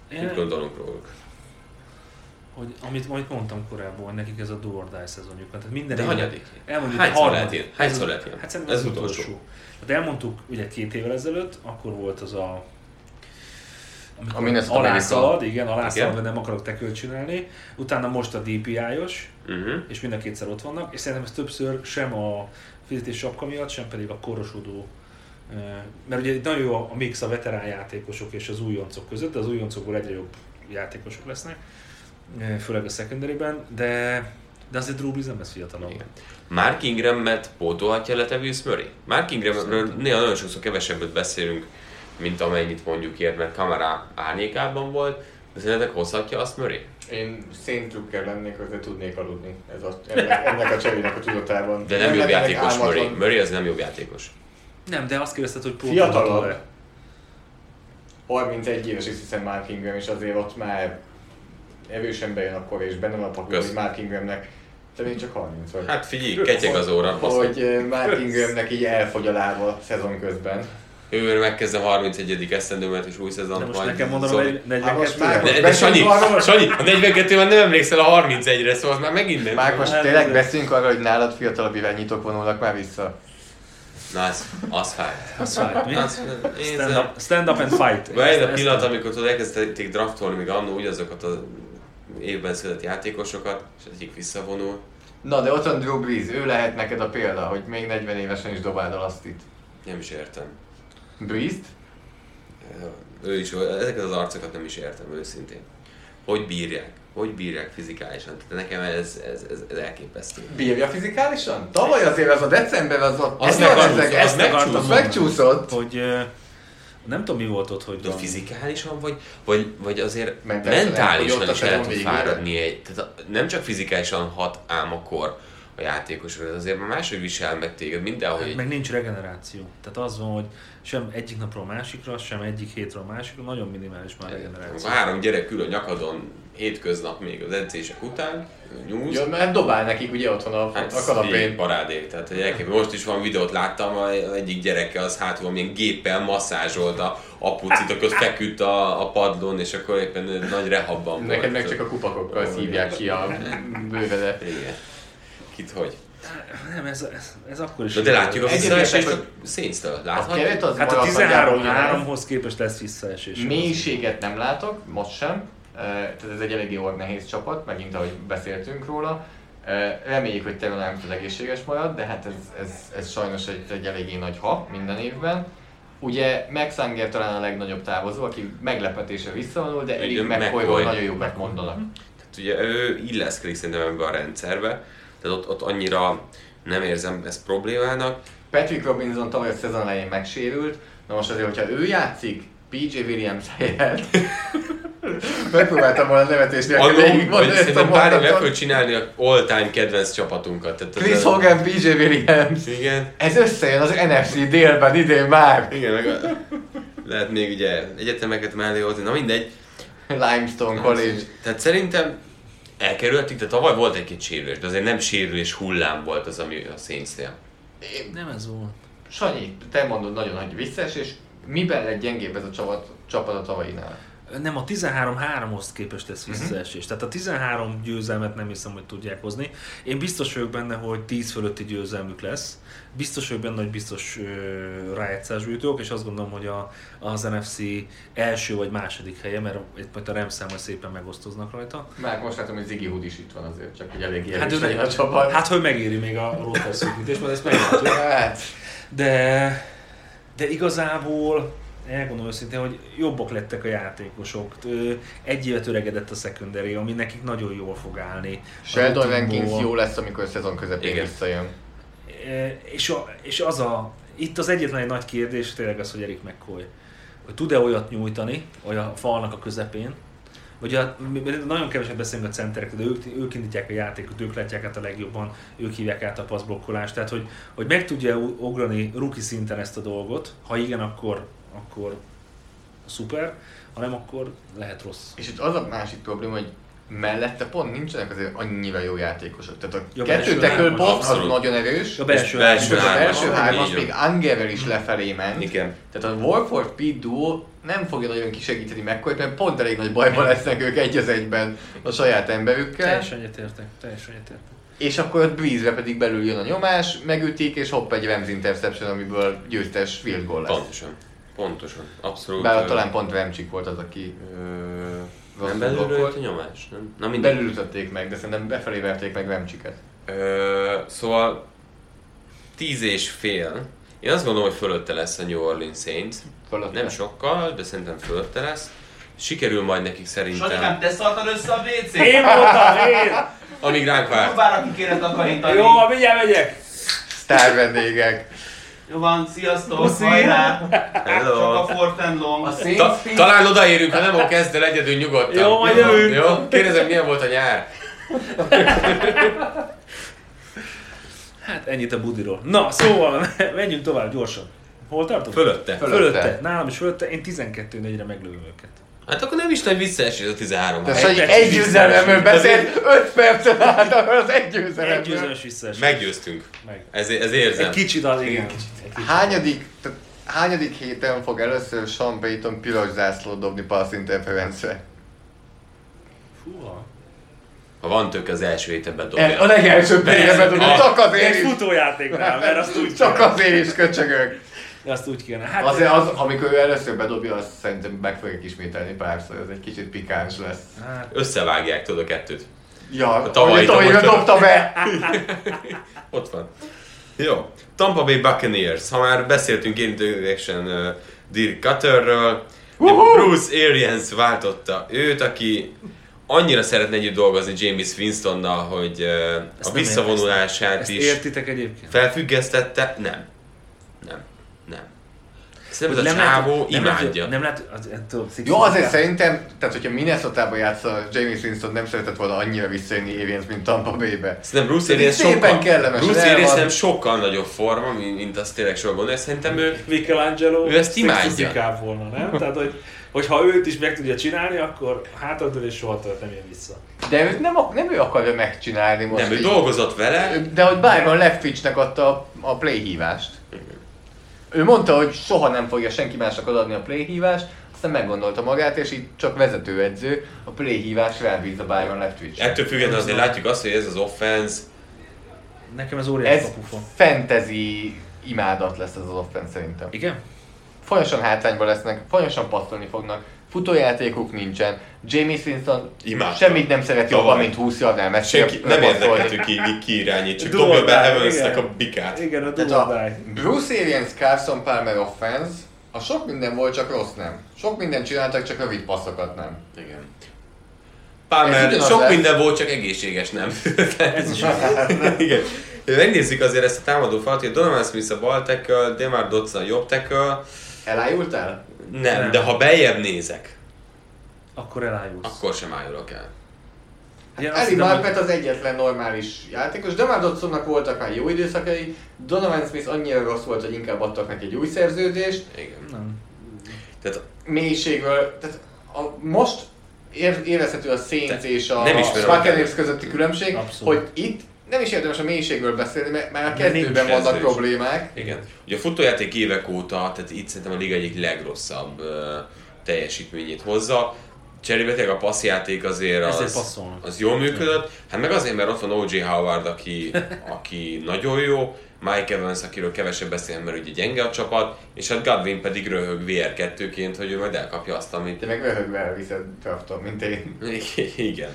Mit gondolunk róluk? Hogy, amit mondtam korábban, hogy nekik ez a do or die szezonjuk. Tehát minden de hanyadik? Hányszor lehet ilyen? Hányszor lehet ilyen? Hát szerintem ez utolsó. Tehát elmondtuk ugye 2 évvel ezelőtt, akkor volt az a... Amikor alászalad, de nem akarok tekölt csinálni. Utána most a DPI-os, és mind a kétszer ott vannak, és szerintem ez többször sem a fizetés sapka miatt, sem pedig a korosodó. Mert ugye nagyon jó a mix a veterán játékosok és az újoncok között, de az újoncokból egyre jobb játékosok lesznek, főleg a secondary-ben, de azért Drew Brees nem lesz fiatalabb. Igen. Mark Ingram-et pótolhatja le Latavius Murray? Mark Ingramről néha nagyon sokszor kevesebbet beszélünk, mint amennyit mondjuk ért, mert Kamara árnyékában volt, de szerintetek hozhatja azt Murray? Én széntrükker lennék, hogy tudnék aludni ennek a cserének a tudatában. De nem jobb játékos Murray. Murray az nem jobb játékos. Nem, de azt kérdezted, hogy fiatalabb. 31 éves is hiszem Mark Ingram, és azért ott már erősen bejön akkor, és benne van a pakul, hogy Mark Ingramnek, de még csak 30 vagy. Hát figyelj, ketyeg az óra. Hogy Mark Ingramnek így elfogy a lába szezon közben. Ő megkezdem 31. esztendőmet és új szezont. De most nekem mondanom, hogy 42. De Sanyi, a 42-ben nem emlékszel a 31-re, szóval már megint nem. Már most tényleg beszélünk arra, hogy nálad fiatalabb irányítók vonulnak már vissza. Na, az fáj. Az fáj, mi? Stand up and fight. Vagy a pillanat, amikor tudod, elkezdték draftolni még annó ugyanazokat az évben született játékosokat, és az egyik visszavonul. Na, de ott van Drew Brees, ő lehet neked a példa, hogy még 40 évesen is dobáld a lasztit. Nem is értem. Brees-t? Ő is, ezeket az arcokat nem is értem őszintén. Hogy bírják fizikálisan? Tehát nekem ez elképesztő. Bírja fizikálisan? Tavaly azért az a december az ott... Azt megcsúszott. Hogy nem tudom mi volt ott, hogy... De fizikálisan vagy azért mentálisan is el tud fáradni. Tehát nem csak fizikálisan hat ám akkor a játékosra, de azért már máshogy visel meg téged mindenhogy. Meg nincs regeneráció. Tehát az van, hogy sem egyik napról a másikra, sem egyik hétről a másikra, nagyon minimális már regeneráció. 3 gyerek ül a nyakadon hétköznap még az edzések után, nyúz. Jó, mert dobál nekik, ugye ott van a kanapén. Parádé, tehát most is van videót láttam, egyik gyereke az hátul milyen géppel masszázsolta apucit, akkor feküdt a padlón, és akkor éppen nagy rehabban volt. Neked meg csak a kupakokkal szívják ki a bővedet. Igen. Kit hogy? Nem, ez akkor is... De látjuk a visszaesést a Saints-től. Láthatjuk? Hát a 13-3-hoz képest lesz visszaesés. Mélységet nem látok, most sem. Tehát ez egy eléggé nehéz csapat, megint ahogy beszéltünk róla. Reméljük, hogy Teron Armstead egészséges marad, de hát ez sajnos egy eléggé nagy ha minden évben. Ugye Max Unger talán a legnagyobb távozó, aki meglepetésre visszavonul, de Eric McCoyról nagyon jókat mondanak. Tehát ugye ő illeszkedik szerintem ebbe a rendszerbe, tehát ott annyira nem érzem ezt problémának. Patrick Robinson tavaly a szezon elején megsérült, na most azért, hogyha ő játszik PJ Williams helyett, megpróbáltam volna nevetés nélkül végigmondani ezt a mondatot. Meg fogjuk csinálni a all-time kedvenc csapatunkat. Tehát Chris Hogan, PJ Williams. Igen. Ez összejön az NFC délben idén már. Igen, meg lehet még ugye egyetemeket mellé hozni, na mindegy. Limestone College. Tehát szerintem elkerülhetik, de tavaly volt egy-két sérülés, de azért nem sérülés hullám volt az, ami a Saints-nél. Nem ez volt. Sanyi, te mondod nagyon nagy visszaesés. Miben lett gyengébb ez a csapat a tavainál? Nem, a 13-3-hoz képest ez visszaesés. Tehát a 13 győzelmet nem hiszem, hogy tudják hozni. Én biztos vagyok benne, hogy 10 fölötti győzelmük lesz. Biztos vagyok benne, hogy biztos rájátszásba jutók, és azt gondolom, hogy az NFC első vagy második helye, mert itt majd a Rams-szel majd szépen megosztoznak rajta. Már most látom, hogy Ziggy Hood is itt van azért, csak hogy elég hát erős legyen a csapat. Hát, hogy megéri még a roster szűkítés, majd ezt meglátjuk. De igazából elgondolom őszintén, hogy jobbak lettek a játékosok. Egy évet öregedett a secondary, ami nekik nagyon jól fog állni. Sheldon Rankins jó lesz, amikor a szezon közepén visszajön. És itt az egyetlen egy nagy kérdés tényleg az, hogy Eric McCoy. Hogy tud-e olyat nyújtani, a falnak a közepén, Ugye nagyon keveset beszélünk a centerekről, de ők indítják a játékot, ők látják át a legjobban, ők hívják át a passzblokkolást. Tehát, hogy meg tudja ugrani rookie szinten ezt a dolgot, ha igen, akkor szuper, ha nem, akkor lehet rossz. És itt az a másik probléma, hogy mellette pont nincsenek azért annyira jó játékosok. Tehát a kettő tackle box az nagyon erős, a belső hármas még Ungerrel is lefelé ment. Igen. Tehát a Wolford Pitt duo nem fogja nagyon kisegíteni McCoyt, mert pont elég nagy bajban lesznek ők egy az egyben a saját emberükkel. Teljesen egyetértek. És akkor ott Breeze-re pedig belül jön a nyomás, megütik, és hopp egy Rams interception, amiből győztes field goal lesz. Pontosan. Abszolút. Bár talán pont Remcsik volt az, aki nem belülről jött a nyomás? Nem? Belülütötték meg, de szerintem befelé verték meg Remcsiket. Szóval 10,5. Én azt gondolom, hogy fölötte lesz a New Orleans Saints. Nem sokkal, de szerintem fölötte lesz. Sikerül majd nekik szerintem. Sanyikám, te szartad össze a WC-t? Én voltam. Amíg ránk várt. Próbálok ki kéne takarítani. Jó, mindjárt megyek. Sztár vendégek. Jó van, sziasztok, hajrá! Hello. Csak a fourth and long. Talán odaérünk, ha nem, akkor kezd el egyedül nyugodtan. Jó, majd jövünk. Jó? Kérdezem, milyen volt a nyár? Hát ennyit a budiról. Na, szóval menjünk tovább gyorsan. Hol tartunk? Fölötte. Nálam is fölötte. Én 12-4-re meglövöm őket. Hát akkor nem is nagy visszaesés a 13. De Sanyi egy győzelemről beszélt, 5 percen át az egy győzelemről. Egy győzelmes visszaesés. Meggyőztünk. Meg. Ez érzem. Egy kicsit az, igen. Hányadik héten fog először Sean Payton piros zászlót dobni pass interference-re? Fúha. Ha van tök, az első héten bedobja. A legelső például bedobja, csak azért Egy is. futójátéknál, mert azt úgy Csak kéne. azért is köcsögök. Azt úgy kéne. Hát Azért az, amikor ő először bedobja, azt szerintem meg fogják ismételni párszor, ez egy kicsit pikáns lesz. Hát, Összevágják, tudod, a kettőt. Ja, tavalyi amit dobta be. Ott van. Jó. Tampa Bay Buccaneers. Ha már beszéltünk interaction Dirk Cutterről, Bruce Arians váltotta őt, aki annyira szeretne együtt dolgozni Jameis Winstonnal, hogy a visszavonulását ezt is értitek egyébként? felfüggesztette. Nem. Szerintem ez a csávó imádja. Nem lehet, Jó, azért szerintem, tehát hogyha Minnesota-ba játszol, Jameis Winston nem szeretett volna annyira visszajönni Arians, mint Tampa Bay-be. Szerintem Bruce Arians nem sokkal nagyobb forma, mint azt tényleg sokkal gondolja. Szerintem Michelangelo ő ezt imádja. Volna, nem? Tehát, hogyha őt is meg tudja csinálni, akkor hátradől és soha többet nem jön vissza. De őt nem ő akarja megcsinálni most. Nem, ő dolgozott vele. De hogy Byron Leftwichnek adta a play hívást. Ő mondta, hogy soha nem fogja senki másnak adni a play hívást, aztán meggondolta magát, és így csak vezetőedző, a play hívás rábízza Byron Leftwich. Ettől függetlenül azért látjuk azt, hogy ez az offense. Nekem ez óriási Ez kapufa. fantasy imádat lesz ez az offense szerintem. Igen? Folyamatosan hátrányban lesznek, folyamatosan passzolni fognak, futójátékuk nincsen, Jameis Winston semmit nem szeret jobban, mint 20 yardnál messzire. Senki nem érdekel, hogy ki irányít, csak dobja be Evansnek a bikát. Igen, a Tehát a Bruce Arians, Carson Palmer offense, a sok minden volt, csak rossz nem. Sok mindent csináltak, csak rövid passzokat nem. Igen. Palmer, sok minden volt, csak egészséges nem. Ez is Igen. Megnézzük azért ezt a támadó falat, hogy Donovan Smith a bal tackle, Demar Dodson a jobb tackle. Elájultál? Nem, de ha beljebb nézek, akkor elájulsz. akkor sem ájulok el. Eli Marpet az egyetlen normális játékos, Demar Dodsonnak voltak már jó időszakai, Donovan Smith annyira rossz volt, hogy inkább adtak neki egy új szerződést. Igen. Nem. Tehát Mélységből, tehát most érezhető a Saints és a Buccaneers közötti különbség, Abszolút. hogy itt nem is érdemes a mélységből beszélni, mert már a kezdőben vannak problémák. Igen. Ugye a futójáték évek óta, tehát itt szerintem a liga egyik legrosszabb teljesítményét hozza. Cserébe tényleg a passzjáték azért az jól működött. Hát meg azért, mert ott van O.J. Howard, aki nagyon jó, Mike Evans, akiről kevesebb beszélem, mert ugye gyenge a csapat, és hát Godwin pedig röhög VR2-ként, hogy ő majd elkapja azt, amit... Te meg röhögve elviszed drafton, mint én. Igen.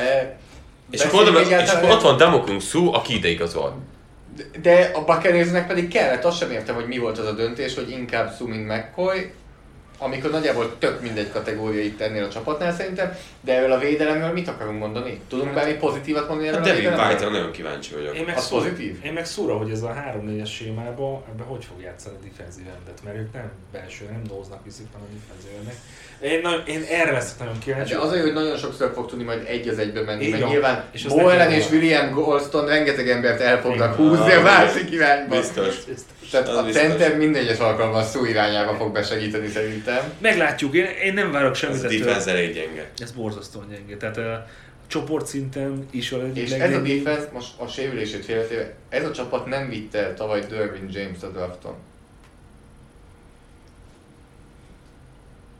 És akkor ott van Damokung Suh, aki ide igazol. De a Buccaneersnek pedig kellett, azt sem értem, hogy mi volt az a döntés, hogy inkább Suh, mint McCoy, amikor nagyjából tök mindegy kategória itt ennél a csapatnál szerintem, de erről a védelemről mit akarunk mondani? Tudunk bármi pozitívat mondani erről a védelemről? Devin védelemről? White-ra nagyon kíváncsi vagyok. Az pozitív? Én meg szúra, hogy ez a 3-4-es sémában, ebben hogy fog játszani a defensív endet, mert ők nem belső, nem nóznak viszik, hanem defensív endnek. Én erre leszek nagyon kíváncsi. De az olyan, hogy nagyon sokszor fog tudni majd egy az egyben menni, így mert van. nyilván És Boylan és William Golston rengeteg embert el fognak húzni a másik irányba. Biztos. Tehát a center minden egyes alkalommal Suh irányába fog besegíteni szerintem. Meglátjuk, én nem várok semmit. Ez a defense elég gyenge. Ez borzasztóan gyenge. Tehát a csoportszinten is a és ez a defense, most a sérülését félretéve, ez a csapat nem vitte tavaly Derwin James a drafton.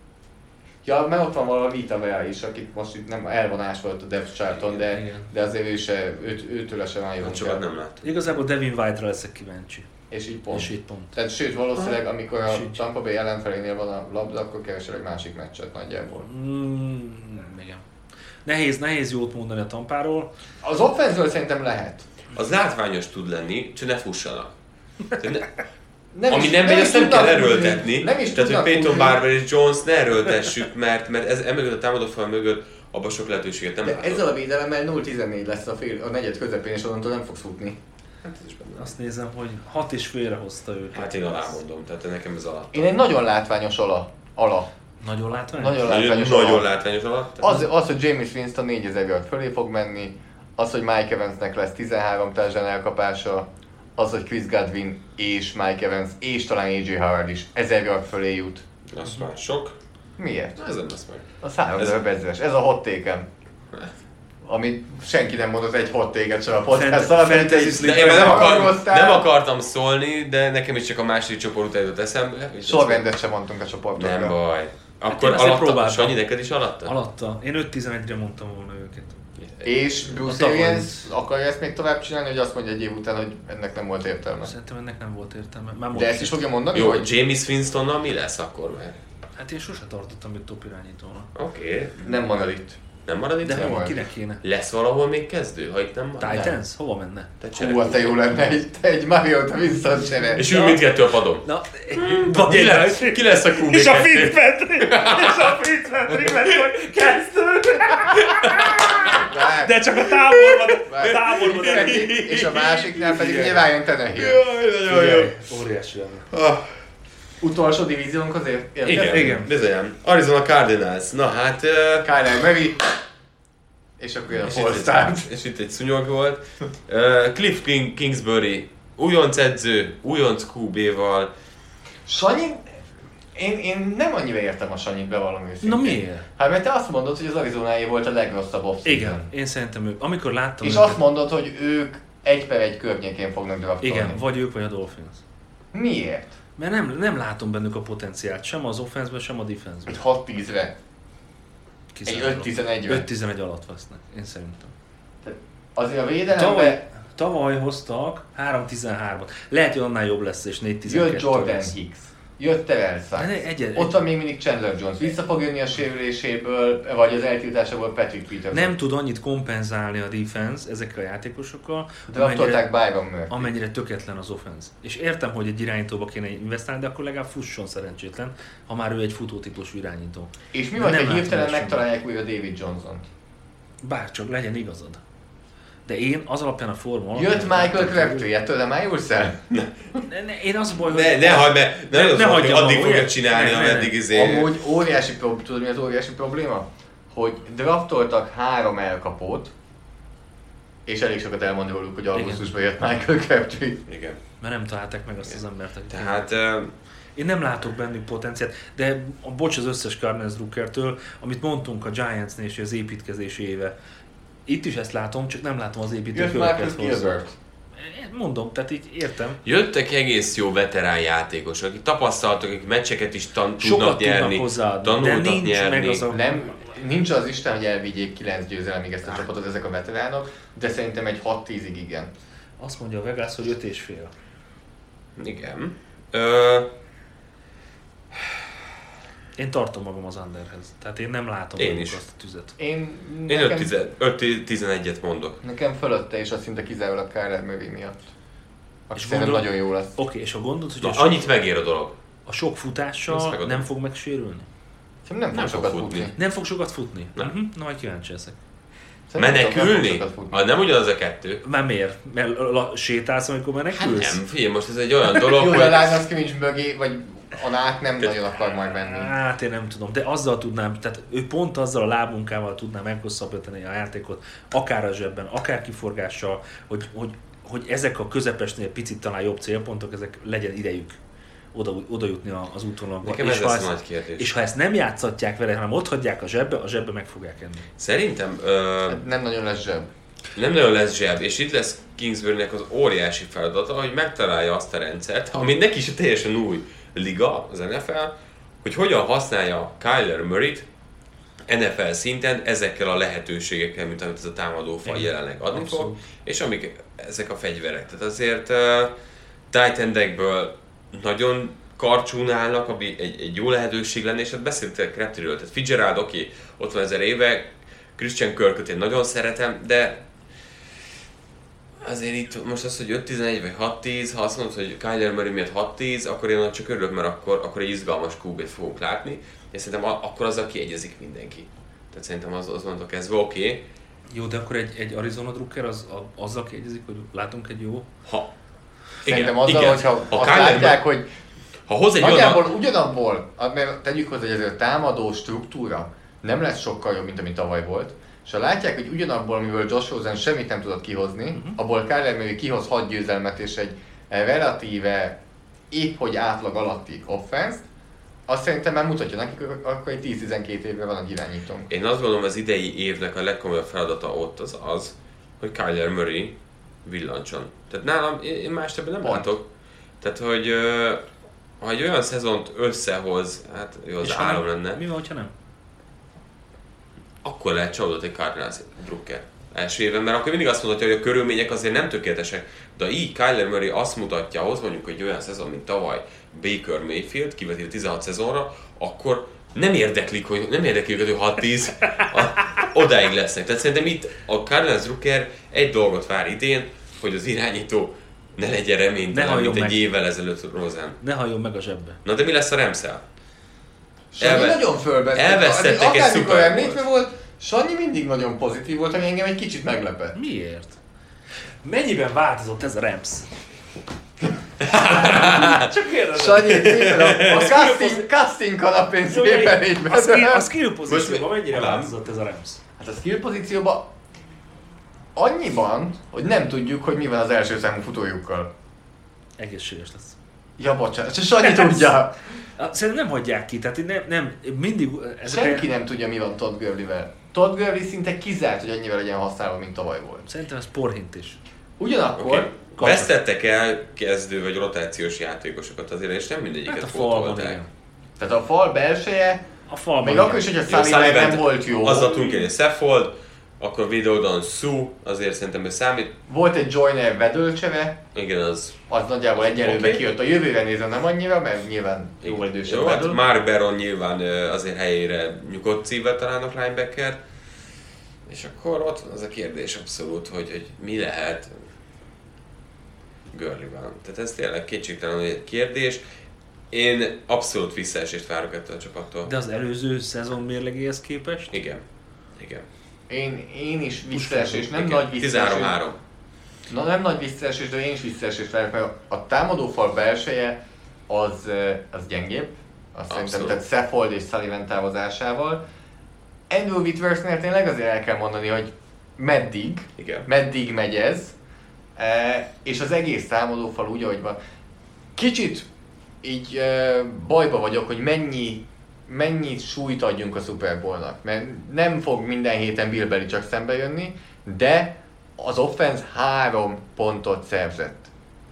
Ja, mert ott van valami Vita Vea is, akit most itt nem elvonás volt a depth charton, de azért őtől sem álljon. Sokat nem láttam. Igazából Devin White-ra leszek kíváncsi. És így pont. És így pont. Tehát sőt, valószínűleg amikor a Tampa Bay ellenfelénél van a labda, akkor keresel egy másik meccset nagyjából. Igen. Nehéz jót mondani a Tampáról. Az offense-ről szerintem lehet. Az látványos tud lenni, csak ne fussanak. Nem Ami is, nem megy, azt nem kell tudnak erőltetni. Nem is Tehát, hogy Peyton tudni. Barber és Jones ne erőltessük, mert ez emögött a támadófal mögött abban sok lehetőséget nem De látok. ezzel a védelemmel 0-14 lesz a negyed közepén, és onnantól nem fogsz futni. Hát ez is benne. Azt nézem, hogy 6,5-re hozta őket. Hát én alámondom, tehát nekem ez alatt. Én egy nagyon látványos ala. Nagyon látványos? Nagyon látványos Nagyon látványos alatt. Az, hogy James Winston 4000 yard fölé fog menni, az, hogy Mike Evansnek lesz 13 touchdown elkapása, az, hogy Chris Godwin és Mike Evans és talán AJ Howard is 1000 yard fölé jut. Az már sok. Miért? Ez nem lesz meg. Az 3000 bezres. Ez a hot take-em. Amit senki nem mondott egy hot take-et sem a podcast-al, mert De én nem akartam szólni, de nekem is csak a második csoport után jutott eszembe. Sorrendet sem mondtunk a csoportokra. Nem baj. én Akkor azért alatta, próbáltam. Sanyi, neked is alatta? Alatta. Én 5-11-re mondtam volna őket. És Bruce Arians akarja ezt még tovább csinálni, hogy azt mondja egy év után, hogy ennek nem volt értelme. Szerintem ennek nem volt értelme. Már De ezt is fogja mondani, Jó, hogy James Winstonnal mi lesz akkor? Hát én sose tartottam őt top irányítónak. Oké. nem marad itt. Nem marad itt? De nem hova, majd. kinek kéne? Lesz valahol még kezdő, ha itt nem marad? Titans? Hova menne? Hú, te jó lenne egy Mariota Winston csere. És ül mindkettő a padon. Na, Ki lesz a QB2? És a Fitzpatrick lesz, hogy kezdő. De csak a távolban. És a másiknál pedig nyilván jön Tenehill. Nagyon jó. Óriási lenne. Utolsó divíziónk azért Igen, bizonyám. Arizona Cardinals. Na hát... Kyler Murray. És akkor jön a Paul Start. És itt egy szúnyog volt. Cliff Kingsbury. Újonc edző, újonc QB-val. Sanyi, én nem annyira értem a Sanyit, bevallom őszintén. Na miért? Hát mert te azt mondod, hogy az Arizonáé volt a legrosszabb off-season. Igen, én szerintem ők. Amikor láttam És őket, azt mondod, hogy ők 1/1 környékén fognak draftolni. igen, vagy ők, vagy a Dolphins. Miért? Mert nem látom bennük a potenciált, sem az offense-ben, sem a defense-ben. Egy 6-10-re. Kizárólag. Egy 5-11-re. 5-11 alatt vesznek, én szerintem. Azért a védelemben Tavaly hoztak 3-13-at. Lehet, hogy annál jobb lesz, és 4-12 jött Jordan lesz. Hicks. Jött Terrell Suggs. Ott van még mindig Chandler Jones. Vissza fog jönni a sérüléséből, vagy az eltiltásából Patrick Peterson. Nem tud annyit kompenzálni a defense ezekkel a játékosokkal, Draftolták Byron Murphy. amennyire tökéletlen az offense. És értem, hogy egy irányítóba kéne investálni, de akkor legalább fusson szerencsétlen, ha már ő egy futótípusú irányító. És mi De van, nem hogy látom hirtelen ezt megtalálják újra David Johnson-t? Bárcsak legyen igazad. De én az alapján a forma alapján... Jött Michael Crabtree, ettől nem ájulsz el? Én az baj, hogy... Ne hagyd meg, ne hagyjam addig magam, fogja ugye? csinálni, Ne. ameddig izé... Amúgy óriási probléma, tudod mi az óriási probléma? Hogy draftoltak 3 elkapót, és elég sokat elmond róluk, hogy augusztusban jött Michael Crabtree. Igen. Mert nem találták meg azt az embert, akit Tehát... Én nem látok bennük potenciált, de bocs az összes Cardinals drukkertől, amit mondtunk a Giantsnél és az építkezési éve. Itt is ezt látom, csak nem látom az Jött építőköröket Marcus Gilbert. Mondom, tehát így értem. Jöttek egész jó veterán játékosok, akik tapasztaltak, akik meccseket is tudnak Sokat nyerni, tudnak hozzáadni, de tanultak nincs nyerni. meg az a... Nem, nincs az Isten, hogy elvigyék 9 győzelemig ezt a csapatot ezek a veteránok, de szerintem egy 6-10-ig igen. Azt mondja a Vegas, hogy 5,5. Igen. Én tartom magam az underhez. Tehát én nem látom Én bennük is. azt a tüzet. Én Nekem, 5-11-et mondok. nekem fölötte, és azt szinte kizárólag Kyler Murray miatt. Aki És szerintem gondolod- nagyon jó lesz. Oké, és a gondod, hogy Na, a sok, annyit megér a dolog. a sok Azt futással megadom. nem fog megsérülni? Szerintem nem fog sokat futni. Nem fog sokat futni? Nem. Na, majd kíváncsi leszek. Szerintem nem fog Menekülni? sokat futni. Nem ugyanaz a kettő. Már miért? Mert sétálsz, amikor menekülsz? Nem, figyelj, most ez egy olyan dolog, Jó, hogy... de a Line of Scrimmage mögé, vagy a nát nem nagyon akar majd venni. Hát én nem tudom, de azzal tudnám, tehát ő pont azzal a lábunkával tudná meghosszabbítani a játékot, akár a zsebben, akár kiforgással, hogy ezek a közepesnél picit talán jobb célpontok, ezek legyen idejük oda jutni az útvonalba. Nekem ez lesz a nagy kérdés. És ha ezt nem játszatják vele, hanem ott hagyják a zsebbe meg fogják enni. Szerintem Nem nagyon lesz zseb. nem nagyon lesz zseb, és itt lesz Kingsburynek az óriási feladata, hogy megtalálja azt a rendszert, ami neki is teljesen új liga, az NFL, hogy hogyan használja Kyler Murrayt NFL szinten ezekkel a lehetőségekkel, mint amit ez a támadófal jelenleg adni fog, és amik ezek a fegyverek. Tehát azért tight endekből nagyon karcsún állnak, ami egy jó lehetőség lenne, és hát beszéltek Crabtree-ről, tehát Fitzgerald, oké, ott van 1000 éve, Christian Kirköt én nagyon szeretem, de azért itt most az, hogy 5-11 vagy 6-10, ha azt mondod, hogy Kyler Murray miatt 6-10, akkor én csak örülök, mert akkor egy izgalmas QB-t fogunk látni, és szerintem akkor azzal kiegyezik mindenki. Tehát szerintem az mondtok kezdve oké. Jó, de akkor egy Arizona Drucker azzal kiegyezik, hogy látunk egy jó... Szerintem azzal, hogyha azt látják, hogy ha hoz egy nagyjából ugyanabból, mert tegyük hozzá, hogy ez a támadó struktúra nem lesz sokkal jobb, mint ami tavaly volt, és ha látják, hogy ugyanabból, amiből Josh Rosen semmit nem tudott kihozni, abból Kyler Murray kihoz 6 győzelmet és egy relatíve épp hogy átlag alatti offense-t, azt szerintem már mutatja nekik, hogy akkor egy 10-12 évre van egy irányítónk. Én azt gondolom, az idei évnek a legkomolyabb feladata ott az, hogy Kyler Murray villancson. Tehát nálam, én más ebben nem látok. Tehát, hogy ha egy olyan szezont összehoz, hát jó, az álom lenne. Mi van, hogyha nem? Akkor lehet csalódott egy Cardinals Drucker első évben, mert akkor mindig azt mutatja, hogy a körülmények azért nem tökéletesek. De így Kyler Murray azt mutatja, ahhoz mondjuk egy olyan szezon, mint tavaly Baker Mayfield, kivetítve 16 szezonra, akkor nem érdeklik őket, hogy 6-10 odáig lesznek. Tehát szerintem itt a Cardinals Drucker egy dolgot vár idén, hogy az irányító ne legyen reménytelen, mint egy évvel ezelőtt Rosen. Ne halljon meg a zsebbe. Na de mi lesz a Ramszel? Sanyi nagyon fölbeszélt. Elvesztettek egy akármikor említve volt, Sanyi mindig nagyon pozitív volt, ami engem egy kicsit meglepett. Miért? Mennyiben változott ez a Rams? Csak kérdezem. Sanyi, a casting kanapén szépen így a skill pozícióban mennyire változott ez a Rams? Hát a skill pozícióban annyiban, hogy nem tudjuk, hogy mi van az első számú futójukkal. Egészséges lesz. Ja, bocsánat, csak Sanyi tudja. Szerintem nem hagyják ki, tehát nem mindig... Senki nem tudja, mi van Todd Gurley-vel. Todd Gurley szinte kizárt, hogy annyira legyen használva, mint tavaly volt. Szerintem ez porhint is. Ugyanakkor... Vesztettek el kezdő vagy rotációs játékosokat azért, és nem mindegyiket pótolták. Tehát a fal belseje, még akkor is, hogy a Sullivan nem volt jó. Azzal tudunk élni Saffold, akkor videódon Sue, azért szerintem ő számít. Volt egy Joyner vedölcseve. Igen, az nagyjából egyenlőben kijött. A jövőre nézem nem annyira, mert nyilván jó idősebb vedül. Hát Mark Barron nyilván azért helyére nyugodt szívvel találnak linebacker. És akkor ott van az a kérdés abszolút, hogy mi lehet Gurley-vel. Tehát ez tényleg kétségtelen egy kérdés. Én abszolút visszaesést várok ettől a csapattól. De az előző szezon mérlegéhez képest? Igen. Én is visszaesés, nem nagy visszaesés. 13-3. Na nem nagy visszaesés, de én is visszaesést várok, mert a támadófal belseje az gyengébb. Azt szerintem, tehát Saffold és Sullivan távozásával. Andrew Whitworthnél tényleg azért el kell mondani, hogy meddig megy ez, és az egész támadófal úgy, ahogy van. Kicsit így bajba vagyok, hogy mennyit súlyt adjunk a Super Bowl-nak, mert nem fog minden héten Bill Belichick szembe jönni, de az offense 3 pontot szerzett.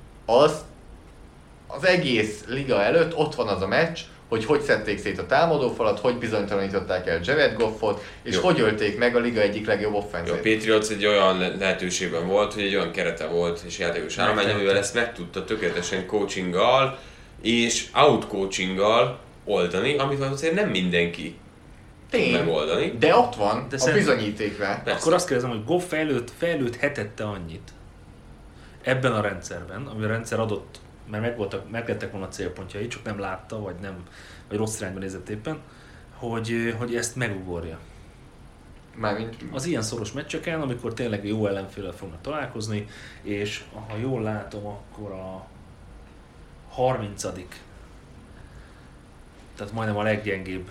Az egész liga előtt ott van az a meccs, hogy szedték szét a támadófalat, hogy bizonytalanították el Jared Goffot, és hogy ölték meg a liga egyik legjobb offense-ét. A Patriots egy olyan lehetőségben volt, hogy egy olyan kerete volt, és játékos állomány, amivel ezt meg tudta tökéletesen coachinggal és out-coachinggal oldani, amit azért nem mindenki tud megoldani. De ott van a bizonyíték rá. Akkor azt kérdezem, hogy Goff fejlődhetette annyit ebben a rendszerben, ami a rendszer adott, mert meglettek volna a célpontjai, csak nem látta, vagy rossz irányba nézett éppen, hogy ezt megugorja. Mármint... Az ilyen szoros meccseken, amikor tényleg jó ellenféllel fognak találkozni, és ha jól látom, akkor a 30. Tehát majdnem a leggyengébb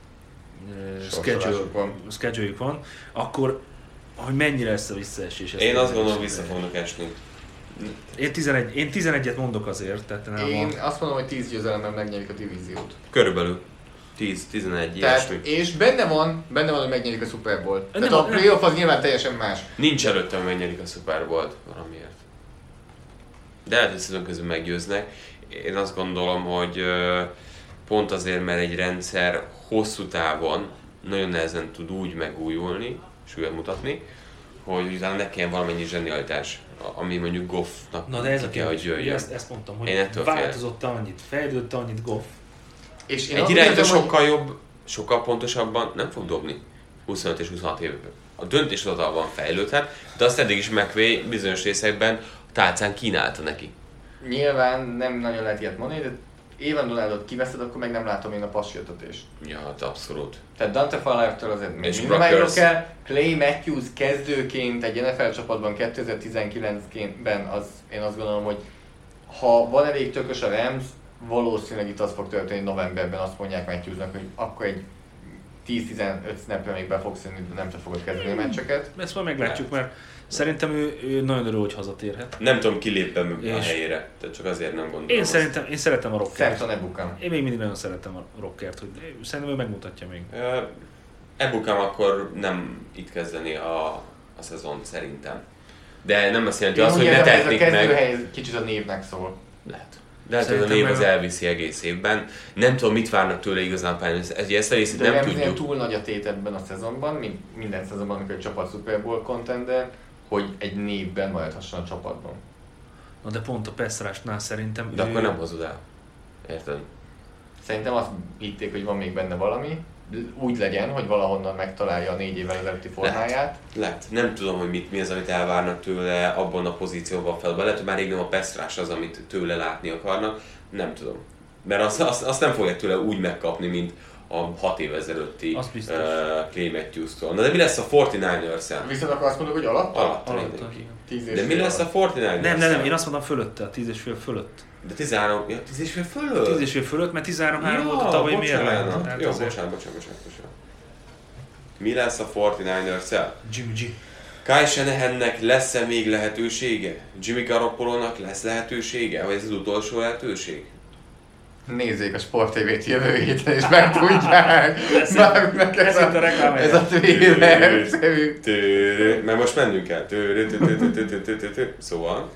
schedule-jük van, akkor hogy mennyire lesz a visszaesés? Én azt gondolom, vissza fognak esni. Én 11-et mondok azért, tehát nem Én azt mondom, hogy 10 győzelemmel megnyerik a divíziót. Körülbelül 10-11 ilyesmi. És benne van, hogy megnyerik a Super Bowl. Tehát a playoff az nyilván teljesen más. Nincs előtte, hogy megnyerik a Super Bowl-t valamiért. De lehet, hogy szezon közül meggyőznek. Én azt gondolom, hogy pont azért, mert egy rendszer hosszú távon nagyon nehezen tud úgy megújulni, és újra mutatni, hogy utána ne kelljen valamennyi zsenialitás, ami mondjuk Goffnak Na de ez a kell, hogy jöjjön. ezt mondtam, Én hogy ettől változott annyit, fejlődött annyit Goff. És én Egy azt irányító érzem, hogy- sokkal jobb, sokkal pontosabban nem fog dobni 25 és 26 évben. A döntéshozatalban fejlődhet, de azt eddig is McVay bizonyos részekben a tálcán kínálta neki. Nyilván nem nagyon lehet ilyet mondani, de Evan Donaldot kiveszed, akkor meg nem látom én a passjötetést. Ja, hát abszolút. Tehát Dante Fowler-től azért még És minden Brockers. megjobb kell. Clay Matthews kezdőként egy NFL csapatban 2019-ben az, én azt gondolom, hogy ha van elég tökös a Rams, valószínűleg itt az fog történni novemberben, azt mondják Matthewsnak, hogy akkor egy 10-15 snapre még be fogsz jönni, de nem te fogod kezdeni a meccseket. Ezt majd meglátjuk, mert szerintem ő nagyon örül, hogy hazatérhet. Nem tudom, kilépem a És- helyére, tehát csak azért nem gondolom. Én szeretem a Rockert. Samson Ebukam. Én még mindig nagyon szeretem a Rockert, hogy szerintem ő megmutatja még. Ebukám akkor nem itt kezdeni a szezon szerintem. De nem azt jelenti azt, hogy ne ez a tehetnék meg. kezdőhely ez kicsit a névnek szól. Lehet. De hát ez a Szerintem név meg az elviszi egész évben. Nem tudom, mit várnak tőle igazán pályán. Ezt a részét De nem nem tudjuk. túl nagy a tét ebben a szezonban, mint minden szezonban, amikor egy csapat Super Bowl contender, hogy egy névben maradhasson a csapatban. Na de pont a pass rush-nál szerintem De akkor nem hozod el. Érted? Szerintem azt hitték, hogy van még benne valami, úgy legyen, hogy valahonnan megtalálja a 4 évvel ezelőtti formáját. Lehet. Nem tudom, hogy mi az, amit elvárnak tőle abban a pozícióban fel. Lehet, hogy már rég nem a pass rush az, amit tőle látni akarnak. Nem tudom. Mert azt nem fogják tőle úgy megkapni, mint a 6 év ezelőtti Az biztos. Clay Matthews-tól. Na de mi lesz a 49ers-el? Viszont akkor azt mondod, hogy alatta? Alatta Alatta, mindenki. igen. 10 és De mi fél lesz a alatt. 49ers-el? Nem, én azt mondom fölötte, a 10,5 fölött. De 13, ja, 10 és fél fölött? 10,5 fölött, mert 13-3 volt a tavalyi mérleg. bocsánat. Jó, bocsánat. Mi lesz a 49ers-el? Jimmy G. Kyle Shanahannek lesz-e még lehetősége? Jimmy Garoppolónak lesz lehetősége? Vagy ez az utolsó lehetőség? Nézzék a Sport TV-t jövő héten, és megtudják. Bárminek Ez itt a reklám. ez a trailer szerű. Mert most mennünk kell. Szóval.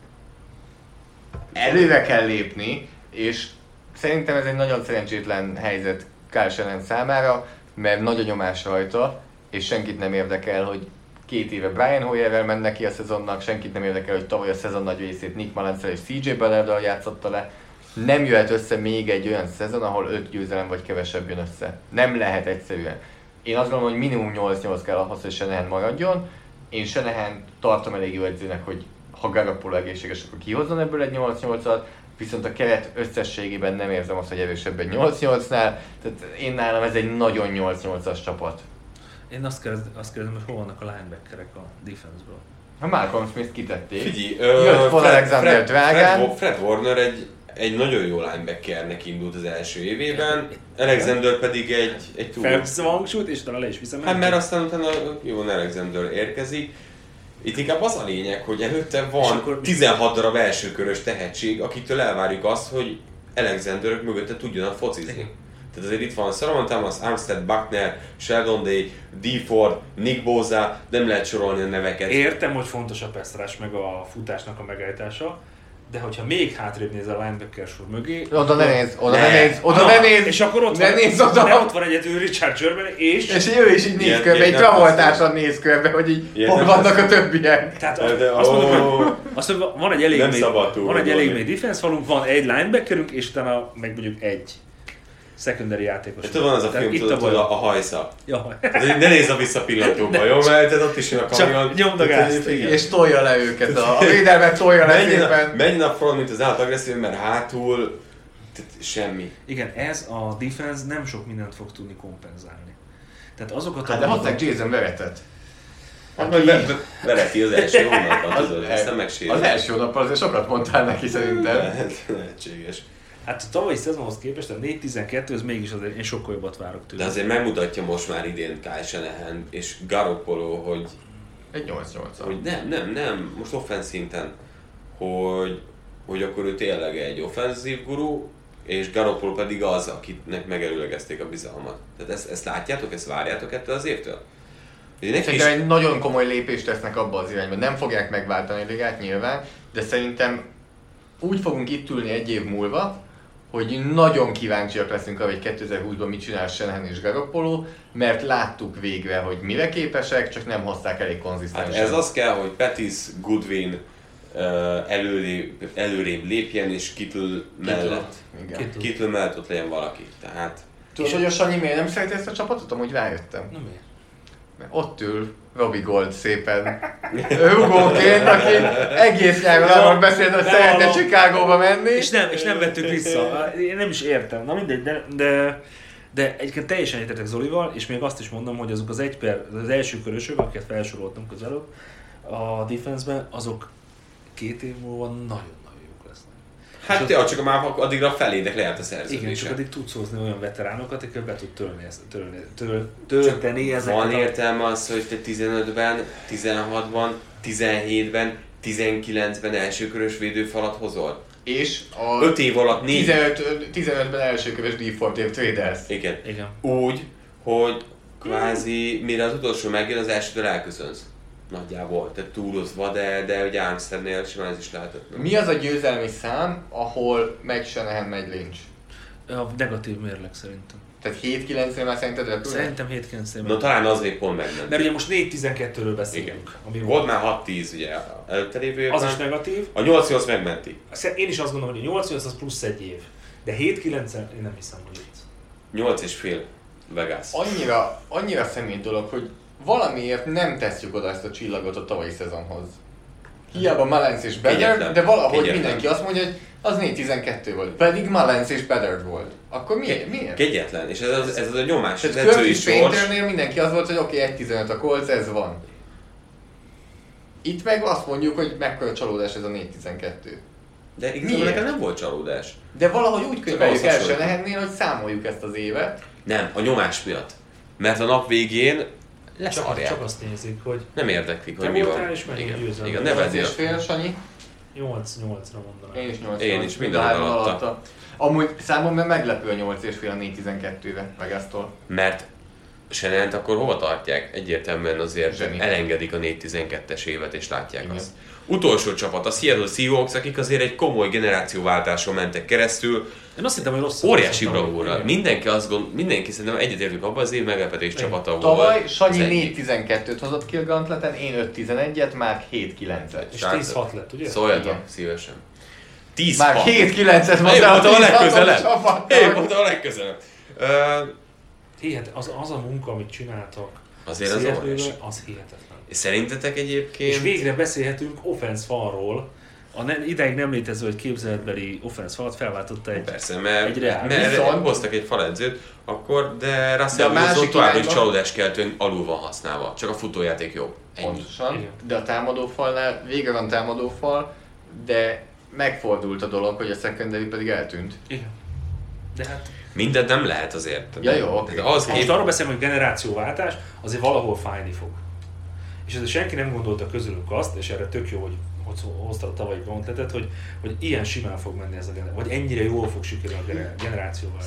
Előre kell lépni, és szerintem ez egy nagyon szerencsétlen helyzet Kyle Shanahan számára, mert nagy a nyomás rajta, és senkit nem érdekel, hogy 2 éve Brian Hoyerrel ment neki a szezonnak, senkit nem érdekel, hogy tavaly a szezon nagy részét Nick Mullenszel és CJ Ballarddal játszotta le. Nem jöhet össze még egy olyan szezon, ahol 5 győzelem vagy kevesebb jön össze. Nem lehet egyszerűen. Én azt gondolom, hogy minimum 8-8 kell ahhoz, hogy Shanahan maradjon. Én Shanahan tartom elég jó edzőnek, hogy ha Garoppolo egészséges, akkor kihozzon ebből egy 8-8-at, viszont a keret összességében nem érzem azt, hogy erősebb egy 8-8-nál, tehát én nálam ez egy nagyon 8-8-as csapat. Én azt kérdezem, hogy hol vannak a linebackerek a defense-ből. Ha Malcolm Smith kitették, Figyelj, jött Paul Alexander drágán. Fred Warner egy nagyon jó linebackernek indult az első évében, Alexander pedig egy túl. Felveszem a hangsúlyt, és utána le is viszem. Hát mert aztán utána jó Alexander érkezik. Itt inkább az a lényeg, hogy előtte van akkor 16 darab elsőkörös tehetség, akitől elvárjuk azt, hogy Alexander mögötte tudjanak focizni. Tehát azért itt van Solomon Thomas, Armstead, Buckner, Sheldon Day, Dee Ford, Nick Bosa, nem lehet sorolni a neveket. Értem, hogy fontos a pass rush meg a futásnak a megállítása, de hogyha még hátrébb néz a linebacker sor mögé... Oda ne nézz, oda Ne. ne nézz, oda ne nézz! És akkor ott ne van, nézz oda! de ott van egyedül Richard Sherman, és ő is így néz Ilyen- körbe, egy ilyen nem travoltásan néz körbe, hogy így Ilyen hol nem vannak lesz. a többiek. tehát De- azt mondom, ó. hogy van egy elég Nem mély, szabad túl van egy elég gondolni. mély defense falunk, van egy linebackerünk, és utána meg mondjuk egy secondary játékos. Tudod, van az a Tehát film, itt tudod, baj. a hajsza. Ja. Tehát ne nézz a visszapillantóba, jó? Mert ott is jön a kamion. Csak nyomd a gázt, igen. És tolja le őket, a védelmet tolja le szépen. Menjen a front, mint az állat agresszív, mert hátul tehát semmi. Igen, ez a defense nem sok mindent fog tudni kompenzálni. Tehát azokat Hát de hozták Jason Verrettet. Hát majd vereti az első hónapban, tudod, aztán megsérül. Az első hónapban azért sokat mondtál neki szerintem. Lehetséges. Hát a tavalyi szezonhoz képest a 4-12, ez mégis azért én sokkal jobbat várok tőle. De azért megmutatja most már idén Kyle Shanahan és Garoppolo, hogy Egy 8-8-al. nem, most offense szinten, hogy akkor ő tényleg egy offenzív guru, és Garoppolo pedig az, akinek megerőlegezték a bizalmat. Tehát ezt látjátok, ezt várjátok ettől az évtől? Szerintem egy nagyon komoly lépést tesznek abba az irányba. Nem fogják megváltani a ligát nyilván, de szerintem úgy fogunk itt ülni egy év múlva, hogy nagyon kíváncsiak leszünk arra, hogy 2020-ban mit csinál Shanahan és Garoppolo, mert láttuk végre, hogy mire képesek, csak nem hozták elég konzisztensen. Hát ez az kell, hogy Pettis, Goodwin előrébb lépjen, és Kittle mellett ott legyen valaki. Tehát... Tudod, hogy a Sanyi miért nem szereti ezt a csapatot? Amúgy rájöttem. Na miért? Mert ott ül Robbie Gold szépen Hugóként, aki egész nyáron arról beszélt, hogy szeretne Chicagóba menni. És nem vettük vissza. Én nem is értem. Na mindegy, de egyébként teljesen egyetértek Zolival, és még azt is mondom, hogy azok az első körösök, akiket felsoroltam közelőbb a defense-ben, azok 2 év múlva nagyon-nagyon jók lesznek. Hát csak már addigra felének lejárt a szerződése. Igen, csak addig tudsz hozni olyan veteránokat, akik be tud tölteni ezeket. Van értelme az, hogy te 15-ben, 16-ban, 17-ben, 19-ben elsőkörös védőfalat hozol? És a 5 év alatt 15-ben elsőkörös D-Fortért trédelsz. Igen. Igen. Úgy, hogy kvázi mire az utolsó megjön, az elsőtől elköszönsz. Nagyjából, tehát túlozva, de ugye Armsteadnél simán ez is lehetett. Mi az a győzelmi szám, ahol megy Shanahan, megy Lynch? A negatív mérleg szerintem. Tehát 7-9-nél már szerinted repülnek? Szerintem 7-9-nél. Na talán az még pont megment. Mert ugye most 4-12-ről beszélünk. Ami volt már 6-10 ugye előtte lévő évben. Az is negatív. A 8-8 megmenti. Én is azt gondolom, hogy a 8-8 az plusz 1 év. De 7-9 én nem hiszem, hogy itt. 8,5 Vegas. Annyira személy dolog, hogy valamiért nem tesszük oda ezt a csillagot a tavalyi szezonhoz. Hiába Mullins és Bedard, de valahogy mindenki azt mondja, hogy az 4-12 volt. Pedig Mullins és Bedard volt. Akkor miért? Kegyetlen, és ez az a nyomás, az tehát edzői sors. Painternél mindenki az volt, hogy oké, 1-15 a Colts, ez van. Itt meg azt mondjuk, hogy mekkora csalódás ez a 4-12. De igazából nekem nem volt csalódás. De valahogy úgy könyveljük el Shanahannél, hogy számoljuk ezt az évet. Nem, a nyomás miatt. Mert a nap végén csak azt nézik, hogy... Nem érdeklik, hogy mi van. Igen, ne vedd fél, Sanyi? 8-8-ra mondanám. Én is 8-8. Én is minden alatta. Amúgy számomra meglepő a 8,5 a 4-12-re Vegas-tól. Mert Shanahant akkor hova tartják? Egyértelműen azért elengedik a 4-12-es évet és látják azt. Utolsó csapat, a Seattle Seahawks, akik azért egy komoly generációváltáson mentek keresztül. Én azt hittem, hogy rossz. Óriási bravúrral. Mindenki szerintem egyetértünk abban, az év meglepetés csapata volt. Tavaly Sanyi 4-12-t hozott ki a Gauntleten, én 5-11-et, már 7-9-et. És 10-6 lett, ugye? Szóljatok, szívesen. 10-6. Már 7-9-et mondtál a legközelebb. Én voltam a legközelebb. Hát az a munka, amit csináltak, azért az óriási. Az hihetetlen. És szerintetek egyébként... És végre beszélhetünk offense falról. Idáig nem létező, hogy képzeletbeli offense falat felváltotta egy persze, mert hoztak egy faledzőt, akkor, de Russell Wilson tovább is csalódáskeltően alul van használva. Csak a futójáték jobb. Pontosan. De a támadófalnál végre van támadófal, de megfordult a dolog, hogy a secondary pedig eltűnt. Igen. De hát... Mindent nem lehet azért. Ja, jó, oké. Most arról beszélünk, hogy generációváltás, azért valahol fájni fog. És ezért senki nem gondolta közülünk azt, és erre tök jó, hogy hozta a tavalyi Gauntletet, hogy ilyen simán fog menni ez a generáció, vagy ennyire jól fog sikerülni a generációval.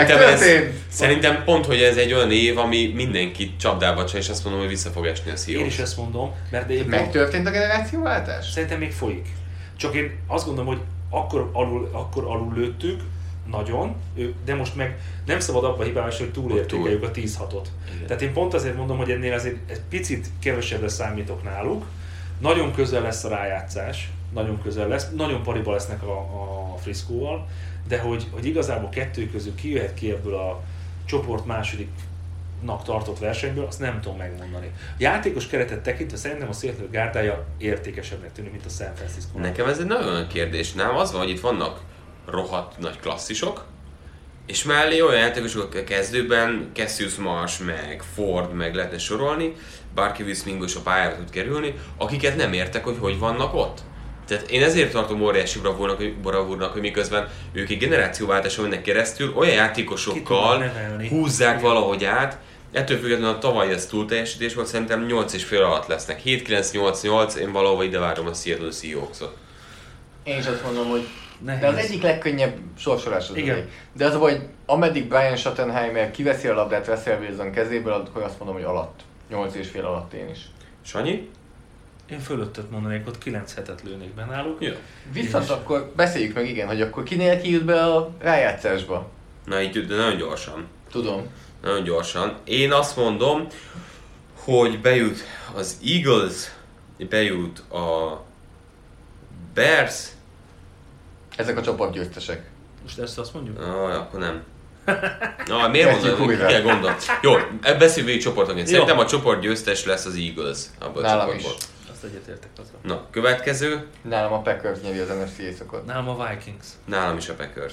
Szerintem pont, hogy ez egy olyan év, ami mindenkit csapdába csal, és azt mondom, hogy vissza fog esni a Seahawks. Én is ezt mondom, mert megtörtént a generációváltás? Szerintem még folyik. Csak én azt gondolom, hogy akkor alul lőttük, nagyon, de most meg nem szabad abba hibálni, hogy túlértékeljük a 10-6-ot. Tehát én pont azért mondom, hogy ennél azért egy picit kevesebbre számítok náluk. Nagyon közel lesz a rájátszás, nagyon közel lesz, nagyon pariba lesznek a Friscoval, de hogy igazából kettő közül kijöhet ki ebből a csoport másodiknak tartott versenyből, azt nem tudom megmondani. A játékos keretet tekintve szerintem a Seattle gárdája értékesebbnek tűnik, mint a San Francisco. Nekem ez egy nagyon olyan kérdés, nem? Az van, hogy itt vannak rohadt nagy klasszisok, és mellé olyan játékosok a kezdőben, Cassius Marsh, meg Ford, meg lehetne sorolni, Barkevius Mingo is a pályára tud kerülni, akiket nem értek, hogy vannak ott. Tehát én ezért tartom óriási bravúrnak, hogy miközben ők egy generációváltáson mennek keresztül, olyan játékosokkal húzzák valahogy át. Ettől függetlenül a tavaly ez túl teljesítés volt, szerintem 8,5 alatt lesznek. 7-9-8-8, én valahova ide várom a Seattle Seahawks-ot. Én is azt mondom, hogy nehéz. De az egyik legkönnyebb sorsolás az elég. De az a baj, hogy ameddig Brian Schottenheimer kiveszi a labdát Russell Wilson kezéből, akkor azt mondom, hogy alatt. 8,5 alatt én is. Sanyi? Én fölöttet mondanék, ott 9 hetet lőnék be náluk. Jó. Viszont akkor beszéljük meg, igen, hogy akkor kinél kijut be a rájátszásba. Na így, de nagyon gyorsan. Tudom. Nagyon gyorsan. Én azt mondom, hogy bejut az Eagles, bejut a Bears. Ezek a csoportgyőztesek. Most ezt azt mondjuk? Akkor nem. Miért Kezdjük mondod? újra. Kell gondol. Jó, beszéljünk végig csoportonként. Szerintem a csoport győztes lesz az Eagles abban a Nálam csoportból. is. Azt egyetértek azzal. Na, következő. Nálam a Packers nyeri az NFC északot. Nálam a Vikings. Nálam is a Packers.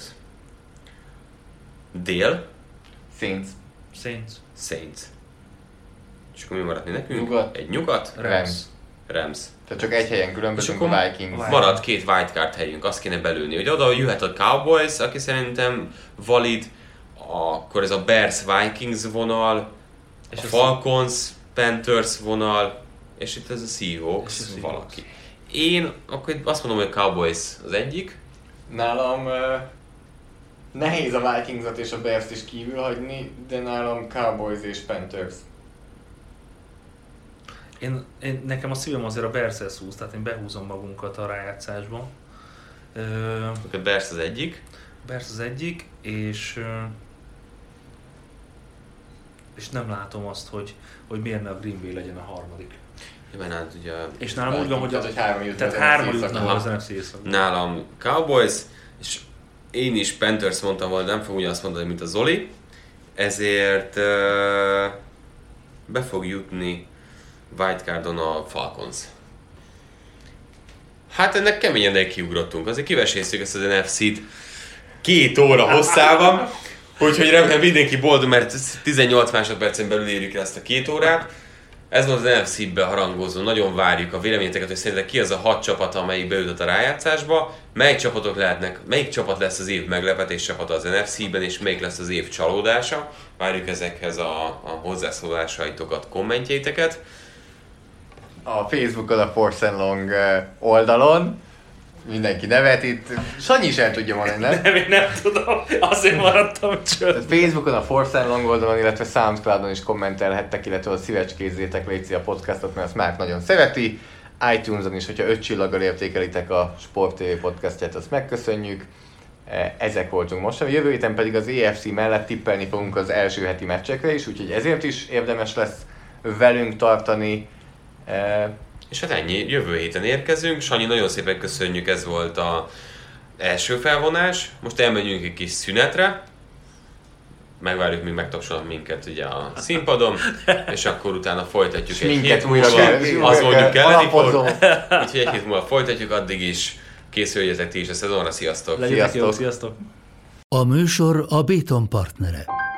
Dél. Saints. Saints. És akkor mi maradt mi nekünk? Nyugat. Egy nyugat. Rams. Tehát csak egy helyen különbözünk És akkor a Vikings. Maradt 2 wildcard helyünk, azt kéne belőni. Hogy oda jöhet a Cowboys, aki szerintem valid, akkor ez a Bears Vikings vonal, És a a Falcons Panthers vonal, és itt ez a Seahawks, És a Seahawks. valaki. Én akkor azt mondom, hogy a Cowboys az egyik. Nálam nehéz a Vikingsot és a Bears-t is kívül hagyni, de nálam Cowboys és Panthers. Nekem a szívem azért a Bears-hez húz, tehát én behúzom magunkat a rájátszásba. A Bears az egyik. Bears az egyik, és nem látom azt, hogy miért ne a Green Bay legyen a harmadik. Igen, hát ugye És nálam úgy van, hogy Tehát, hogy hárman jutnak tehát az hárman NFC jutnak északon. az NFC északon. nálam Cowboys, és én is Panthers mondtam volna, nem fog ugyanazt mondani, mint a Zoli, ezért be fog jutni wildcardon a Falcons. Hát ennek keményen kiugrottunk, azért kivesézzük ezt az NFC-t 2 óra hosszában, úgyhogy remélem mindenki boldog, mert 18 másodpercen belül érjük el ezt a 2 órát. Ez volt az NFC-be harangozó, nagyon várjuk a véleményeteket, hogy szerintetek ki az a 6 csapat, amelyik bejutott a rájátszásba, melyik csapat lesz az év meglepetés csapata az NFC-ben, és melyik lesz az év csalódása. Várjuk ezekhez a hozzászólásaitokat, kommentjeiteket. A Facebookon, a Force and Long oldalon. Mindenki nevet itt. Sanyi is el tudja mondani, nem? Nem, én nem tudom, azért maradtam csönd. Tehát Facebookon, a Force and Long oldalon, illetve Soundcloudon is kommentelhettek, illetve a szívecskézzétek légy a podcastot, mert azt Márk nagyon szereti. iTunes-on is, hogyha 5 csillaggal értékelitek a Sport TV podcastját, azt megköszönjük. Ezek voltunk most. A jövő héten pedig az EFC mellett tippelni fogunk az első heti meccsekre is, úgyhogy ezért is érdemes lesz velünk tartani. És hát ennyi, jövő héten érkezünk. Sanyi, nagyon szépen köszönjük, ez volt az első felvonás. Most elmegyünk egy kis szünetre. Megvárjuk, míg megtapsolnak minket ugye a színpadon, és akkor utána folytatjuk egy hét múlva. Az mondjuk kelleni fog. Úgyhogy egy hét múlva folytatjuk, addig is készüljetek ti is a szezonra. Sziasztok! Legyetek jók, sziasztok! A műsor a Béton partnere.